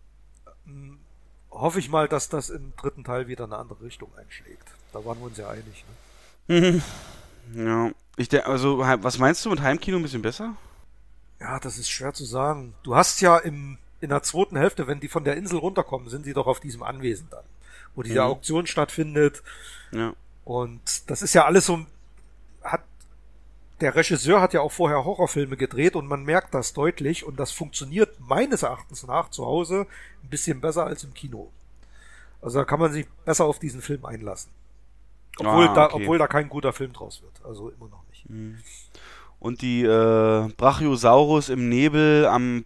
hoffe ich mal, dass das im dritten Teil wieder eine andere Richtung einschlägt. Da waren wir uns ja einig. Ne?
Ja, also was meinst du mit Heimkino ein bisschen besser?
Ja, das ist schwer zu sagen. Du hast ja in der zweiten Hälfte, wenn die von der Insel runterkommen, sind sie doch auf diesem Anwesen dann, wo diese Auktion stattfindet.
Ja.
Und das ist ja alles so, der Regisseur hat ja auch vorher Horrorfilme gedreht und man merkt das deutlich und das funktioniert meines Erachtens nach zu Hause ein bisschen besser als im Kino. Also da kann man sich besser auf diesen Film einlassen. Obwohl da kein guter Film draus wird. Also immer noch nicht.
Und die Brachiosaurus im Nebel am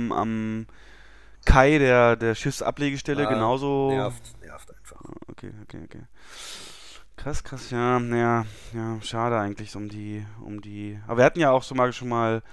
Kai der Schiffsablegestelle genauso.
Nervt einfach.
Okay. Krass, ja, schade eigentlich um die. Aber wir hatten ja auch schon mal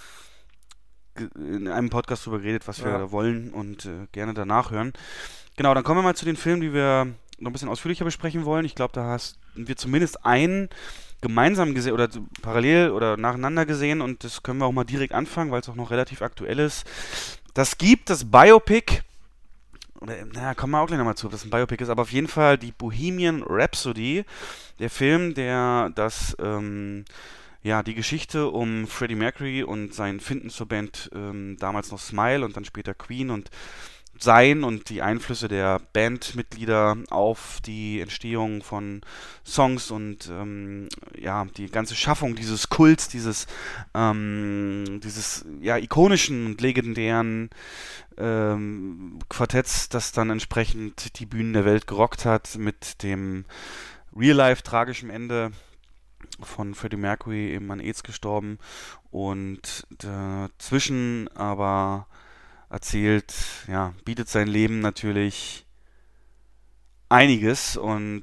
in einem Podcast drüber geredet, was wir da wollen und gerne danach hören. Genau, dann kommen wir mal zu den Filmen, die wir noch ein bisschen ausführlicher besprechen wollen. Ich glaube, da hast wir zumindest einen gemeinsam gesehen oder parallel oder nacheinander gesehen und das können wir auch mal direkt anfangen, weil es auch noch relativ aktuell ist. Das Biopic, kommen wir auch gleich nochmal zu, ob das ein Biopic ist, aber auf jeden Fall die Bohemian Rhapsody, der Film, der die Geschichte um Freddie Mercury und sein Finden zur Band, damals noch Smile und dann später Queen und die Einflüsse der Bandmitglieder auf die Entstehung von Songs und die ganze Schaffung dieses Kults, dieses ikonischen und legendären Quartetts, das dann entsprechend die Bühnen der Welt gerockt hat mit dem Real-Life tragischen Ende von Freddie Mercury, eben an AIDS gestorben und dazwischen aber bietet sein Leben natürlich einiges und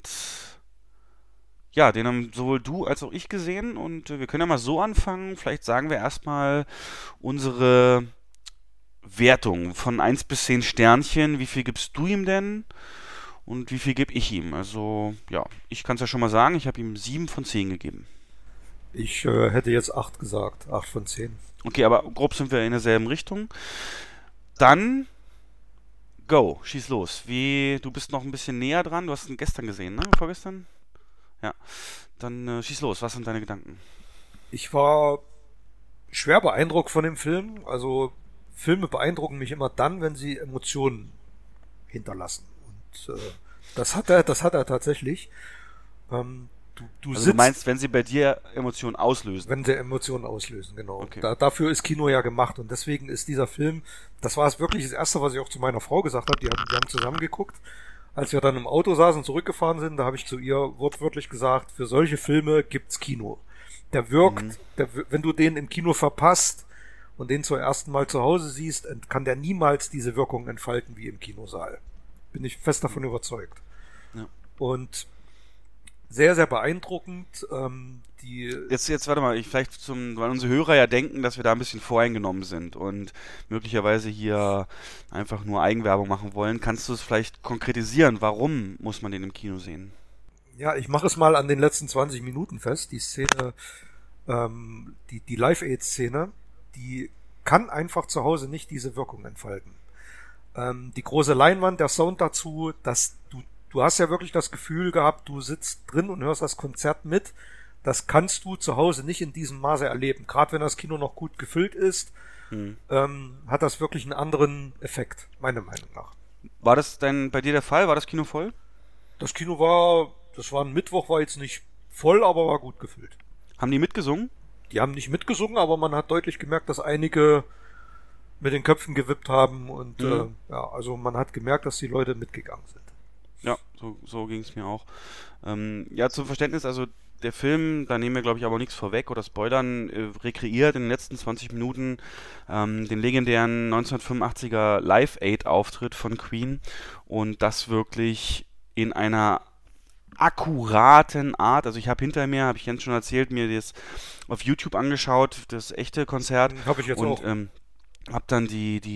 den haben sowohl du als auch ich gesehen und wir können ja mal so anfangen, vielleicht sagen wir erstmal unsere Wertung von 1 bis 10 Sternchen, wie viel gibst du ihm denn und wie viel gebe ich ihm? Also ich kann es ja schon mal sagen, ich habe ihm 7 von 10 gegeben.
Ich hätte jetzt 8 gesagt, 8 von 10.
Okay, aber grob sind wir in derselben Richtung. Dann schieß los. Du bist noch ein bisschen näher dran. Du hast ihn gestern gesehen, ne? Vorgestern? Ja. Dann schieß los. Was sind deine Gedanken?
Ich war schwer beeindruckt von dem Film. Also Filme beeindrucken mich immer dann, wenn sie Emotionen hinterlassen. Und das hat er tatsächlich. Du
meinst, wenn sie bei dir Emotionen auslösen?
Wenn sie Emotionen auslösen, genau.
Okay.
Dafür ist Kino ja gemacht und deswegen ist dieser Film, das war es wirklich das Erste, was ich auch zu meiner Frau gesagt habe, die haben zusammen geguckt. Als wir dann im Auto saßen und zurückgefahren sind, da habe ich zu ihr wortwörtlich gesagt, für solche Filme gibt's Kino. Der wirkt, wenn du den im Kino verpasst und den zum ersten Mal zu Hause siehst, kann der niemals diese Wirkung entfalten wie im Kinosaal. Bin ich fest davon überzeugt.
Ja.
Und sehr, sehr beeindruckend.
Jetzt warte mal, weil unsere Hörer ja denken, dass wir da ein bisschen voreingenommen sind und möglicherweise hier einfach nur Eigenwerbung machen wollen. Kannst du es vielleicht konkretisieren? Warum muss man den im Kino sehen?
Ja, ich mache es mal an den letzten 20 Minuten fest. Die Szene, die Live-Aid-Szene, die kann einfach zu Hause nicht diese Wirkung entfalten. Die große Leinwand, der Sound dazu, du hast ja wirklich das Gefühl gehabt, du sitzt drin und hörst das Konzert mit. Das kannst du zu Hause nicht in diesem Maße erleben. Gerade wenn das Kino noch gut gefüllt ist, hat das wirklich einen anderen Effekt, meiner Meinung nach.
War das denn bei dir der Fall? War das Kino voll?
Das war ein Mittwoch, war jetzt nicht voll, aber war gut gefüllt.
Haben die mitgesungen?
Die haben nicht mitgesungen, aber man hat deutlich gemerkt, dass einige mit den Köpfen gewippt haben und also man hat gemerkt, dass die Leute mitgegangen sind.
Ja, so ging es mir auch. Ja, zum Verständnis, also der Film, da nehmen wir glaube ich aber nichts vorweg oder spoilern, rekreiert in den letzten 20 Minuten den legendären 1985er Live-Aid-Auftritt von Queen und das wirklich in einer akkuraten Art. Also ich habe hinter mir, habe ich Jens schon erzählt, mir das auf YouTube angeschaut, das echte Konzert.
Habe ich jetzt
und,
auch.
Hab dann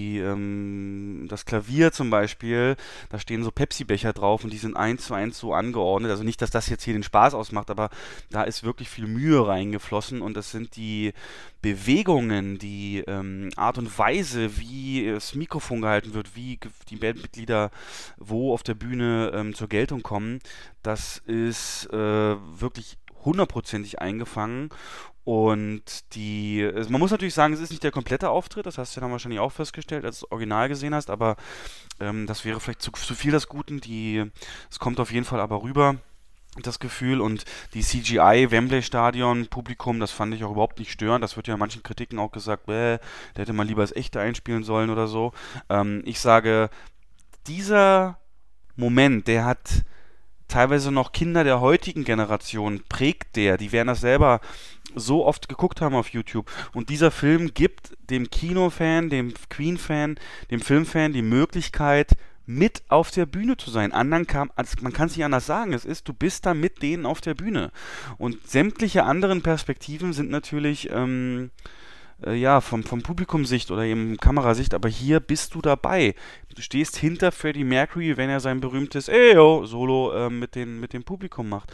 das Klavier zum Beispiel, da stehen so Pepsi-Becher drauf und die sind 1:1 so angeordnet. Also nicht, dass das jetzt hier den Spaß ausmacht, aber da ist wirklich viel Mühe reingeflossen und das sind die Bewegungen, die Art und Weise, wie das Mikrofon gehalten wird, wie die Bandmitglieder wo auf der Bühne zur Geltung kommen, das ist wirklich hundertprozentig eingefangen. Und man muss natürlich sagen, es ist nicht der komplette Auftritt, das hast du ja dann wahrscheinlich auch festgestellt, als du das Original gesehen hast, aber das wäre vielleicht zu viel des Guten, es kommt auf jeden Fall aber rüber, das Gefühl, und die CGI Wembley Stadion Publikum, das fand ich auch überhaupt nicht störend, das wird ja in manchen Kritiken auch gesagt, der hätte man lieber das echte einspielen sollen oder so. Ich sage, dieser Moment, der hat teilweise noch Kinder der heutigen Generation, die werden das selber so oft geguckt haben auf YouTube. Und dieser Film gibt dem Kinofan, dem Queen-Fan, dem Filmfan die Möglichkeit, mit auf der Bühne zu sein. Man kann es nicht anders sagen. Du bist da mit denen auf der Bühne. Und sämtliche anderen Perspektiven sind natürlich vom Publikumssicht oder eben Kamerasicht, aber hier bist du dabei. Du stehst hinter Freddie Mercury, wenn er sein berühmtes Solo mit dem Publikum macht.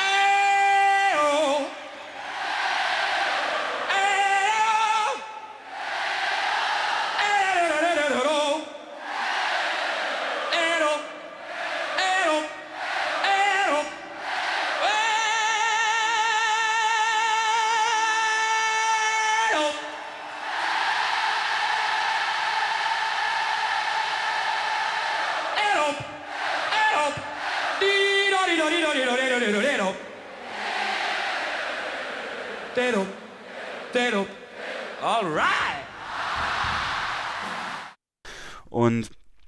Und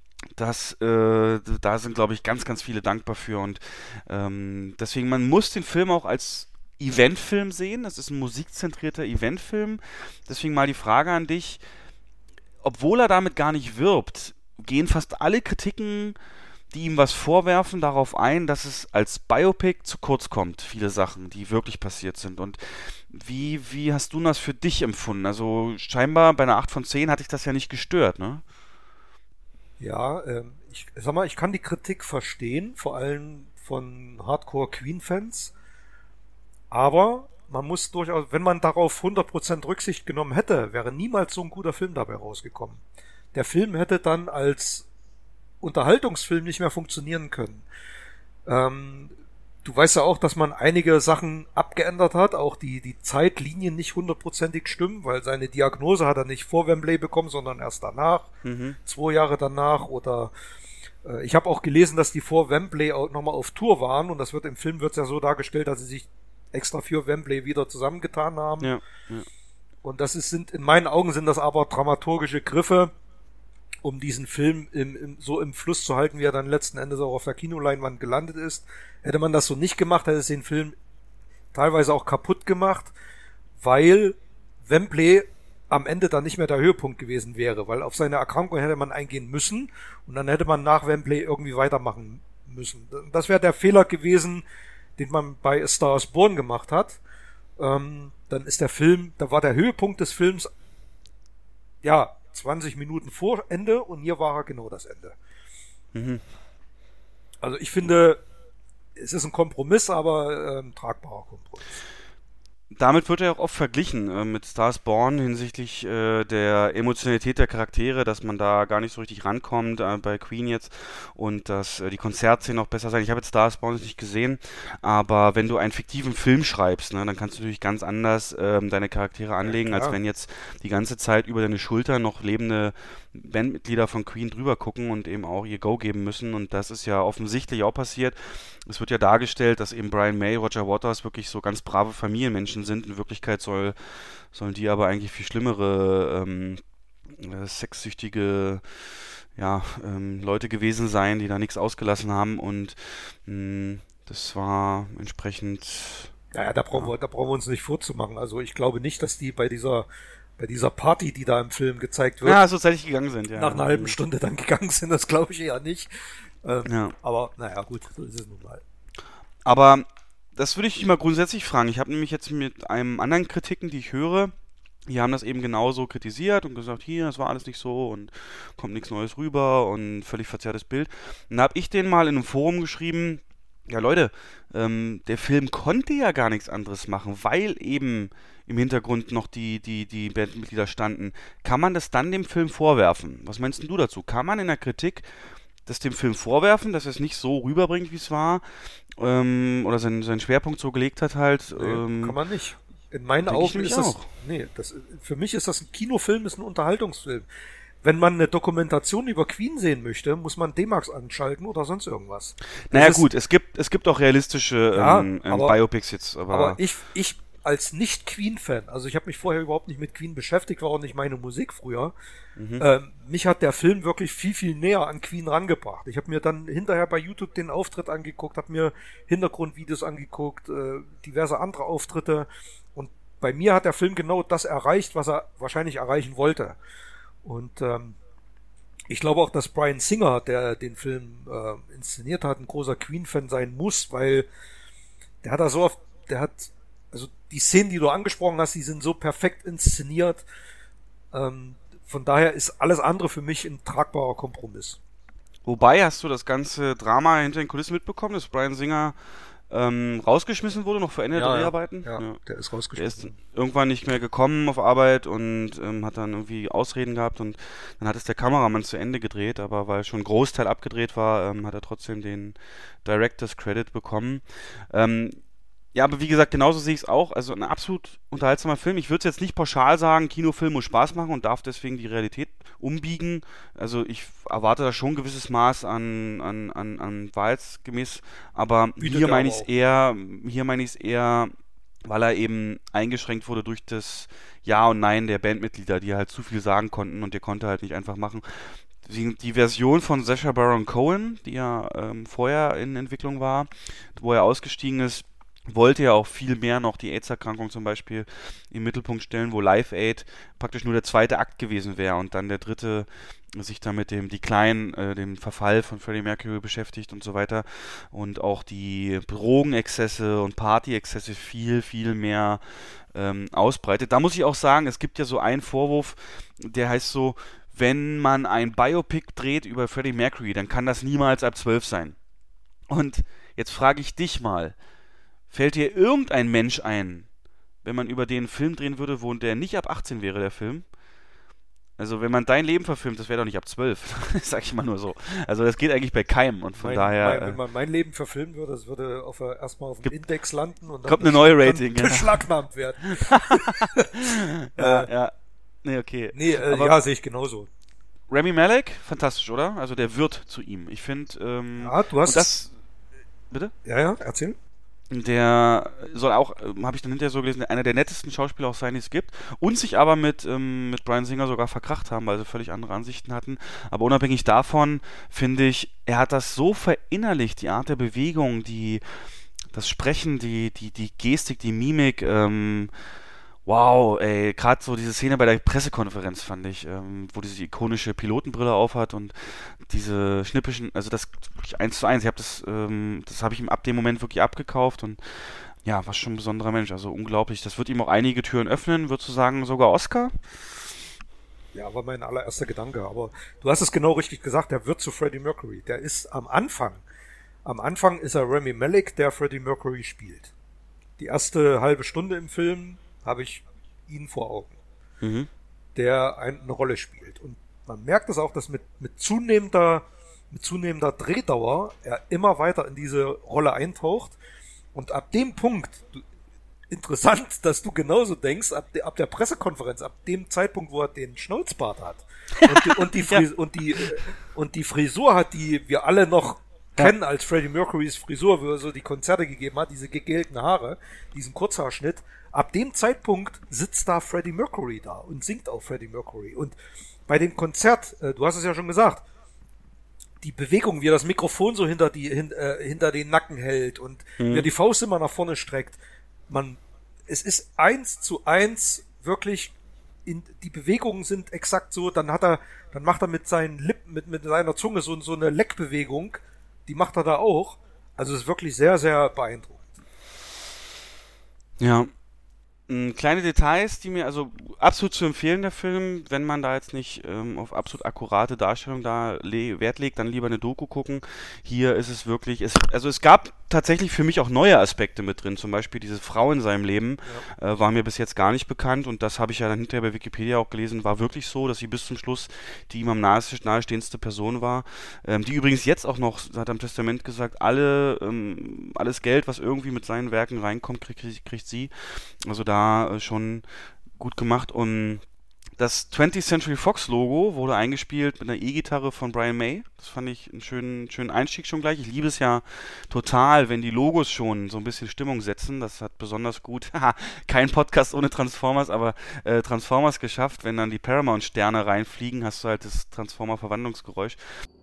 da sind, glaube ich, ganz, ganz viele dankbar für. Und deswegen, man muss den Film auch als Eventfilm sehen. Das ist ein musikzentrierter Eventfilm. Deswegen mal die Frage an dich, obwohl er damit gar nicht wirbt, gehen fast alle Kritiken, die ihm was vorwerfen, darauf ein, dass es als Biopic zu kurz kommt. Viele Sachen, die wirklich passiert sind. Und wie hast du das für dich empfunden? Also scheinbar bei einer 8 von 10 hat dich das ja nicht gestört, ne?
Ja, ich sag mal, ich kann die Kritik verstehen, vor allem von Hardcore-Queen-Fans, aber man muss durchaus, wenn man darauf 100% Rücksicht genommen hätte, wäre niemals so ein guter Film dabei rausgekommen. Der Film hätte dann als Unterhaltungsfilm nicht mehr funktionieren können. Du weißt ja auch, dass man einige Sachen abgeändert hat, auch die Zeitlinien nicht 100%ig stimmen, weil seine Diagnose hat er nicht vor Wembley bekommen, sondern erst danach, 2 Jahre danach, oder ich habe auch gelesen, dass die vor Wembley auch nochmal auf Tour waren, und im Film wird es ja so dargestellt, dass sie sich extra für Wembley wieder zusammengetan haben. Ja. Und in meinen Augen sind das aber dramaturgische Griffe, um diesen Film so im Fluss zu halten, wie er dann letzten Endes auch auf der Kinoleinwand gelandet ist. Hätte man das so nicht gemacht, hätte es den Film teilweise auch kaputt gemacht, weil Wembley am Ende dann nicht mehr der Höhepunkt gewesen wäre, weil auf seine Erkrankung hätte man eingehen müssen und dann hätte man nach Wembley irgendwie weitermachen müssen. Das wäre der Fehler gewesen, den man bei A Star is Born gemacht hat, dann ist der Film, da war der Höhepunkt des Films, ja, 20 Minuten vor Ende und hier war er genau das Ende.
Mhm.
Also ich finde, es ist ein Kompromiss, aber ein tragbarer Kompromiss.
Damit wird er auch oft verglichen mit Star is Born hinsichtlich der Emotionalität der Charaktere, dass man da gar nicht so richtig rankommt bei Queen jetzt und dass die Konzertszenen auch besser sein. Ich habe jetzt Star is Born nicht gesehen, aber wenn du einen fiktiven Film schreibst, ne, dann kannst du natürlich ganz anders deine Charaktere anlegen, als wenn jetzt die ganze Zeit über deine Schulter noch lebende Bandmitglieder von Queen drüber gucken und eben auch ihr Go geben müssen, und das ist ja offensichtlich auch passiert. Es wird ja dargestellt, dass eben Brian May, Roger Waters wirklich so ganz brave Familienmenschen sind. In Wirklichkeit sollen die aber eigentlich viel schlimmere sexsüchtige Leute gewesen sein, die da nichts ausgelassen haben, und das war entsprechend...
Naja, da brauchen wir uns nicht vorzumachen. Also ich glaube nicht, dass die bei dieser Party, die da im Film gezeigt wird,
ja, so zeitig gegangen sind, ja.
Nach einer halben Stunde dann gegangen sind, das glaube ich eher nicht. Aber naja, gut, so ist es nun mal.
Aber das würde ich dich mal grundsätzlich fragen. Ich habe nämlich jetzt mit einem anderen Kritiken, die ich höre, die haben das eben genauso kritisiert und gesagt, hier, das war alles nicht so und kommt nichts Neues rüber und völlig verzerrtes Bild. Und da habe ich denen mal in einem Forum geschrieben, ja Leute, der Film konnte ja gar nichts anderes machen, weil eben im Hintergrund noch die Bandmitglieder standen. Kann man das dann dem Film vorwerfen? Was meinst denn du dazu? Kann man in der Kritik das dem Film vorwerfen, dass er es nicht so rüberbringt, wie es war, oder seinen Schwerpunkt so gelegt hat halt?
Kann man nicht. In meinen Augen ist das... Nee, für mich ist das ein Kinofilm, ist ein Unterhaltungsfilm. Wenn man eine Dokumentation über Queen sehen möchte, muss man D-Max anschalten oder sonst irgendwas.
Naja gut, es gibt auch realistische Biopics jetzt.
Aber ich als Nicht-Queen-Fan, also ich habe mich vorher überhaupt nicht mit Queen beschäftigt, war auch nicht meine Musik früher. Mich hat der Film wirklich viel, viel näher an Queen rangebracht. Ich habe mir dann hinterher bei YouTube den Auftritt angeguckt, habe mir Hintergrundvideos angeguckt, diverse andere Auftritte, und bei mir hat der Film genau das erreicht, was er wahrscheinlich erreichen wollte. Und ich glaube auch, dass Bryan Singer, der den Film inszeniert hat, ein großer Queen-Fan sein muss, weil also die Szenen, die du angesprochen hast, die sind so perfekt inszeniert. Von daher ist alles andere für mich ein tragbarer Kompromiss.
Wobei, hast du das ganze Drama hinter den Kulissen mitbekommen, dass Bryan Singer rausgeschmissen wurde, noch vor Ende der Dreharbeiten?
Ja, der ist rausgeschmissen.
Der ist irgendwann nicht mehr gekommen auf Arbeit und hat dann irgendwie Ausreden gehabt, und dann hat es der Kameramann zu Ende gedreht, aber weil schon ein Großteil abgedreht war, hat er trotzdem den Director's Credit bekommen. Ja, aber wie gesagt, genauso sehe ich es auch. Also ein absolut unterhaltsamer Film. Ich würde es jetzt nicht pauschal sagen, Kinofilm muss Spaß machen und darf deswegen die Realität umbiegen. Also ich erwarte da schon ein gewisses Maß an wahrheitsgemäß, aber hier meine ich es eher, weil er eben eingeschränkt wurde durch das Ja und Nein der Bandmitglieder, die halt zu viel sagen konnten, und der konnte halt nicht einfach machen. Die Version von Sacha Baron Cohen, die ja vorher in Entwicklung war, wo er ausgestiegen ist, wollte ja auch viel mehr noch die AIDS-Erkrankung zum Beispiel im Mittelpunkt stellen, wo Live Aid praktisch nur der zweite Akt gewesen wäre und dann der dritte sich dann mit dem Decline, dem Verfall von Freddie Mercury beschäftigt und so weiter, und auch die Drogenexzesse und Party-Exzesse viel, viel mehr ausbreitet. Da muss ich auch sagen, es gibt ja so einen Vorwurf, der heißt so, wenn man ein Biopic dreht über Freddie Mercury, dann kann das niemals ab 12 sein. Und jetzt frage ich dich mal, fällt dir irgendein Mensch ein, wenn man über den einen Film drehen würde, wo der nicht ab 18 wäre, der Film? Also wenn man dein Leben verfilmt, das wäre doch nicht ab 12, sag ich mal nur so. Also das geht eigentlich bei keinem, und von daher...
Wenn man mein Leben verfilmen würde, das würde erstmal auf dem Index landen und dann
kommt eine neue Rating,
beschlagnahmt werden.
Ja. Nee, okay.
Nee, ja, sehe ich genauso.
Rami Malek, fantastisch, oder? Also der wird zu ihm. Ich finde...
ja, du hast...
das, bitte?
Ja, erzähl.
Der soll auch, habe ich dann hinterher so gelesen, einer der nettesten Schauspieler auch sein, die es gibt, und sich aber mit Bryan Singer sogar verkracht haben, weil sie völlig andere Ansichten hatten. Aber unabhängig davon finde ich, er hat das so verinnerlicht, die Art der Bewegung, das Sprechen, die Gestik, die Mimik, Wow, ey, gerade so diese Szene bei der Pressekonferenz fand ich, wo diese ikonische Pilotenbrille aufhat und diese schnippischen, also das wirklich 1:1, das habe ich ihm ab dem Moment wirklich abgekauft und ja, war schon ein besonderer Mensch, also unglaublich. Das wird ihm auch einige Türen öffnen, würdest du sagen, sogar Oscar?
Ja, war mein allererster Gedanke. Aber du hast es genau richtig gesagt, der wird zu Freddie Mercury. Der ist am Anfang ist er Rami Malek, der Freddie Mercury spielt. Die erste halbe Stunde im Film habe ich ihn vor Augen,
Mhm.
der eine Rolle spielt. Und man merkt es auch, dass mit zunehmender Drehdauer er immer weiter in diese Rolle eintaucht. Und ab dem Punkt, interessant, dass du genauso denkst, ab der Pressekonferenz, ab dem Zeitpunkt, wo er den Schnauzbart hat und die Frisur hat, die wir alle noch kennen als Freddie Mercurys Frisur, wo er so die Konzerte gegeben hat, diese gegelten Haare, diesen Kurzhaarschnitt, ab dem Zeitpunkt sitzt da Freddie Mercury da und singt auch Freddie Mercury. Und bei dem Konzert, du hast es ja schon gesagt, die Bewegung, wie er das Mikrofon so hinter den Nacken hält und wie er die Faust immer nach vorne streckt, es ist 1:1 wirklich, die Bewegungen sind exakt so, dann macht er mit seinen Lippen, mit seiner Zunge so eine Leckbewegung, die macht er da auch. Also es ist wirklich sehr, sehr beeindruckend.
Ja. Kleine Details, die mir, also absolut zu empfehlen, der Film, wenn man da jetzt nicht auf absolut akkurate Darstellung da Wert legt, dann lieber eine Doku gucken. Hier ist es wirklich, also es gab tatsächlich für mich auch neue Aspekte mit drin, zum Beispiel diese Frau in seinem Leben, war mir bis jetzt gar nicht bekannt und das habe ich ja dann hinterher bei Wikipedia auch gelesen, war wirklich so, dass sie bis zum Schluss die ihm am nahestehendste Person war, die übrigens jetzt auch noch, hat er im Testament gesagt, alles Geld, was irgendwie mit seinen Werken reinkommt, kriegt sie. Also da schon gut gemacht und das 20th Century Fox Logo wurde eingespielt mit einer E-Gitarre von Brian May. Das fand ich einen schönen Einstieg schon gleich. Ich liebe es ja total, wenn die Logos schon so ein bisschen Stimmung setzen. Das hat besonders gut, kein Podcast ohne Transformers, aber Transformers geschafft. Wenn dann die Paramount-Sterne reinfliegen, hast du halt das Transformer-Verwandlungsgeräusch.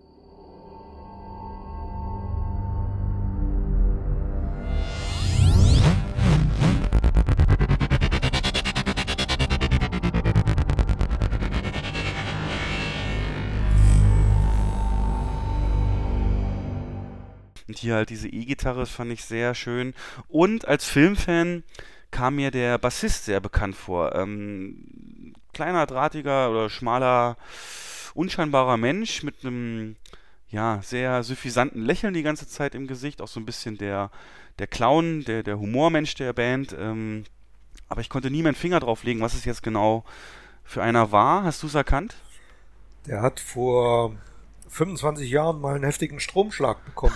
Und hier halt diese E-Gitarre, das fand ich sehr schön. Und als Filmfan kam mir der Bassist sehr bekannt vor. Kleiner, drahtiger oder schmaler, unscheinbarer Mensch mit einem ja, sehr suffisanten Lächeln die ganze Zeit im Gesicht. Auch so ein bisschen der Clown, der Humormensch der Band. Aber ich konnte nie meinen Finger drauf legen, was es jetzt genau für einer war. Hast du es erkannt?
Der hat vor 25 Jahren mal einen heftigen Stromschlag bekommen.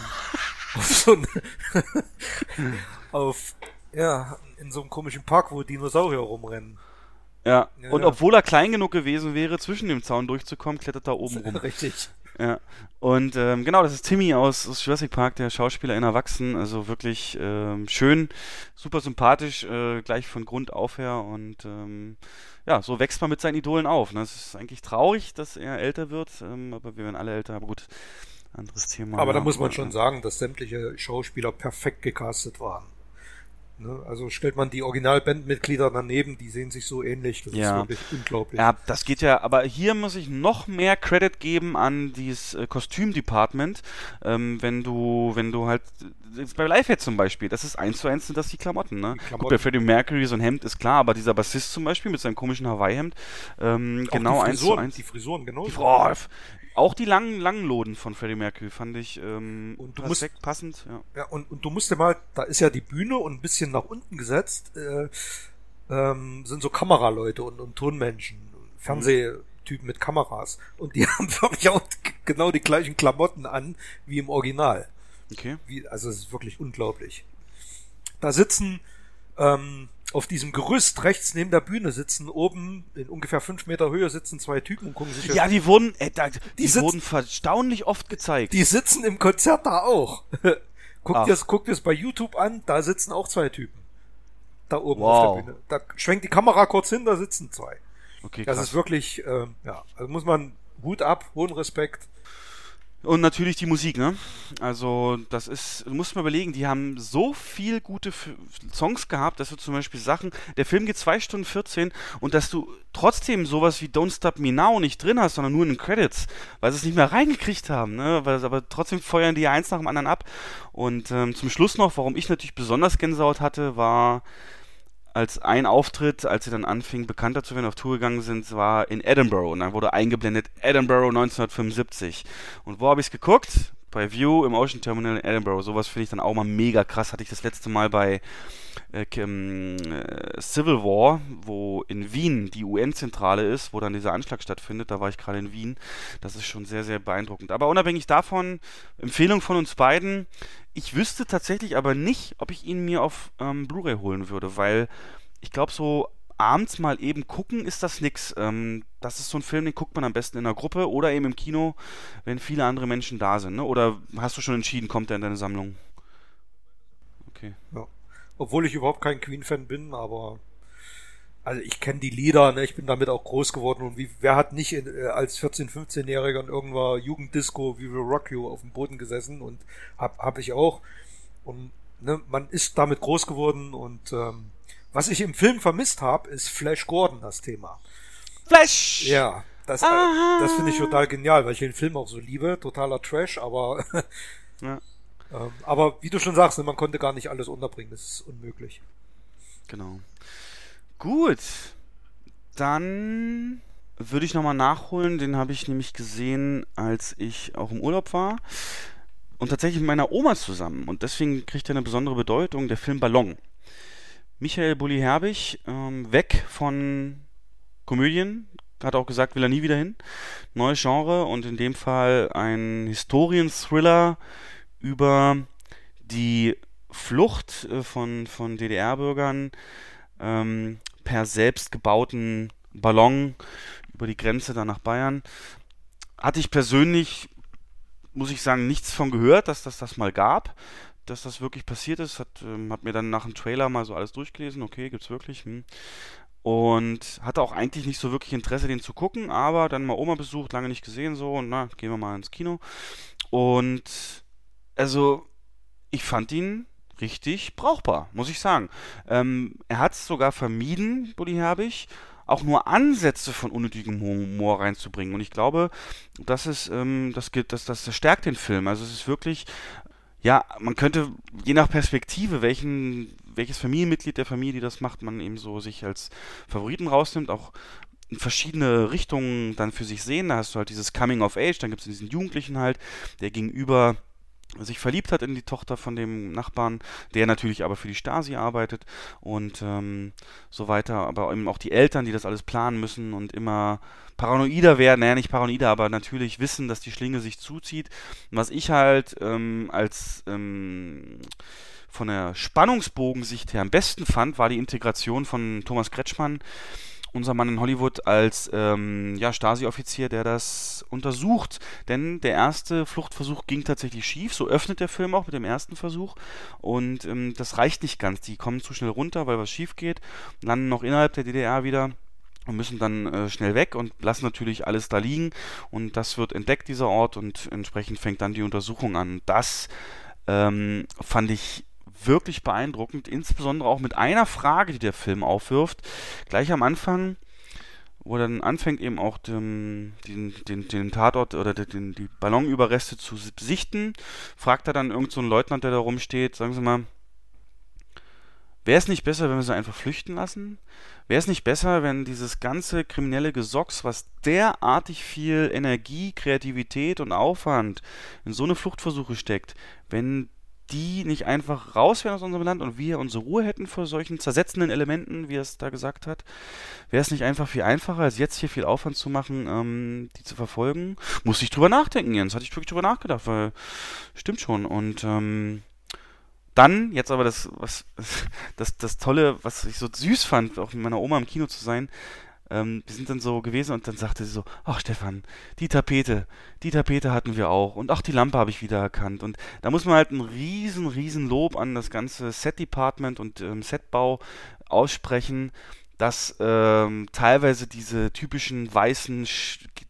In so einem komischen Park, wo Dinosaurier rumrennen.
Ja, und obwohl er klein genug gewesen wäre, zwischen dem Zaun durchzukommen, klettert er oben rum.
Richtig.
Ja, und genau, das ist Timmy aus Jurassic Park, der Schauspieler in Erwachsen, also wirklich schön, super sympathisch, gleich von Grund auf her und ja, so wächst man mit seinen Idolen auf. Ne? Es ist eigentlich traurig, dass er älter wird, aber wir werden alle älter, aber gut, anderes Thema.
Aber da muss man schon sagen, dass sämtliche Schauspieler perfekt gecastet waren. Ne? Also stellt man die Original-Bandmitglieder daneben, die sehen sich so ähnlich, das ist wirklich unglaublich.
Ja, das geht ja, aber hier muss ich noch mehr Credit geben an dieses Kostüm-Department, wenn du halt, bei Lifehead zum Beispiel, das ist 1:1 sind das die Klamotten, ne? Gut, bei Freddie Mercury so ein Hemd ist klar, aber dieser Bassist zum Beispiel mit seinem komischen Hawaii-Hemd, genau 1:1.
Die Frisuren, genau.
Auch die langen Loden von Freddie Mercury fand ich perfekt passend.
Ja, und du musst dir mal, da ist ja die Bühne und ein bisschen nach unten gesetzt, sind so Kameraleute und Tonmenschen, Fernsehtypen mit Kameras. Und die haben wirklich auch genau die gleichen Klamotten an wie im Original.
Okay.
Also es ist wirklich unglaublich. Da sitzen auf diesem Gerüst rechts neben der Bühne sitzen oben in ungefähr 5 Meter Höhe sitzen 2 Typen und gucken sich
ja, die wurden erstaunlich oft gezeigt.
Die sitzen im Konzert da auch. Guckt dir es bei YouTube an, da sitzen auch 2 Typen. Da oben auf der Bühne. Da schwenkt die Kamera kurz hin, da sitzen 2.
Okay,
das ist wirklich, also muss man Hut ab, hohen Respekt.
Und natürlich die Musik, ne? Also, du musst mal überlegen, die haben so viel gute Songs gehabt, dass du zum Beispiel Sachen, der Film geht 2 Stunden 14 und dass du trotzdem sowas wie Don't Stop Me Now nicht drin hast, sondern nur in den Credits, weil sie es nicht mehr reingekriegt haben, ne? Aber trotzdem feuern die eins nach dem anderen ab. Und zum Schluss noch, warum ich natürlich besonders Gänsehaut hatte, war als ein Auftritt, als sie dann anfingen, bekannter zu werden, auf Tour gegangen sind, war in Edinburgh. Und dann wurde eingeblendet Edinburgh 1975. Und wo habe ich es geguckt? Bei View im Ocean Terminal in Edinburgh. Sowas finde ich dann auch mal mega krass. Hatte ich das letzte Mal bei Civil War, wo in Wien die UN-Zentrale ist, wo dann dieser Anschlag stattfindet. Da war ich gerade in Wien. Das ist schon sehr, sehr beeindruckend. Aber unabhängig davon, Empfehlung von uns beiden. Ich wüsste tatsächlich aber nicht, ob ich ihn mir auf Blu-ray holen würde, weil ich glaube, so abends mal eben gucken ist das nix. Das ist so ein Film, den guckt man am besten in einer Gruppe oder eben im Kino, wenn viele andere Menschen da sind. Ne? Oder hast du schon entschieden, kommt er in deine Sammlung? Okay.
Ja. Obwohl ich überhaupt kein Queen-Fan bin, aber also ich kenne die Lieder, ne? Ich bin damit auch groß geworden und wer hat nicht als 14-, 15-Jähriger in irgendeiner Jugenddisco We Will Rock You auf dem Boden gesessen und hab ich auch. Und ne, man ist damit groß geworden und was ich im Film vermisst habe, ist Flash Gordon, das Thema.
Flash!
Ja, das finde ich total genial, weil ich den Film auch so liebe. Totaler Trash, aber
Ja,
aber wie du schon sagst, ne, man konnte gar nicht alles unterbringen, das ist unmöglich.
genau. Gut, dann würde ich nochmal nachholen. Den habe ich nämlich gesehen, als ich auch im Urlaub war. Und tatsächlich mit meiner Oma zusammen. Und deswegen kriegt er eine besondere Bedeutung, der Film Ballon. Michael Bulli-Herbig, weg von Komödien, hat auch gesagt, will er nie wieder hin. Neues Genre und in dem Fall ein Historien-Thriller über die Flucht von DDR-Bürgern per selbstgebauten Ballon über die Grenze dann nach Bayern. Hatte ich persönlich, muss ich sagen, nichts von gehört, dass das mal gab, dass das wirklich passiert ist. Hab mir dann nach dem Trailer mal so alles durchgelesen, okay, gibt's wirklich. Und hatte auch eigentlich nicht so wirklich Interesse, den zu gucken, aber dann mal Oma besucht, lange nicht gesehen so und na, gehen wir mal ins Kino. Und also, ich fand ihn richtig brauchbar, muss ich sagen. Er hat es sogar vermieden, Bully Herbig, auch nur Ansätze von unnötigem Humor reinzubringen. Und ich glaube, das stärkt den Film. Also es ist wirklich, ja, man könnte je nach Perspektive, welches Familienmitglied der Familie, die das macht, man eben so sich als Favoriten rausnimmt, auch in verschiedene Richtungen dann für sich sehen. Da hast du halt dieses Coming of Age, dann gibt es diesen Jugendlichen halt, der gegenüber sich verliebt hat in die Tochter von dem Nachbarn, der natürlich aber für die Stasi arbeitet und so weiter, aber eben auch die Eltern, die das alles planen müssen und immer paranoider werden, naja, nicht paranoider, aber natürlich wissen, dass die Schlinge sich zuzieht. Und was ich halt als von der Spannungsbogensicht her am besten fand, war die Integration von Thomas Kretschmann, unser Mann in Hollywood, als Stasi-Offizier, der das untersucht. Denn der erste Fluchtversuch ging tatsächlich schief. So öffnet der Film auch mit dem ersten Versuch. Und das reicht nicht ganz. Die kommen zu schnell runter, weil was schief geht. Landen noch innerhalb der DDR wieder und müssen dann schnell weg und lassen natürlich alles da liegen. Und das wird entdeckt, dieser Ort. Und entsprechend fängt dann die Untersuchung an. Das fand ich wirklich beeindruckend, insbesondere auch mit einer Frage, die der Film aufwirft. Gleich am Anfang, wo er dann anfängt, eben auch den Tatort oder die Ballonüberreste zu sichten, fragt er dann irgend so einen Leutnant, der da rumsteht, sagen Sie mal, wäre es nicht besser, wenn wir sie einfach flüchten lassen? Wäre es nicht besser, wenn dieses ganze kriminelle Gesocks, was derartig viel Energie, Kreativität und Aufwand in so eine Fluchtversuche steckt, wenn die nicht einfach raus wären aus unserem Land und wir unsere Ruhe hätten vor solchen zersetzenden Elementen, wie er es da gesagt hat, wäre es nicht einfach viel einfacher, als jetzt hier viel Aufwand zu machen, die zu verfolgen? Musste ich drüber nachdenken, Jens. Hatte ich wirklich drüber nachgedacht, weil stimmt schon. Und dann, jetzt aber das Tolle, was ich so süß fand, auch mit meiner Oma im Kino zu sein, wir sind dann so gewesen und dann sagte sie so, ach Stefan, die Tapete hatten wir auch und ach, die Lampe habe ich wieder erkannt. Und da muss man halt ein riesen Lob an das ganze Set-Department und Setbau aussprechen, dass teilweise diese typischen weißen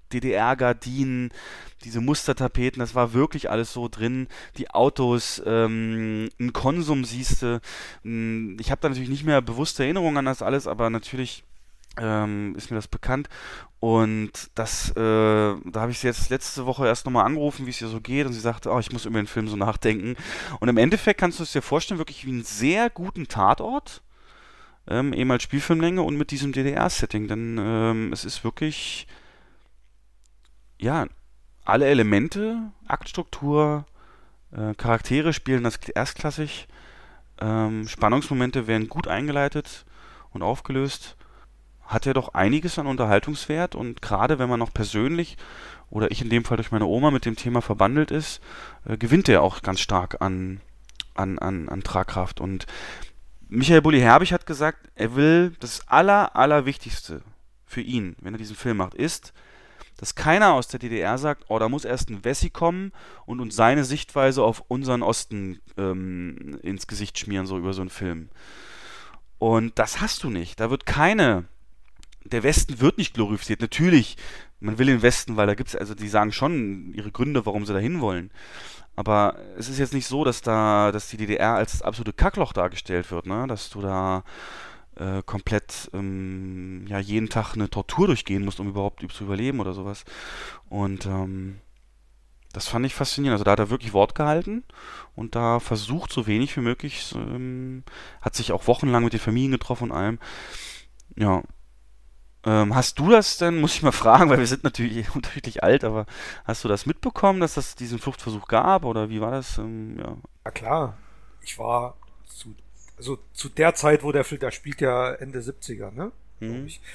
DDR-Gardinen, diese Mustertapeten, das war wirklich alles so drin. Die Autos, ein Konsum siehste. Ich habe da natürlich nicht mehr bewusste Erinnerungen an das alles, aber natürlich ist mir das bekannt. Und da habe ich sie jetzt letzte Woche erst nochmal angerufen, wie es ihr so geht. Und sie sagte, oh, ich muss über den Film so nachdenken. Und im Endeffekt kannst du es dir vorstellen, wirklich wie einen sehr guten Tatort. Eben als Spielfilmlänge und mit diesem DDR-Setting. Denn es ist wirklich, ja, alle Elemente, Aktstruktur, Charaktere spielen das erstklassig. Spannungsmomente werden gut eingeleitet und aufgelöst. Hat ja doch einiges an Unterhaltungswert und gerade wenn man noch persönlich oder ich in dem Fall durch meine Oma mit dem Thema verbandelt ist, gewinnt er auch ganz stark an Tragkraft. Und Michael Bulli-Herbig hat gesagt, er will das Allerwichtigste für ihn, wenn er diesen Film macht, ist, dass keiner aus der DDR sagt, oh, da muss erst ein Wessi kommen und uns seine Sichtweise auf unseren Osten ins Gesicht schmieren, so über so einen Film. Und das hast du nicht. Da wird der Westen wird nicht glorifiziert. Natürlich, man will den Westen, weil da gibt es, also die sagen schon ihre Gründe, warum sie da hin wollen. Aber es ist jetzt nicht so, dass die DDR als das absolute Kackloch dargestellt wird, ne? Dass du da komplett jeden Tag eine Tortur durchgehen musst, um überhaupt zu überleben oder sowas. Und das fand ich faszinierend. Also da hat er wirklich Wort gehalten und da versucht, so wenig wie möglich, hat sich auch wochenlang mit den Familien getroffen und allem. Ja. Hast du das denn, muss ich mal fragen, weil wir sind natürlich unterschiedlich alt, aber hast du das mitbekommen, dass es diesen Fluchtversuch gab oder wie war das? Ja.
Ja klar, ich war zu der Zeit, wo der Film, da spielt ja Ende 70er, ne? Glaub ich.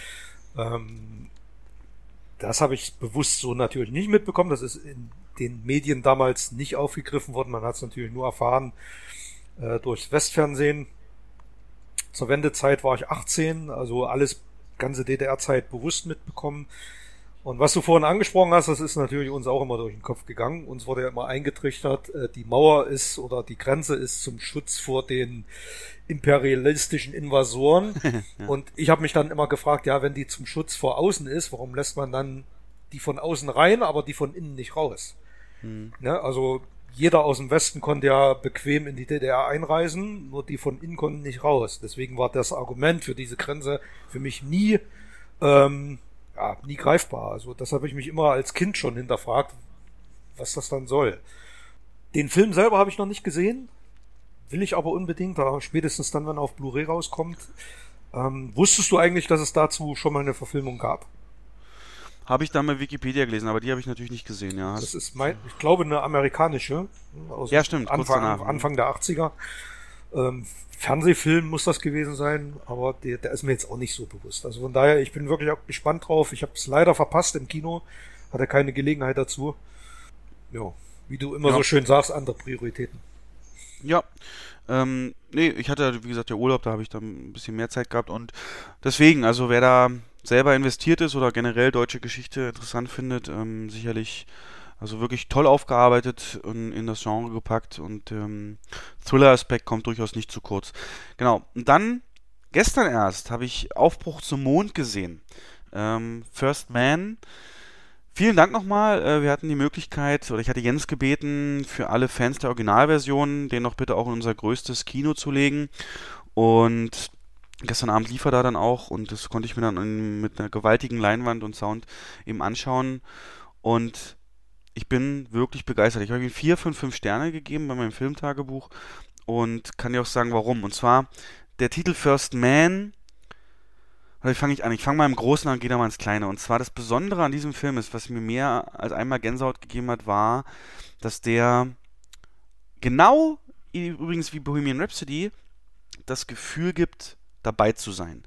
Das habe ich bewusst so natürlich nicht mitbekommen. Das ist in den Medien damals nicht aufgegriffen worden. Man hat es natürlich nur erfahren durchs Westfernsehen. Zur Wendezeit war ich 18, also alles ganze DDR-Zeit bewusst mitbekommen. Und was du vorhin angesprochen hast, das ist natürlich uns auch immer durch den Kopf gegangen. Uns wurde ja immer eingetrichtert, die Mauer ist oder die Grenze ist zum Schutz vor den imperialistischen Invasoren. Ja. Und ich habe mich dann immer gefragt, ja, wenn die zum Schutz vor außen ist, warum lässt man dann die von außen rein, aber die von innen nicht raus? Ne? Also jeder aus dem Westen konnte ja bequem in die DDR einreisen, nur die von innen konnten nicht raus. Deswegen war das Argument für diese Grenze für mich nie greifbar. Also das habe ich mich immer als Kind schon hinterfragt, was das dann soll. Den Film selber habe ich noch nicht gesehen, will ich aber unbedingt, spätestens dann, wenn er auf Blu-ray rauskommt. Wusstest du eigentlich, dass es dazu schon mal eine Verfilmung gab?
Habe ich da mal Wikipedia gelesen, aber die habe ich natürlich nicht gesehen, ja.
Das ist ich glaube, eine amerikanische.
Ja, stimmt,
Anfang der 80er. Fernsehfilm muss das gewesen sein, aber der ist mir jetzt auch nicht so bewusst. Also von daher, ich bin wirklich auch gespannt drauf. Ich habe es leider verpasst im Kino, hatte keine Gelegenheit dazu. Ja, wie du immer so schön sagst, andere Prioritäten.
Ja, ich hatte, wie gesagt, ja Urlaub, da habe ich dann ein bisschen mehr Zeit gehabt und deswegen, also wer da selber investiert ist oder generell deutsche Geschichte interessant findet, sicherlich, also wirklich toll aufgearbeitet und in das Genre gepackt und Thriller-Aspekt kommt durchaus nicht zu kurz. Genau, und dann, gestern erst, habe ich Aufbruch zum Mond gesehen. First Man. Vielen Dank nochmal, wir hatten die Möglichkeit, oder ich hatte Jens gebeten, für alle Fans der Originalversion, den noch bitte auch in unser größtes Kino zu legen und gestern Abend lief er da dann auch und das konnte ich mir dann mit einer gewaltigen Leinwand und Sound eben anschauen und ich bin wirklich begeistert. Ich habe ihm 4 von 5 Sterne gegeben bei meinem Filmtagebuch und kann dir auch sagen, warum. Und zwar der Titel First Man. Oder wie fange ich an? Ich fange mal im Großen an und gehe dann mal ins Kleine. Und zwar das Besondere an diesem Film ist, was mir mehr als einmal Gänsehaut gegeben hat, war, dass der genau, übrigens wie Bohemian Rhapsody, das Gefühl gibt, dabei zu sein.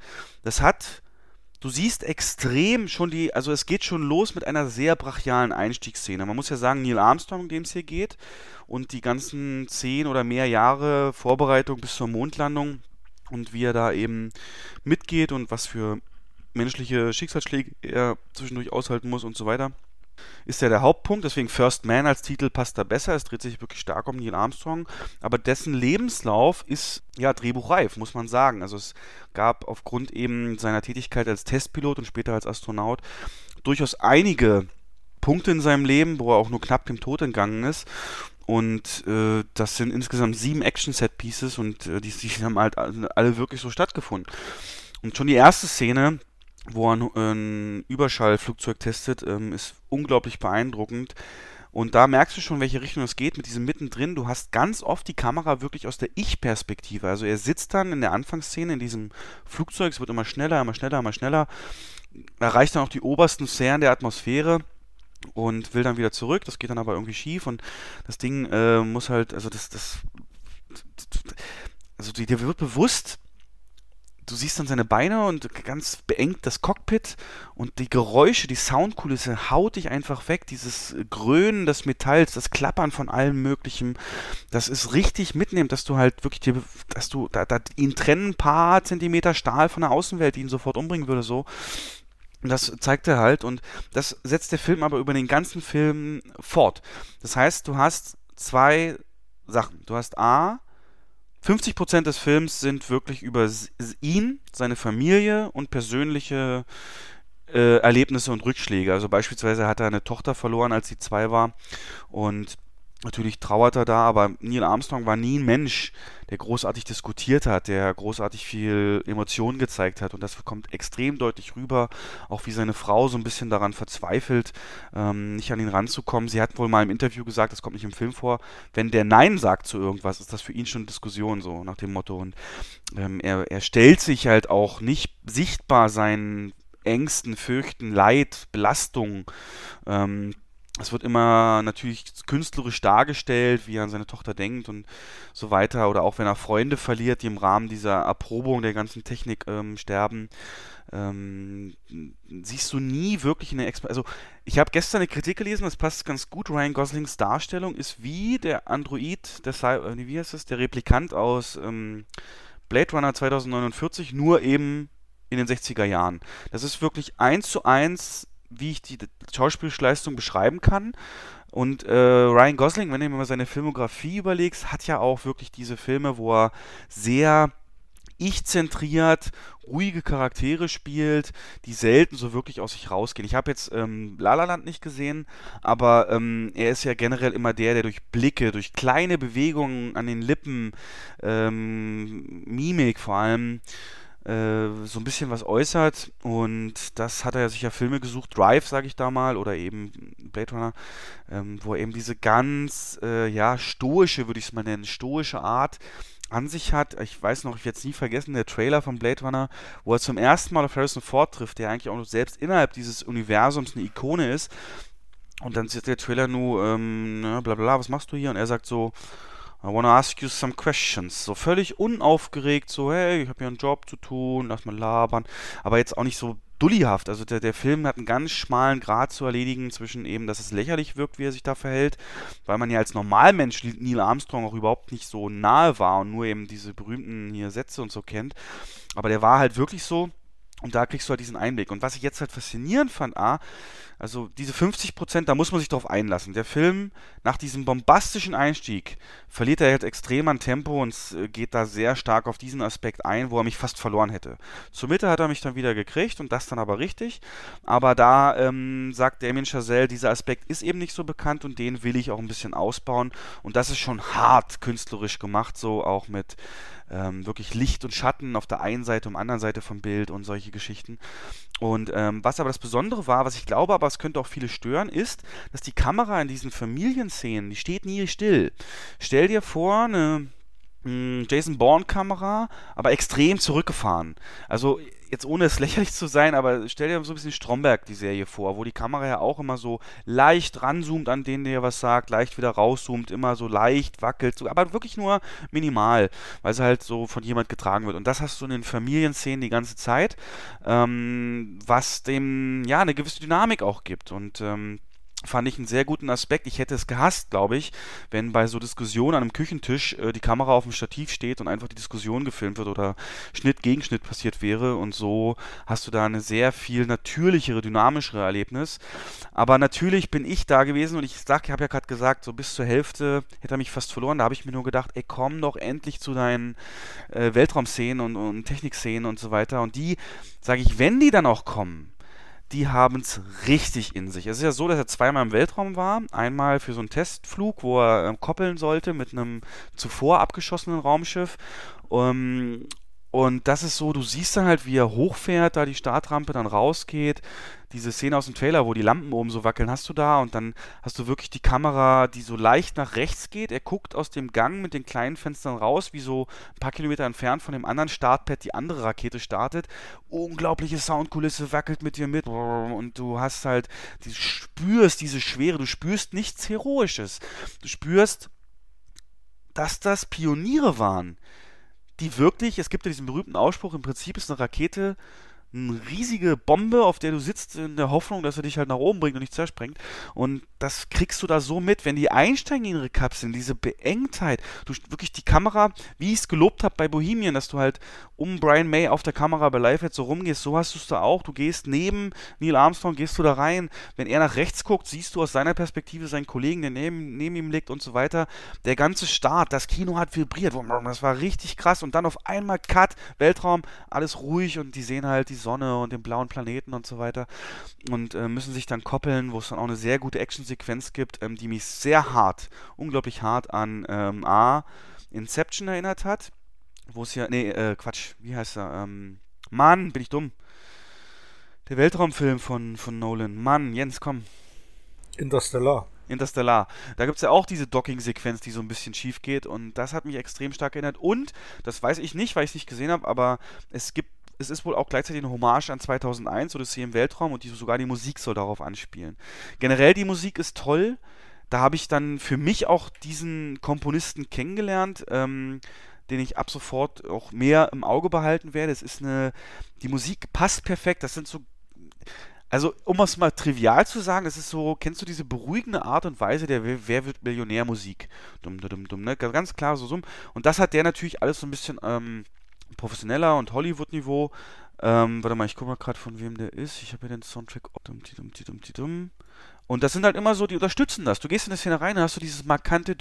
Du siehst extrem schon also es geht schon los mit einer sehr brachialen Einstiegsszene. Man muss ja sagen, Neil Armstrong, um den es hier geht, und die ganzen 10 oder mehr Jahre Vorbereitung bis zur Mondlandung und wie er da eben mitgeht und was für menschliche Schicksalsschläge er zwischendurch aushalten muss und so weiter, ist ja der Hauptpunkt. Deswegen First Man als Titel passt da besser. Es dreht sich wirklich stark um Neil Armstrong, aber dessen Lebenslauf ist ja drehbuchreif, muss man sagen. Also es gab aufgrund eben seiner Tätigkeit als Testpilot und später als Astronaut durchaus einige Punkte in seinem Leben, wo er auch nur knapp dem Tod entgangen ist. Und das sind insgesamt 7 Action-Set-Pieces und die haben halt alle wirklich so stattgefunden. Und schon die erste Szene, wo er ein Überschallflugzeug testet, ist unglaublich beeindruckend. Und da merkst du schon, in welche Richtung es geht mit diesem Mittendrin. Du hast ganz oft die Kamera wirklich aus der Ich-Perspektive. Also er sitzt dann in der Anfangsszene in diesem Flugzeug, es wird immer schneller, immer schneller, immer schneller, erreicht dann auch die obersten Sphären der Atmosphäre und will dann wieder zurück. Das geht dann aber irgendwie schief und das Ding muss halt, also dir wird bewusst, du siehst dann seine Beine und ganz beengt das Cockpit und die Geräusche, die Soundkulisse haut dich einfach weg. Dieses Grönen des Metalls, das Klappern von allem Möglichen, das ist richtig mitnehmend, dass du halt wirklich dass du ihn trennen ein paar Zentimeter Stahl von der Außenwelt, die ihn sofort umbringen würde, so. Und das zeigt er halt und das setzt der Film aber über den ganzen Film fort. Das heißt, du hast 2 Sachen. Du hast 50% des Films sind wirklich über ihn, seine Familie und persönliche Erlebnisse und Rückschläge. Also beispielsweise hat er eine Tochter verloren, als sie 2 war und natürlich trauert er da, aber Neil Armstrong war nie ein Mensch, der großartig diskutiert hat, der großartig viel Emotionen gezeigt hat und das kommt extrem deutlich rüber, auch wie seine Frau so ein bisschen daran verzweifelt, nicht an ihn ranzukommen. Sie hat wohl mal im Interview gesagt, das kommt nicht im Film vor, wenn der Nein sagt zu irgendwas, ist das für ihn schon eine Diskussion, so nach dem Motto. Und er stellt sich halt auch nicht sichtbar seinen Ängsten, Fürchten, Leid, Belastung, es wird immer natürlich künstlerisch dargestellt, wie er an seine Tochter denkt und so weiter. Oder auch wenn er Freunde verliert, die im Rahmen dieser Erprobung der ganzen Technik sterben, siehst du nie wirklich eine Also ich habe gestern eine Kritik gelesen, das passt ganz gut. Ryan Goslings Darstellung ist wie der Android, wie heißt das, der Replikant aus Blade Runner 2049, nur eben in den 60er Jahren. Das ist wirklich 1:1, wie ich die Schauspielleistung beschreiben kann. Und Ryan Gosling, wenn du mir mal seine Filmografie überlegst, hat ja auch wirklich diese Filme, wo er sehr ich-zentriert, ruhige Charaktere spielt, die selten so wirklich aus sich rausgehen. Ich habe jetzt La La Land nicht gesehen, aber er ist ja generell immer der durch Blicke, durch kleine Bewegungen an den Lippen, Mimik vor allem, so ein bisschen was äußert und das hat er ja sicher Filme gesucht, Drive, sage ich da mal, oder eben Blade Runner, wo er eben diese ganz, stoische, würde ich es mal nennen, stoische Art an sich hat. Ich weiß noch, ich werde es nie vergessen, der Trailer von Blade Runner, wo er zum ersten Mal auf Harrison Ford trifft, der eigentlich auch noch selbst innerhalb dieses Universums eine Ikone ist und dann sieht der Trailer nur, bla bla, was machst du hier? Und er sagt so, I wanna ask you some questions. So völlig unaufgeregt, so, hey, ich habe hier einen Job zu tun, lass mal labern. Aber jetzt auch nicht so dullihaft. Also der Film hat einen ganz schmalen Grat zu erledigen zwischen eben, dass es lächerlich wirkt, wie er sich da verhält, weil man ja als Normalmensch Neil Armstrong auch überhaupt nicht so nahe war und nur eben diese berühmten hier Sätze und so kennt. Aber der war halt wirklich so. Und da kriegst du halt diesen Einblick. Und was ich jetzt halt faszinierend fand, also diese 50%, da muss man sich drauf einlassen. Der Film, nach diesem bombastischen Einstieg, verliert er halt extrem an Tempo und geht da sehr stark auf diesen Aspekt ein, wo er mich fast verloren hätte. Zur Mitte hat er mich dann wieder gekriegt und das dann aber richtig. Aber da sagt Damien Chazelle, dieser Aspekt ist eben nicht so bekannt und den will ich auch ein bisschen ausbauen. Und das ist schon hart künstlerisch gemacht, so auch mit wirklich Licht und Schatten auf der einen Seite und anderen Seite vom Bild und solche Geschichten. Und was aber das Besondere war, was ich glaube, aber es könnte auch viele stören, ist, dass die Kamera in diesen Familienszenen, die steht nie still. Stell dir vor, eine Jason Bourne-Kamera, aber extrem zurückgefahren. Also jetzt ohne es lächerlich zu sein, aber stell dir so ein bisschen Stromberg die Serie vor, wo die Kamera ja auch immer so leicht ranzoomt an den, der was sagt, leicht wieder rauszoomt, immer so leicht wackelt, so, aber wirklich nur minimal, weil sie halt so von jemand getragen wird. Und das hast du in den Familienszenen die ganze Zeit, was dem ja eine gewisse Dynamik auch gibt. Und fand ich einen sehr guten Aspekt. Ich hätte es gehasst, glaube ich, wenn bei so Diskussionen an einem Küchentisch die Kamera auf dem Stativ steht und einfach die Diskussion gefilmt wird oder Schnitt gegen Schnitt passiert wäre und so hast du da eine sehr viel natürlichere, dynamischere Erlebnis. Aber natürlich bin ich da gewesen und ich habe ja gerade gesagt, so bis zur Hälfte hätte er mich fast verloren. Da habe ich mir nur gedacht, ey, komm doch endlich zu deinen Weltraumszenen und Technikszenen und so weiter. Und die, sage ich, wenn die dann auch kommen, die haben es richtig in sich. Es ist ja so, dass er zweimal im Weltraum war. Einmal für so einen Testflug, wo er koppeln sollte mit einem zuvor abgeschossenen Raumschiff. Ähm, und das ist so, du siehst dann halt, wie er hochfährt, da die Startrampe dann rausgeht. Diese Szene aus dem Trailer, wo die Lampen oben so wackeln, hast du da und dann hast du wirklich die Kamera, die so leicht nach rechts geht. Er guckt aus dem Gang mit den kleinen Fenstern raus, wie so ein paar Kilometer entfernt von dem anderen Startpad die andere Rakete startet. Unglaubliche Soundkulisse, wackelt mit dir mit und du hast halt, du spürst diese Schwere, du spürst nichts Heroisches. Du spürst, dass das Pioniere waren, die wirklich, es gibt ja diesen berühmten Ausspruch, im Prinzip ist eine Rakete eine riesige Bombe, auf der du sitzt, in der Hoffnung, dass er dich halt nach oben bringt und nicht zersprengt. Und das kriegst du da so mit, wenn die einsteigen in ihre Kapseln, diese Beengtheit, du wirklich die Kamera, wie ich es gelobt habe bei Bohemian, dass du halt um Brian May auf der Kamera bei Live jetzt so rumgehst, so hast du es da auch. Du gehst neben Neil Armstrong, gehst du da rein. Wenn er nach rechts guckt, siehst du aus seiner Perspektive seinen Kollegen, der neben ihm liegt und so weiter. Der ganze Start, das Kino hat vibriert. Das war richtig krass. Und dann auf einmal Cut, Weltraum, alles ruhig und die sehen halt die Sonne und den blauen Planeten und so weiter und müssen sich dann koppeln, wo es dann auch eine sehr gute Actionsequenz gibt, die mich sehr hart, unglaublich hart an Inception erinnert hat. Wo es ja, Quatsch, wie heißt er? Mann, bin ich dumm. Der Weltraumfilm von Nolan. Mann, Jens, komm.
Interstellar.
Da gibt es ja auch diese Docking-Sequenz, die so ein bisschen schief geht und das hat mich extrem stark erinnert und, das weiß ich nicht, weil ich es nicht gesehen habe, aber es ist wohl auch gleichzeitig eine Hommage an 2001, Odyssee im Weltraum und sogar die Musik soll darauf anspielen. Generell die Musik ist toll, da habe ich dann für mich auch diesen Komponisten kennengelernt, den ich ab sofort auch mehr im Auge behalten werde. Die Musik passt perfekt, das sind so, also um es mal trivial zu sagen, es ist so, kennst du diese beruhigende Art und Weise der Wer wird Millionär-Musik? Dumm, dumm, dumm, ne? Ganz klar so. Und das hat der natürlich alles so ein bisschen professioneller und Hollywood-Niveau. Warte mal, ich gucke mal gerade, von wem der ist. Ich habe hier den Soundtrack. Und das sind halt immer so, die unterstützen das. Du gehst in die Szene rein, dann hast du dieses markante.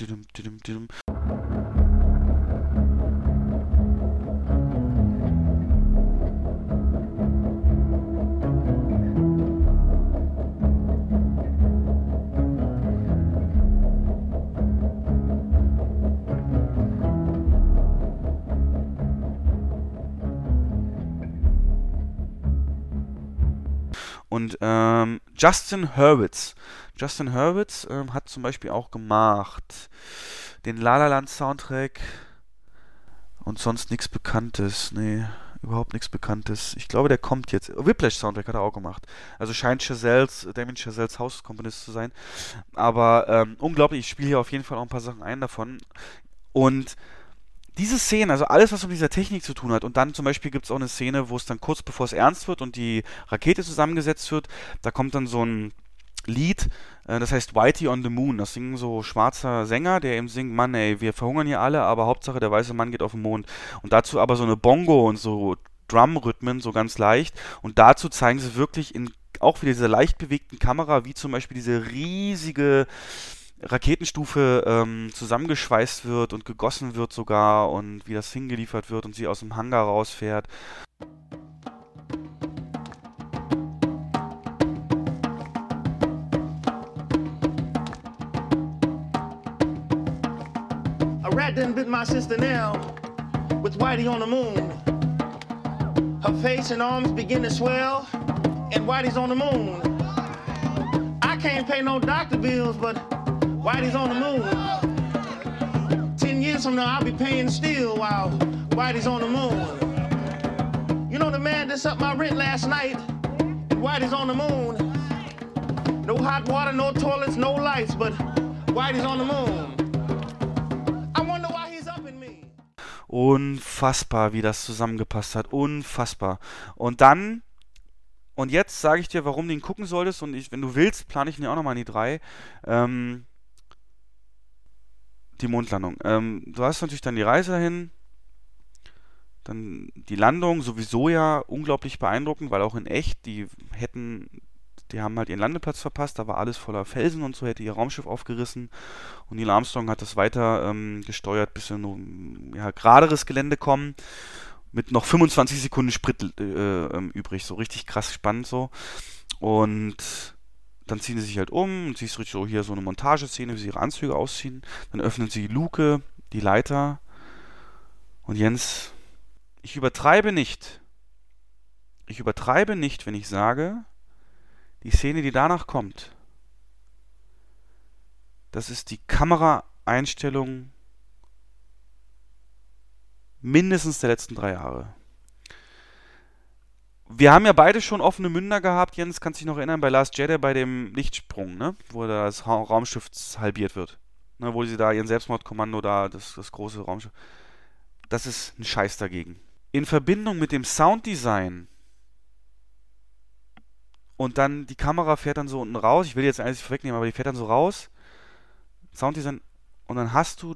Und Justin Hurwitz hat zum Beispiel auch gemacht den La La Land Soundtrack und sonst nichts Bekanntes. Nee, überhaupt nichts Bekanntes. Ich glaube, der kommt jetzt. Whiplash Soundtrack hat er auch gemacht. Also scheint Damien Chazelles Hauskomponist zu sein. Aber unglaublich, ich spiele hier auf jeden Fall auch ein paar Sachen ein davon. Und diese Szene, also alles, was mit dieser Technik zu tun hat, und dann zum Beispiel gibt es auch eine Szene, wo es dann kurz bevor es ernst wird und die Rakete zusammengesetzt wird, da kommt dann so ein Lied, das heißt Whitey on the Moon. Das singen so schwarzer Sänger, der eben singt, Mann ey, wir verhungern hier alle, aber Hauptsache der weiße Mann geht auf den Mond. Und dazu aber so eine Bongo und so Drum-Rhythmen, so ganz leicht. Und dazu zeigen sie wirklich auch wieder diese leicht bewegten Kamera, wie zum Beispiel diese riesige Raketenstufe zusammengeschweißt wird und gegossen wird sogar und wie das hingeliefert wird und sie aus dem Hangar rausfährt.
A rat done bit my sister now with Whitey on the moon. Her face and arms begin to swell and Whitey's on the moon. I can't pay no doctor bills, but Whitey's on the moon. 10 years from now, I'll be paying still while Whitey's on the moon. You know the man that up my rent last night, and Whitey's on the moon. No hot water, no toilets, no lights, but Whitey's on the moon. I wonder why he's up in me.
Unfassbar, wie das zusammengepasst hat. Unfassbar. Und jetzt sage ich dir, warum du ihn gucken solltest. Und wenn du willst, plane ich ihn ja auch nochmal in die 3. Die Mondlandung. Du hast natürlich dann die Reise dahin, dann die Landung, sowieso ja unglaublich beeindruckend, weil auch in echt, die haben halt ihren Landeplatz verpasst, da war alles voller Felsen und so, hätte ihr Raumschiff aufgerissen und Neil Armstrong hat das weiter gesteuert, bis sie in geraderes Gelände kommen, mit noch 25 Sekunden Sprit übrig, so richtig krass spannend so. Und dann ziehen sie sich halt um und siehst richtig so hier so eine Montageszene, wie sie ihre Anzüge ausziehen. Dann öffnen sie die Luke, die Leiter. Und Jens, ich übertreibe nicht. Ich übertreibe nicht, wenn ich sage, die Szene, die danach kommt, das ist die Kameraeinstellung mindestens der letzten 3 Jahre. Wir haben ja beide schon offene Münder gehabt, Jens, kannst dich noch erinnern, bei Last Jedi bei dem Lichtsprung, ne? Wo das Raumschiff halbiert wird. Ne? Wo sie da ihren Selbstmordkommando da, das große Raumschiff. Das ist ein Scheiß dagegen. In Verbindung mit dem Sounddesign und dann die Kamera fährt dann so unten raus, ich will jetzt eigentlich vorwegnehmen, aber die fährt dann so raus, Sounddesign, und dann hast du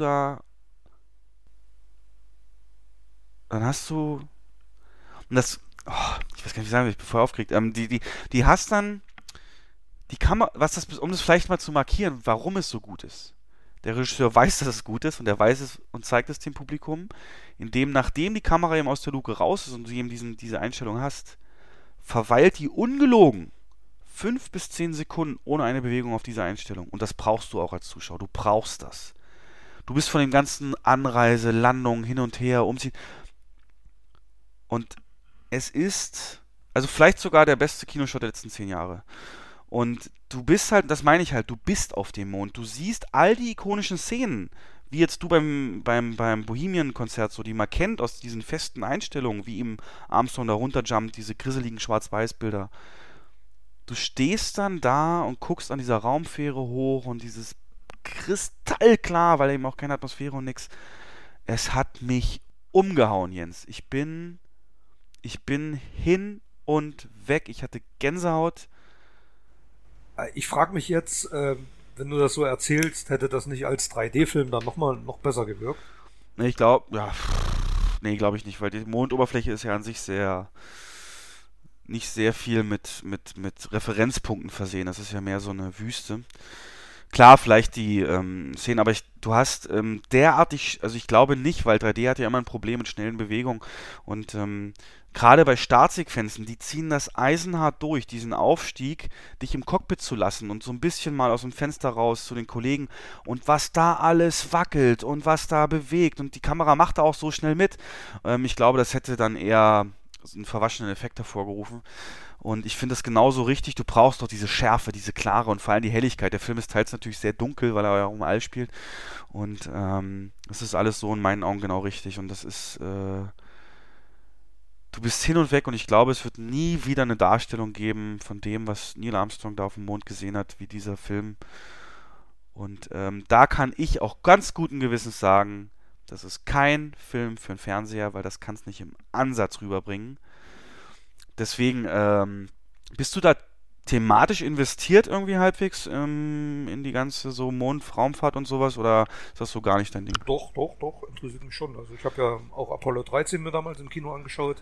und das, ich weiß gar nicht, wie ich sagen will, ich bin voll aufgeregt. Die hast dann die Kamera, um das vielleicht mal zu markieren, warum es so gut ist. Der Regisseur weiß, dass es gut ist und er weiß es und zeigt es dem Publikum, indem, nachdem die Kamera eben aus der Luke raus ist und du eben diese Einstellung hast, verweilt die ungelogen 5 bis 10 Sekunden ohne eine Bewegung auf dieser Einstellung. Und das brauchst du auch als Zuschauer. Du brauchst das. Du bist von dem ganzen Anreise, Landung, hin und her, Umziehen. Und es ist, also vielleicht sogar der beste Kinoshot der letzten 10 Jahre. Und du bist halt, das meine ich halt, du bist auf dem Mond. Du siehst all die ikonischen Szenen, wie jetzt du beim Bohemian-Konzert, so die man kennt aus diesen festen Einstellungen, wie ihm Armstrong da runterjumpt, diese grisseligen Schwarz-Weiß-Bilder. Du stehst dann da und guckst an dieser Raumfähre hoch und dieses kristallklar, weil eben auch keine Atmosphäre und nix. Es hat mich umgehauen, Jens. Ich bin hin und weg. Ich hatte Gänsehaut.
Ich frage mich jetzt, wenn du das so erzählst, hätte das nicht als 3D-Film dann noch besser gewirkt?
Nee, ich glaube, glaube ich nicht, weil die Mondoberfläche ist ja an sich nicht sehr viel mit Referenzpunkten versehen. Das ist ja mehr so eine Wüste. Klar, vielleicht die Szenen, aber du hast derartig, also ich glaube nicht, weil 3D hat ja immer ein Problem mit schnellen Bewegungen und gerade bei Startsequenzen, die ziehen das eisenhart durch, diesen Aufstieg, dich im Cockpit zu lassen und so ein bisschen mal aus dem Fenster raus zu den Kollegen und was da alles wackelt und was da bewegt und die Kamera macht da auch so schnell mit. Ich glaube, das hätte dann eher einen verwaschenen Effekt hervorgerufen. Und ich finde das genauso richtig. Du brauchst doch diese Schärfe, diese Klare und vor allem die Helligkeit. Der Film ist teils natürlich sehr dunkel, weil er ja auch im All spielt. Und das ist alles so in meinen Augen genau richtig. Und das ist... du bist hin und weg und ich glaube, es wird nie wieder eine Darstellung geben von dem, was Neil Armstrong da auf dem Mond gesehen hat, wie dieser Film. Und da kann ich auch ganz guten Gewissens sagen, das ist kein Film für einen Fernseher, weil das kann es nicht im Ansatz rüberbringen. Deswegen, bist du da thematisch investiert irgendwie halbwegs in die ganze so Raumfahrt und sowas oder ist das so gar nicht dein Ding?
Doch, interessiert mich schon. Also ich habe ja auch Apollo 13 mir damals im Kino angeschaut.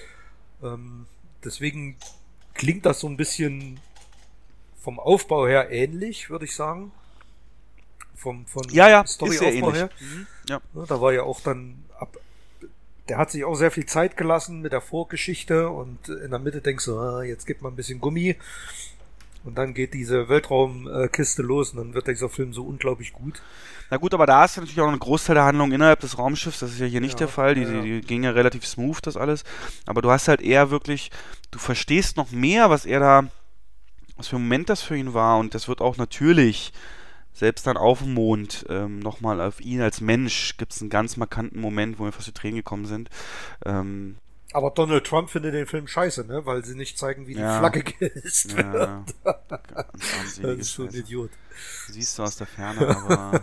Deswegen klingt das so ein bisschen vom Aufbau her ähnlich, würde ich sagen. Von Storyaufbau her.
Mhm. Ja.
Da war ja auch dann der hat sich auch sehr viel Zeit gelassen mit der Vorgeschichte und in der Mitte denkst du, jetzt gibt man ein bisschen Gummi und dann geht diese Weltraumkiste los und dann wird dieser Film so unglaublich gut.
Na gut, aber da hast du natürlich auch einen Großteil der Handlung innerhalb des Raumschiffs, das ist ja hier nicht der Fall, die ging ja relativ smooth, das alles, aber du hast halt eher wirklich, du verstehst noch mehr, was für ein Moment das für ihn war und das wird auch natürlich selbst dann auf dem Mond, nochmal auf ihn als Mensch, gibt es einen ganz markanten Moment, wo mir fast die Tränen gekommen sind.
Aber Donald Trump findet den Film scheiße, ne? Weil sie nicht zeigen, wie die Flagge gehisst wird.
Das
ist so ein Idiot.
Siehst du aus der Ferne, aber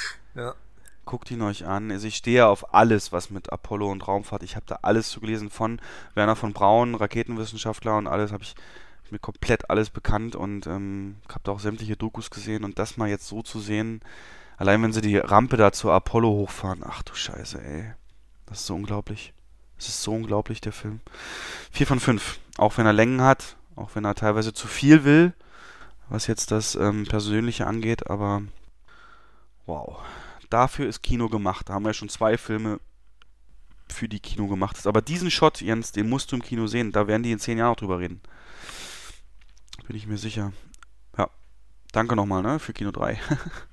guckt ihn euch an. Also ich stehe auf alles, was mit Apollo und Raumfahrt, ich habe da alles zu gelesen von Werner von Braun, Raketenwissenschaftler und alles habe ich mir komplett alles bekannt und habe da auch sämtliche Dokus gesehen und das mal jetzt so zu sehen, allein wenn sie die Rampe da zur Apollo hochfahren, ach du Scheiße, ey. Das ist so unglaublich. Das ist so unglaublich, der Film. 4 von 5. Auch wenn er Längen hat, auch wenn er teilweise zu viel will, was jetzt das Persönliche angeht, aber wow. Dafür ist Kino gemacht. Da haben wir ja schon 2 Filme für die Kino gemacht. Aber diesen Shot, Jens, den musst du im Kino sehen. Da werden die in 10 Jahren noch drüber reden. Bin ich mir sicher. Ja. Danke nochmal, ne, für Kino 3.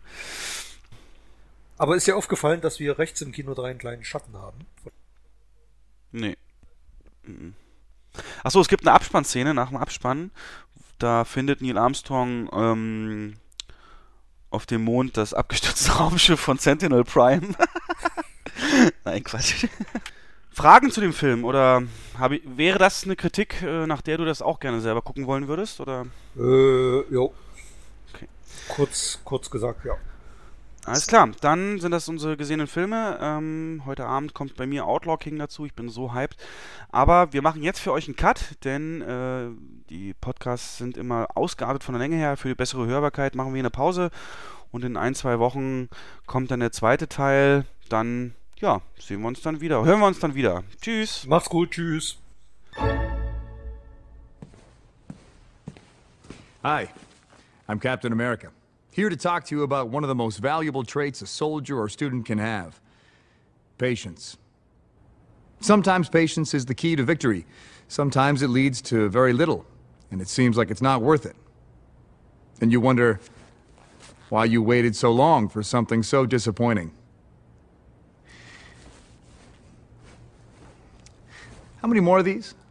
Aber ist dir aufgefallen, dass wir rechts im Kino 3 einen kleinen Schatten haben?
Nee. Achso, es gibt eine Abspannszene nach dem Abspann. Da findet Neil Armstrong auf dem Mond das abgestürzte Raumschiff von Sentinel Prime. Nein, Quatsch. Fragen zu dem Film? Oder wäre das eine Kritik, nach der du das auch gerne selber gucken wollen würdest? Oder?
Jo.
Okay.
Kurz gesagt, ja.
Alles klar, dann sind das unsere gesehenen Filme. Heute Abend kommt bei mir Outlaw King dazu, ich bin so hyped. Aber wir machen jetzt für euch einen Cut, denn die Podcasts sind immer ausgeartet von der Länge her. Für die bessere Hörbarkeit machen wir eine Pause und in 1-2 Wochen kommt dann der zweite Teil. Dann, ja, hören wir uns dann wieder. Tschüss.
Macht's gut, tschüss.
Hi, I'm Captain America. Here to talk to you about one of the most valuable traits a soldier or student can have. Patience. Sometimes patience is the key to victory. Sometimes it leads to very little, and it seems like it's not worth it. And you wonder why you waited so long for something so disappointing. How many more of these?